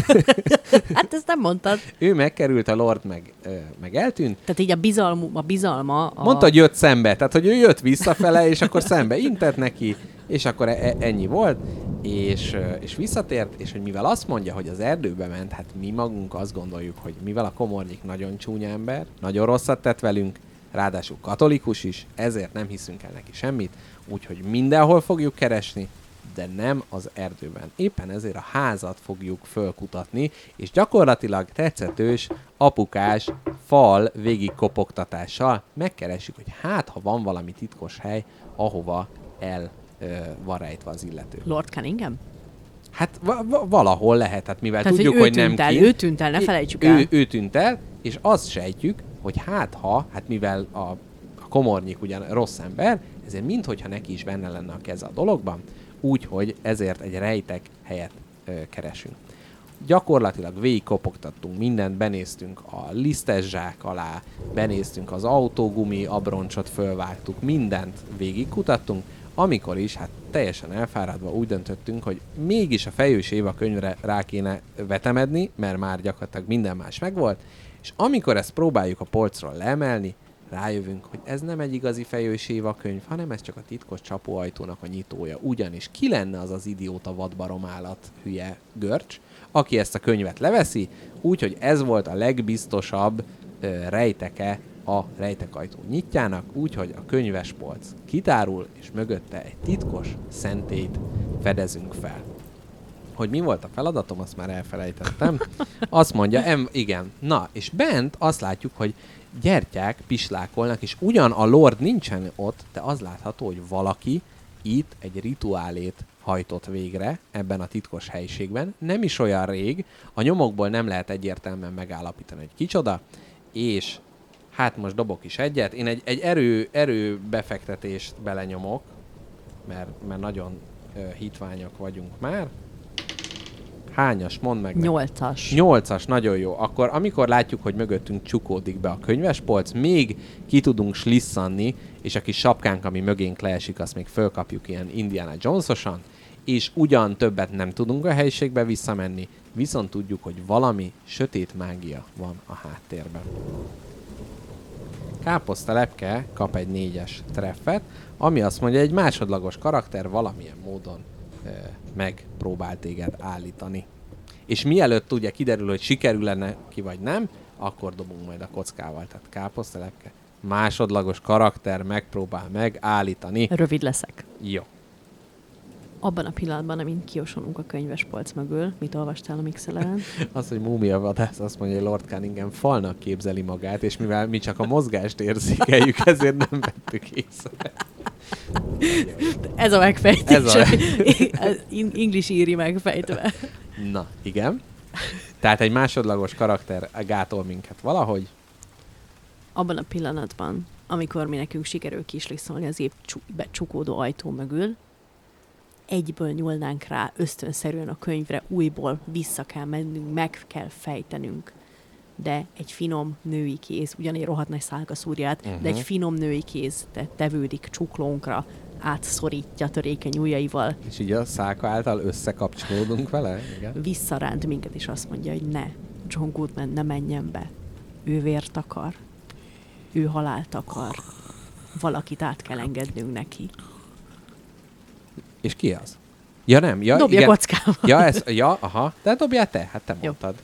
Hát ezt nem mondtad. Ő megkerült, a lord meg, ö, meg eltűnt. Tehát így a, bizalmu, a bizalma... A... Mondta, hogy jött szembe, tehát hogy ő jött visszafele, és akkor szembe intett neki, és akkor e- ennyi volt, és, és visszatért, és hogy mivel azt mondja, hogy az erdőbe ment, hát mi magunk azt gondoljuk, hogy mivel a komornyik nagyon csúnya ember, nagyon rosszat tett velünk, ráadásul katolikus is, ezért nem hiszünk el neki semmit, úgyhogy mindenhol fogjuk keresni, de nem az erdőben. Éppen ezért a házat fogjuk fölkutatni, és gyakorlatilag tetszetős, apukás, fal végigkopogtatással megkeressük, hogy hát, ha van valami titkos hely, ahova el ö, van rejtve az illető. Lord Cunningham? Hát va- va- valahol lehet, hát mivel Tehát, tudjuk, hogy, hogy nem el, kint. Ő tűnt el, ne felejtsük ő, el. Ő, ő tűnt el, és azt sejtjük, hogy hát ha, hát mivel a, a komornyik ugyan rossz ember, ezért minthogyha neki is benne lenne a keze a dologban, úgyhogy ezért egy rejtek helyet ö, keresünk. Gyakorlatilag végigkopogtattunk mindent, benéztünk a lisztes zsák alá, benéztünk az autógumi abroncsot, fölvágtuk, mindent végigkutattunk, amikor is, hát teljesen elfáradva úgy döntöttünk, hogy mégis a Fejős Éva könyvre rá kéne vetemedni, mert már gyakorlatilag minden más megvolt, és amikor ezt próbáljuk a polcról leemelni, rájövünk, hogy ez nem egy igazi Fejős Éva könyv, hanem ez csak a titkos csapóajtónak a nyitója. Ugyanis ki lenne az az idióta vadbaromállat hülye görcs, aki ezt a könyvet leveszi, úgyhogy ez volt a legbiztosabb ö, rejteke a rejtekajtó nyitjának, úgyhogy a könyvespolc kitárul, és mögötte egy titkos szentélyt fedezünk fel. Hogy mi volt a feladatom, azt már elfelejtettem. Azt mondja, em, igen. Na, és bent azt látjuk, hogy gyertyák pislákolnak, és ugyan a lord nincsen ott, de az látható, hogy valaki itt egy rituálét hajtott végre ebben a titkos helyiségben. Nem is olyan rég, a nyomokból nem lehet egyértelműen megállapítani, hogy kicsoda, és hát most dobok is egyet. Én egy, egy erő, erő befektetést belenyomok, mert, mert nagyon uh, hitványok vagyunk már. Hányas? Mondd meg. Nyolcas. Nyolcas, nagyon jó. Akkor amikor látjuk, hogy mögöttünk csukódik be a könyvespolc, még ki tudunk slisszanni, és a kis sapkánk, ami mögénk leesik, azt még fölkapjuk ilyen Indiana Jones-osan, és ugyan többet nem tudunk a helyiségbe visszamenni, viszont tudjuk, hogy valami sötét mágia van a háttérben. Káposztalepke kap egy négyes treffet, ami azt mondja, egy másodlagos karakter valamilyen módon e, megpróbál téged állítani. És mielőtt ugye kiderül, hogy sikerül-e ki vagy nem, akkor dobunk majd a kockával. Tehát káposztalepke, másodlagos karakter megpróbál megállítani. Rövid leszek. Jó. Abban a pillanatban, amint kiosonunk a könyvespolc mögül, mit olvastál a mixeleren? Az, hogy múmia vadász azt mondja, hogy Lord Cunningham falnak képzeli magát, és mivel mi csak a mozgást érzékeljük, ezért nem vettük észre. Ez a megfejtés. Ez a... English íri megfejtve. Na, igen. Tehát egy másodlagos karakter gátol minket valahogy. Abban a pillanatban, amikor mi nekünk sikerül kislisszolni az épp becsukódó ajtó mögül, egyből nyúlnánk rá ösztönszerűen a könyvre, újból vissza kell mennünk, meg kell fejtenünk. De egy finom női kéz, ugyanígy rohadt nagy szálka szúrját, uh-huh. de egy finom női kéz te tevődik csuklónkra, átszorítja törékeny ujjaival. És így a szálka által összekapcsolódunk vele? Igen. Visszaránt minket, és azt mondja, hogy ne, John Goodman ne menjen be. Ő vért akar. Ő halált akar. Valakit át kell engednünk neki. És ki az? Ja nem, ja, Dobja igen. kockával. Ja, ez, ja, aha. De dobjál te, hát te mondtad.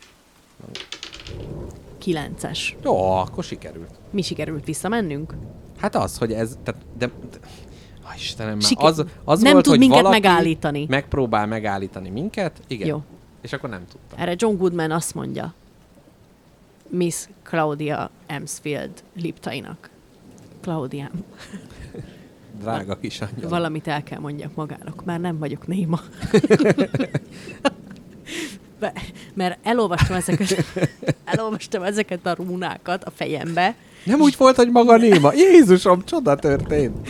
Kilences. Jó, akkor sikerült. Mi sikerült visszamennünk? Hát az, hogy ez... Tehát, de, de, ah, Istenem, már Siker... az, az nem volt, tud hogy minket valaki megállítani. megpróbál megállítani minket. Igen. Jó. És akkor nem tudtam. Erre John Goodman azt mondja Miss Claudia Emsfield liptainak. Claudiám. Drága kis angyal. Valamit el kell mondjak magának. Már nem vagyok néma. Be, mert elolvastam ezeket, elolvastam ezeket a rúnákat a fejembe. Nem úgy volt, hogy maga néma. Jézusom, csoda történt.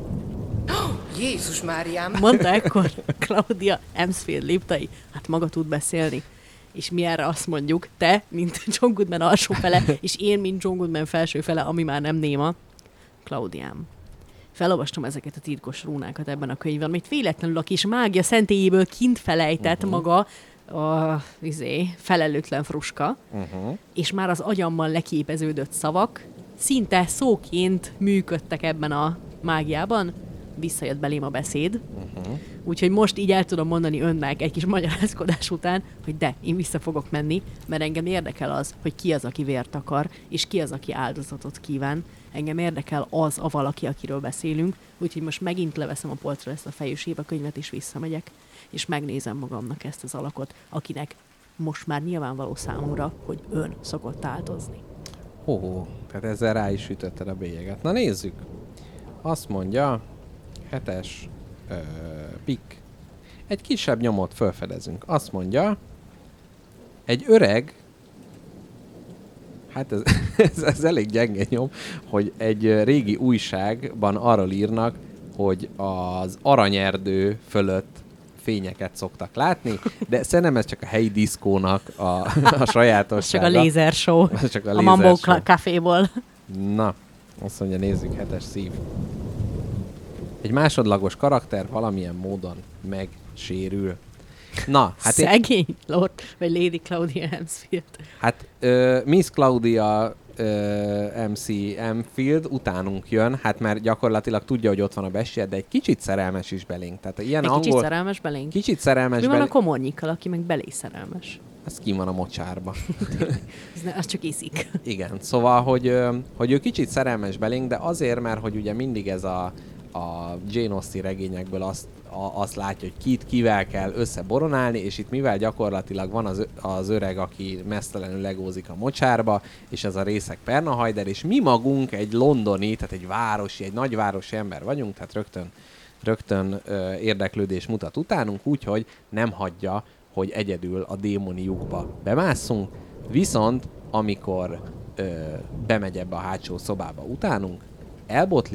Jézus Máriám! Mondta ekkor Claudia Emsfield liptai, hát maga tud beszélni. És mi erre azt mondjuk, te, mint John Goodman alsó fele, és én, mint John Goodman felső fele, ami már nem néma. Claudiám. Felolvastam ezeket a titkos rúnákat ebben a könyvben, amit véletlenül a kis mágia szentélyéből kint felejtett uh-huh. maga a izé, felelőtlen fruska, uh-huh. és már az agyammal leképeződött szavak szinte szóként működtek ebben a mágiában. Visszajött belém a beszéd. Uh-huh. Úgyhogy most így el tudom mondani önnek egy kis magyarázkodás után, hogy de, én vissza fogok menni, mert engem érdekel az, hogy ki az, aki vért akar, és ki az, aki áldozatot kíván. Engem érdekel az a valaki, akiről beszélünk, úgyhogy most megint leveszem a polcra ezt a fejős könyvet, és visszamegyek, és megnézem magamnak ezt az alakot, akinek most már nyilvánvaló számomra, hogy ön szokott áldozni. Hó, tehát ezzel rá is ütötted a bélyeget. Na nézzük. Azt mondja, hetes ö, pik. Egy kisebb nyomot felfedezünk. Azt mondja, egy öreg, hát ez, ez, ez elég gyenge nyom, hogy egy régi újságban arról írnak, hogy az aranyerdő fölött fényeket szoktak látni, de szerintem ez csak a helyi diszkónak a, a sajátossága. Az csak a laser show. Az csak a, a Mambo Caféból. Na, azt mondja, nézzük, hetes szív. Egy másodlagos karakter valamilyen módon megsérül. Na, hát szegény én... Lord, vagy Lady Claudia Emsfield. Hát uh, Miss Claudia uh, em cé Emfield utánunk jön, hát már gyakorlatilag tudja, hogy ott van a bestiát, de egy kicsit szerelmes is belénk. Tehát ilyen egy angol... kicsit szerelmes belénk? Kicsit szerelmes mi van belénk. a komornyikkal, aki meg belé szerelmes? Az ki van a mocsárba. az, ne, az csak iszik. Igen, szóval, hogy, hogy ő kicsit szerelmes belénk, de azért, mert hogy ugye mindig ez a a Jane Austen regényekből azt, a, azt látja, hogy kit kivel kell összeboronálni, és itt mivel gyakorlatilag van az, az öreg, aki mesztelenül legózik a mocsárba, és ez a részek Pernahajder, és mi magunk egy londoni, tehát egy városi, egy nagyvárosi ember vagyunk, tehát rögtön, rögtön ö, érdeklődés mutat utánunk, úgyhogy nem hagyja, hogy egyedül a démoni lyukba bemásszunk, viszont amikor ö, bemegy ebbe a hátsó szobába utánunk, elbotlik,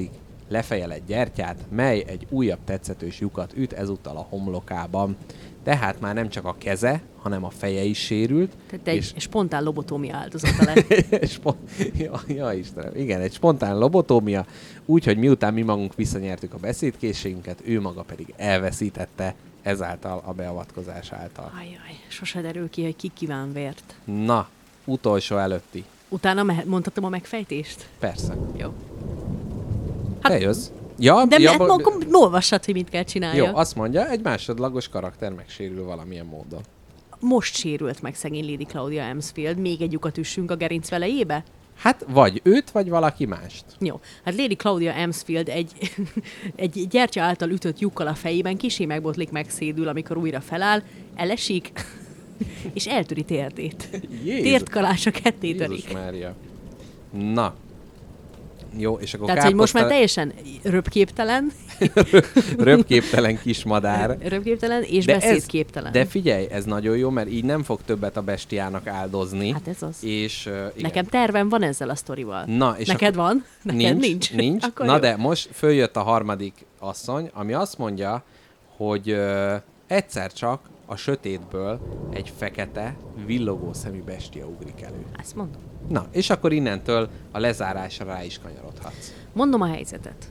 lefejel egy gyertyát, mely egy újabb tetszetős lyukat üt ezúttal a homlokában. Tehát már nem csak a keze, hanem a feje is sérült. Tehát egy és... spontán lobotómia áldozata lett. Spon- ja, ja, Istenem. Igen, egy spontán lobotómia, úgyhogy miután mi magunk visszanyertük a beszédkészségünket, ő maga pedig elveszítette ezáltal a beavatkozás által. Ajjaj, sose derül ki, hogy ki kíván vért. Na, utolsó előtti. Utána mehet, mondhatom a megfejtést? Persze. Jó. Hát, te jössz. Ja, de ja, hát, bo- akkor olvassad, hogy mit kell csinálja. Jó, azt mondja, egy másodlagos karakter megsérül valamilyen módon. Most sérült meg szegény Lady Claudia Emsfield. Még egy lyukat üssünk a gerinc velejébe? Hát vagy őt, vagy valaki mást. Jó. Hát Lady Claudia Emsfield egy, egy gyertya által ütött lyukkal a fejében kisé megbotlik, megszédül, amikor újra feláll, elesik, és eltöri térdét. Jézus. Térdkalása ketté Jézus törik. Mária. Na. Jó, és akkor Tehát, hogy most már káposzta... teljesen röpképtelen, röpképtelen kismadár. röpképtelen és De ez- beszédképtelen. De figyelj, ez nagyon jó, mert így nem fog többet a bestiának áldozni. Hát ez az. És, uh, igen. Nekem tervem van ezzel a sztorival. Na, és Neked akkor... van? Neked nincs? Nincs. Akkor Na jó. de most följött a harmadik asszony, ami azt mondja, hogy uh, egyszer csak a sötétből egy fekete, villogó szemű bestia ugrik elő. Ezt mondom. Na, és akkor innentől a lezárásra rá is kanyarodhatsz. Mondom a helyzetet.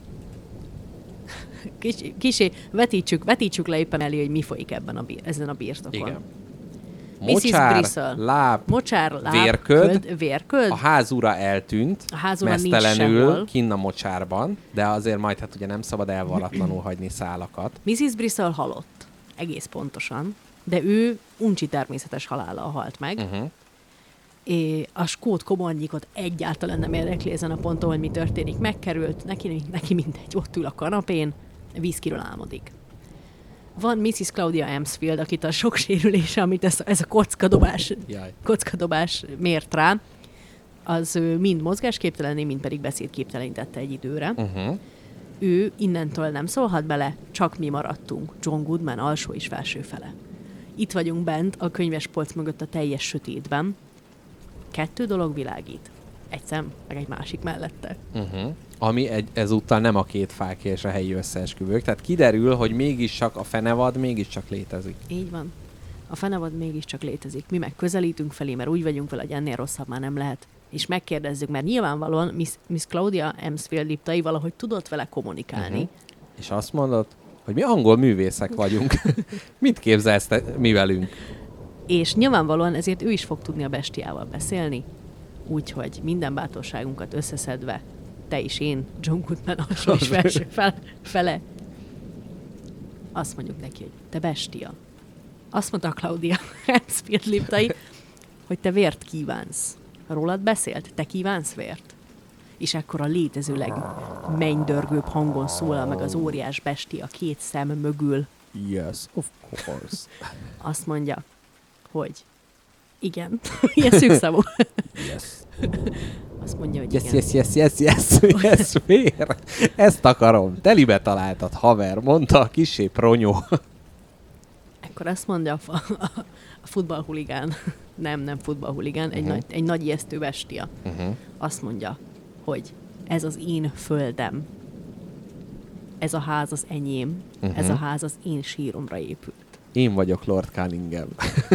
Kis, kisé, vetítsük, vetítsük le éppen elé, hogy mi folyik ebben a, bí- ezen a birtokon. Igen. miszisz Mocsár, Bristol. láb, Mocsár, láb, vérköd, köd, vérköd. a házura eltűnt, A házura nincs mesztelenül, sehol. kinn a mocsárban, de azért majd hát ugye nem szabad elvarratlanul hagyni szálakat. miszisz Bristol halott. Egész pontosan. De ő uncsi természetes halállal halt meg. Uh-huh. É, a skót kobangyikot egyáltalán nem érdekli ezen a ponton, hogy mi történik. Megkerült, neki, neki mindegy, ott ül a kanapén, vízkiről álmodik. Van miszisz Claudia Emsfield, akit a sok sérülése, amit ez, ez a kockadobás, Jaj. kockadobás mért rá, az ő mind mozgásképtelené, mind pedig beszédképtelenítette egy időre. Uh-huh. Ő innentől nem szólhat bele, csak mi maradtunk, John Goodman alsó és felső fele. Itt vagyunk bent a könyvespolc mögött a teljes sötétben. Kettő dolog világít. Egy szem, meg egy másik mellette. Uh-huh. Ami egy, ezúttal nem a két fákja és a helyi összeesküvők. Tehát kiderül, hogy mégis csak a fenevad mégiscsak létezik. Így van. A fenevad mégiscsak létezik. Mi meg közelítünk felé, mert úgy vagyunk vele, hogy ennél rosszabb már nem lehet. És megkérdezzük, mert nyilvánvalóan Miss, Miss Claudia Emsfield liptai valahogy tudott vele kommunikálni. Uh-huh. És azt mondod, hogy mi angol művészek vagyunk. Mit képzelsz te mi velünk? És nyilvánvalóan ezért ő is fog tudni a bestiával beszélni. Úgyhogy minden bátorságunkat összeszedve, te is én, John Goodman alsó és felső fel, fele, azt mondjuk neki, hogy te bestia. Azt mondta Claudia Emsfield liptai, hogy te vért kívánsz. Rólad beszélt? Te kívánsz vért? És ekkor a létezőleg mennydörgőbb hangon szólal meg az óriás bestia két szem mögül. Yes, of course. Azt mondja, hogy igen. Ilyen szűkszavú. Yes. Azt mondja, hogy Yes, igen. yes, yes, yes, yes, yes, vér. Ezt akarom. Telibe találtad, haver, mondta a kisé pronyó. Ekkor azt mondja a, fa- a futballhuligán, nem, nem futballhuligán, egy, Uh-huh. nagy, egy nagy ijesztő bestia. Uh-huh. Azt mondja, hogy ez az én földem, ez a ház az enyém, Uh-huh. ez a ház az én síromra épült. Én vagyok Lord Cunningham.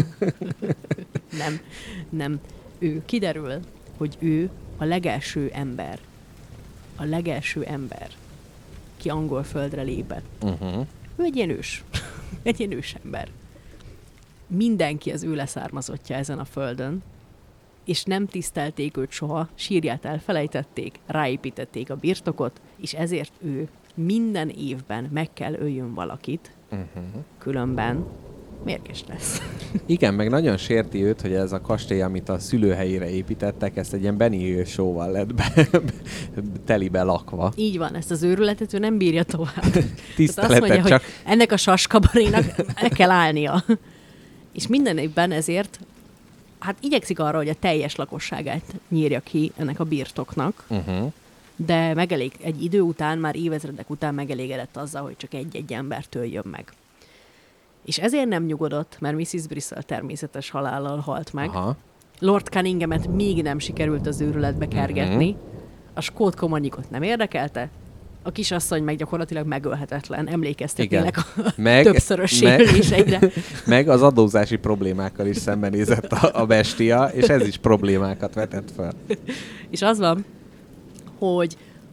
Nem, nem. Ő kiderül, hogy ő a legelső ember, a legelső ember, ki angol földre lépett. Uh-huh. Ő egy ilyen ős. egy ilyen ős ember. Mindenki az ő leszármazottja ezen a földön, és nem tisztelték őt soha, sírját elfelejtették, ráépítették a birtokot, és ezért ő minden évben meg kell öljön valakit, Uh-huh. különben mérges lesz. Igen, meg nagyon sérti őt, hogy ez a kastély, amit a szülőhelyére építettek, ezt egy ilyen Benny Hill show-val lett be, telibe lakva. Így van, ezt az őrületet ő nem bírja tovább. Tehát Tiszteletet azt mondja, csak... hogy ennek a saskabarénak el kell állnia. És minden évben ezért hát igyekszik arra, hogy a teljes lakosságát nyírja ki ennek a birtoknak, Uh-huh. de megelég, egy idő után, már évezredek után megelégedett azzal, hogy csak egy-egy embertől jön meg. És ezért nem nyugodott, mert miszisz Bristol természetes halállal halt meg. Aha. Lord Cunninghamet még nem sikerült az őrületbe kergetni. Mhm. A skót komanyikot nem érdekelte, A kisasszony meg gyakorlatilag megölhetetlen, emlékeztetnének a meg, többszörös sérüléseire. Meg az adózási problémákkal is szembenézett a, a bestia, és ez is problémákat vetett fel. És az van, hogy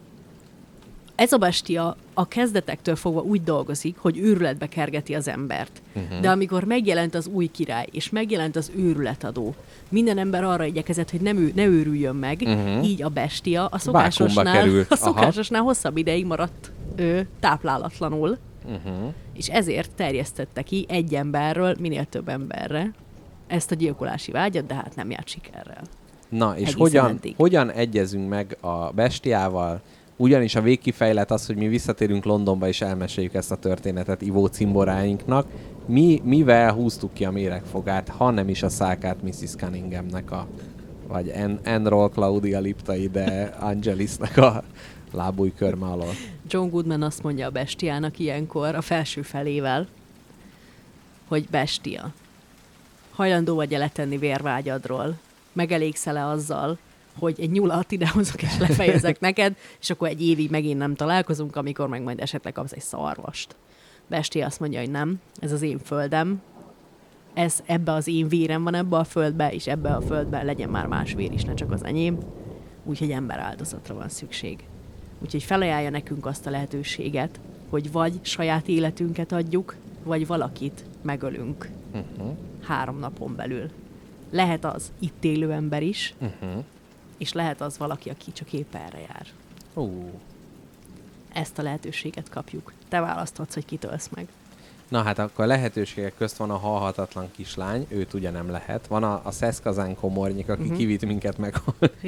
ez a bestia a kezdetektől fogva úgy dolgozik, hogy őrületbe kergeti az embert. Uh-huh. De amikor megjelent az új király, és megjelent az őrületadó, minden ember arra igyekezett, hogy nem ő, ne őrüljön meg, uh-huh. így a bestia a szokásosnál, a szokásosnál hosszabb ideig maradt ő, táplálatlanul, uh-huh. és ezért terjesztette ki egy emberről minél több emberre ezt a gyilkolási vágyat, de hát nem járt sikerrel. Na, és hogyan, hogyan egyezünk meg a bestiával? Ugyanis a végkifejlet az, hogy mi visszatérünk Londonba és elmeséljük ezt a történetet ivó cimboráinknak. Mi, mivel húztuk ki a méregfogát, ha nem is a szákát missus Cunninghamnek a, vagy Anne Claudia Liptai, de Angelisnek a lábújkörme alól. John Goodman azt mondja a bestiának ilyenkor a felső felével, hogy bestia, hajlandó vagy-e letenni vérvágyadról? Megelégszel-e azzal, hogy egy nyulat idehozok és lefejezek neked, és akkor egy évig megint nem találkozunk, amikor meg majd esetleg kapsz egy szarvast. Bestia azt mondja, hogy nem, ez az én földem, ez ebbe az én vérem van ebbe a földbe, és ebbe a földbe legyen már más vér is, ne csak az enyém. Úgyhogy ember áldozatra van szükség. Úgyhogy felajánlja nekünk azt a lehetőséget, hogy vagy saját életünket adjuk, vagy valakit megölünk. Uh-huh. Három napon belül. Lehet az itt élő ember is, uh-huh. és lehet az valaki, aki csak épp erre jár. Uh. Ezt a lehetőséget kapjuk. Te választhatsz, hogy kit ölsz meg. Na hát akkor a lehetőségek közt van a halhatatlan kislány, őt ugye nem lehet. Van a, a Szeszkazán komornyik, aki uh-huh. kivitt minket meg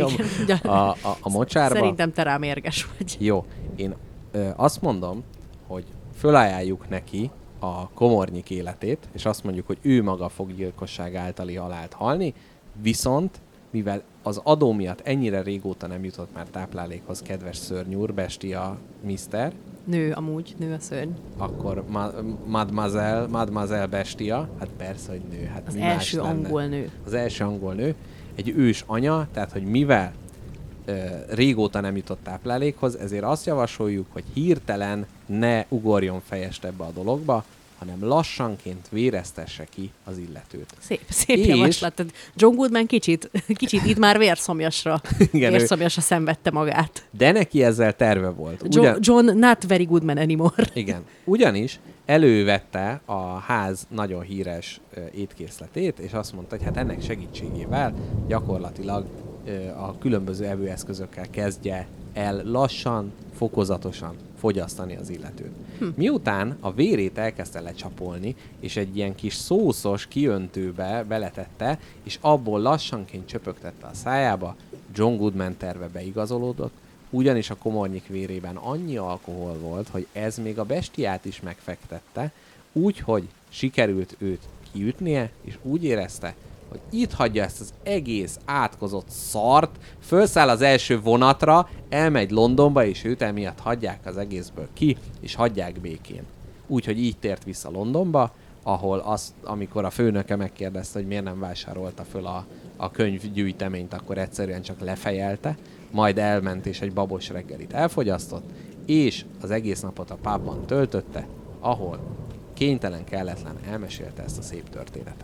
a, a, a, a mocsárba. Szerintem te rám érges vagy. Jó, én ö, azt mondom, hogy fölajánljuk neki a komornyik életét, és azt mondjuk, hogy ő maga fog gyilkosság általi halált halni, viszont mivel az adó miatt ennyire régóta nem jutott már táplálékhoz kedves szörnyúr, bestia miszter. Nő amúgy, nő a szörny. Akkor ma, mademoiselle, mademoiselle bestia, hát persze, hogy nő. Hát az mi első más angol nő. Az első angol nő. Egy ős anya, tehát hogy mivel ö, régóta nem jutott táplálékhoz, ezért azt javasoljuk, hogy hirtelen ne ugorjon fejest ebbe a dologba, hanem lassanként véreztesse ki az illetőt. Szép, szép javaslat. John Goodman kicsit, kicsit itt már vérszomjasra, Igen, vérszomjasra ő... szenvedte magát. De neki ezzel terve volt. Ugyan... John, John not very good man anymore. Igen. Ugyanis elővette a ház nagyon híres uh, étkészletét, és azt mondta, hogy hát ennek segítségével gyakorlatilag uh, a különböző evőeszközökkel kezdje el lassan, fokozatosan fogyasztani az illetőt. Hm. Miután a vérét elkezdte lecsapolni, és egy ilyen kis szószos kiöntőbe beletette, és abból lassanként csöpögtette a szájába, John Goodman terve beigazolódott, ugyanis a komornyik vérében annyi alkohol volt, hogy ez még a bestiát is megfektette, úgyhogy sikerült őt kiütnie, és úgy érezte, hogy itt hagyja ezt az egész átkozott szart, felszáll az első vonatra, elmegy Londonba, és őt emiatt hagyják az egészből ki, és hagyják békén. Úgyhogy így tért vissza Londonba, ahol azt, amikor a főnöke megkérdezte, hogy miért nem vásárolta föl a, a könyvgyűjteményt, akkor egyszerűen csak lefejelte, majd elment és egy babos reggelit elfogyasztott, és az egész napot a pubban töltötte, ahol kénytelen, kelletlen elmesélte ezt a szép történetet.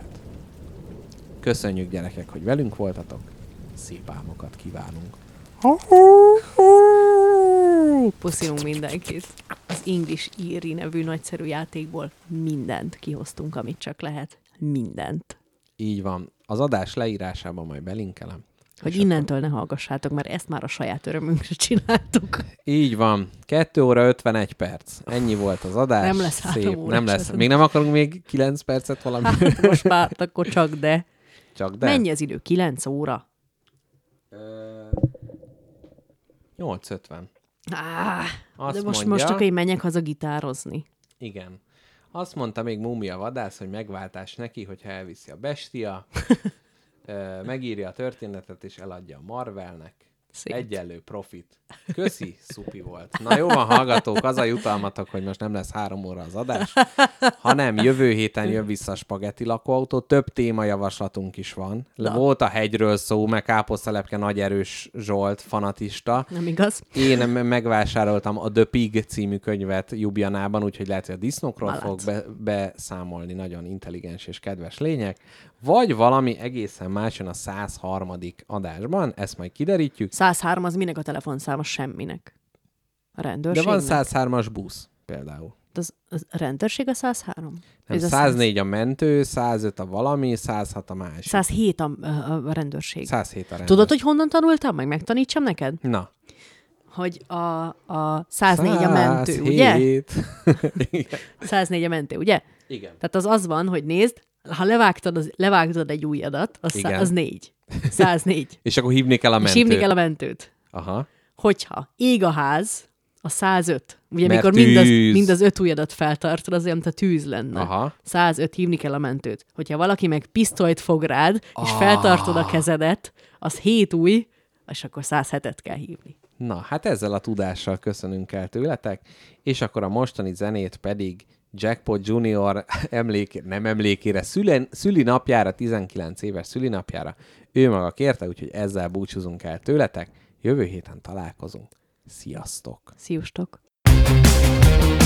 Köszönjük, gyerekek, hogy velünk voltatok. Szép álmokat kívánunk. Puszilunk mindenkit. Az English Eerie nevű nagyszerű játékból mindent kihoztunk, amit csak lehet. Mindent. Így van. Az adás leírásában majd belinkelem. Hogy innentől akkor... ne hallgassátok, mert ezt már a saját örömünkre csináltuk. Így van. kettő óra ötvenegy perc. Ennyi volt az adás. Nem lesz Szép. Nem lesz. Még nem akarunk még kilenc percet valami? Hát most már akkor csak de. Csak de. Mennyi az idő? kilenc óra? nyolc ötven. Ah, de most, mondja, most akkor én menjek haza gitározni. Igen. Azt mondta még Múmia vadász, hogy megváltás neki, hogyha elviszi a bestia, megírja a történetet és eladja a Marvelnek. Szét. Egyenlő profit. Köszi, szupi volt. Na jó van, hallgatók, az a jutalmatok, hogy most nem lesz három óra az adás, hanem jövő héten jön vissza a Spagetti lakóautó. Több témajavaslatunk is van. Na. Volt a hegyről szó, meg Káposztelepke Nagy Erős Zsolt fanatista. Nem igaz? Én megvásároltam a The Pig című könyvet Ljubljanában, úgyhogy lehet, hogy a disznókról Malac. fog be, beszámolni, nagyon intelligens és kedves lények. Vagy valami egészen más jön a száz harmadik adásban, ezt majd kiderítjük. száz három az minek a telefonszáma? Semminek. A De rendőrségnek? van száz hármas busz például. Az, az a rendőrség a száz három? Nem, Ez a száz négy a mentő, száz öt a valami, száz hat a másik. száz hét a, a, a rendőrség. száz hét a rendőr. Tudod, hogy honnan tanultam meg? Megtanítsam neked? Na. Hogy a, a száz négy a mentő, ugye? száz hét. Igen. száz négy a mentő, ugye? Igen. Tehát az az van, hogy nézd, ha levágtad, az, levágtad egy ujjadat, az, szá, Igen. az négy. száz négy. És akkor hívni kell a És mentőt. hívni kell a mentőt. Aha. Hogyha ég a ház, a száz öt. Ugye, Mert amikor mind az, tűz. mind az öt ujjadat feltartod, az olyan, mint a tűz lenne. Aha. száz öt, hívni kell a mentőt. Hogyha valaki meg pisztolyt fog rád, és Ah. feltartod a kezedet, az hét ujj, és akkor száz hetet kell hívni. Na, hát ezzel a tudással köszönünk el tőletek, és akkor a mostani zenét pedig Jackpot Junior emlék, nem emlékére, szülen, szülinapjára, tizenkilenc éves szülinapjára ő maga kérte, úgyhogy ezzel búcsúzunk el tőletek. Jövő héten találkozunk. Sziasztok! Sziasztok!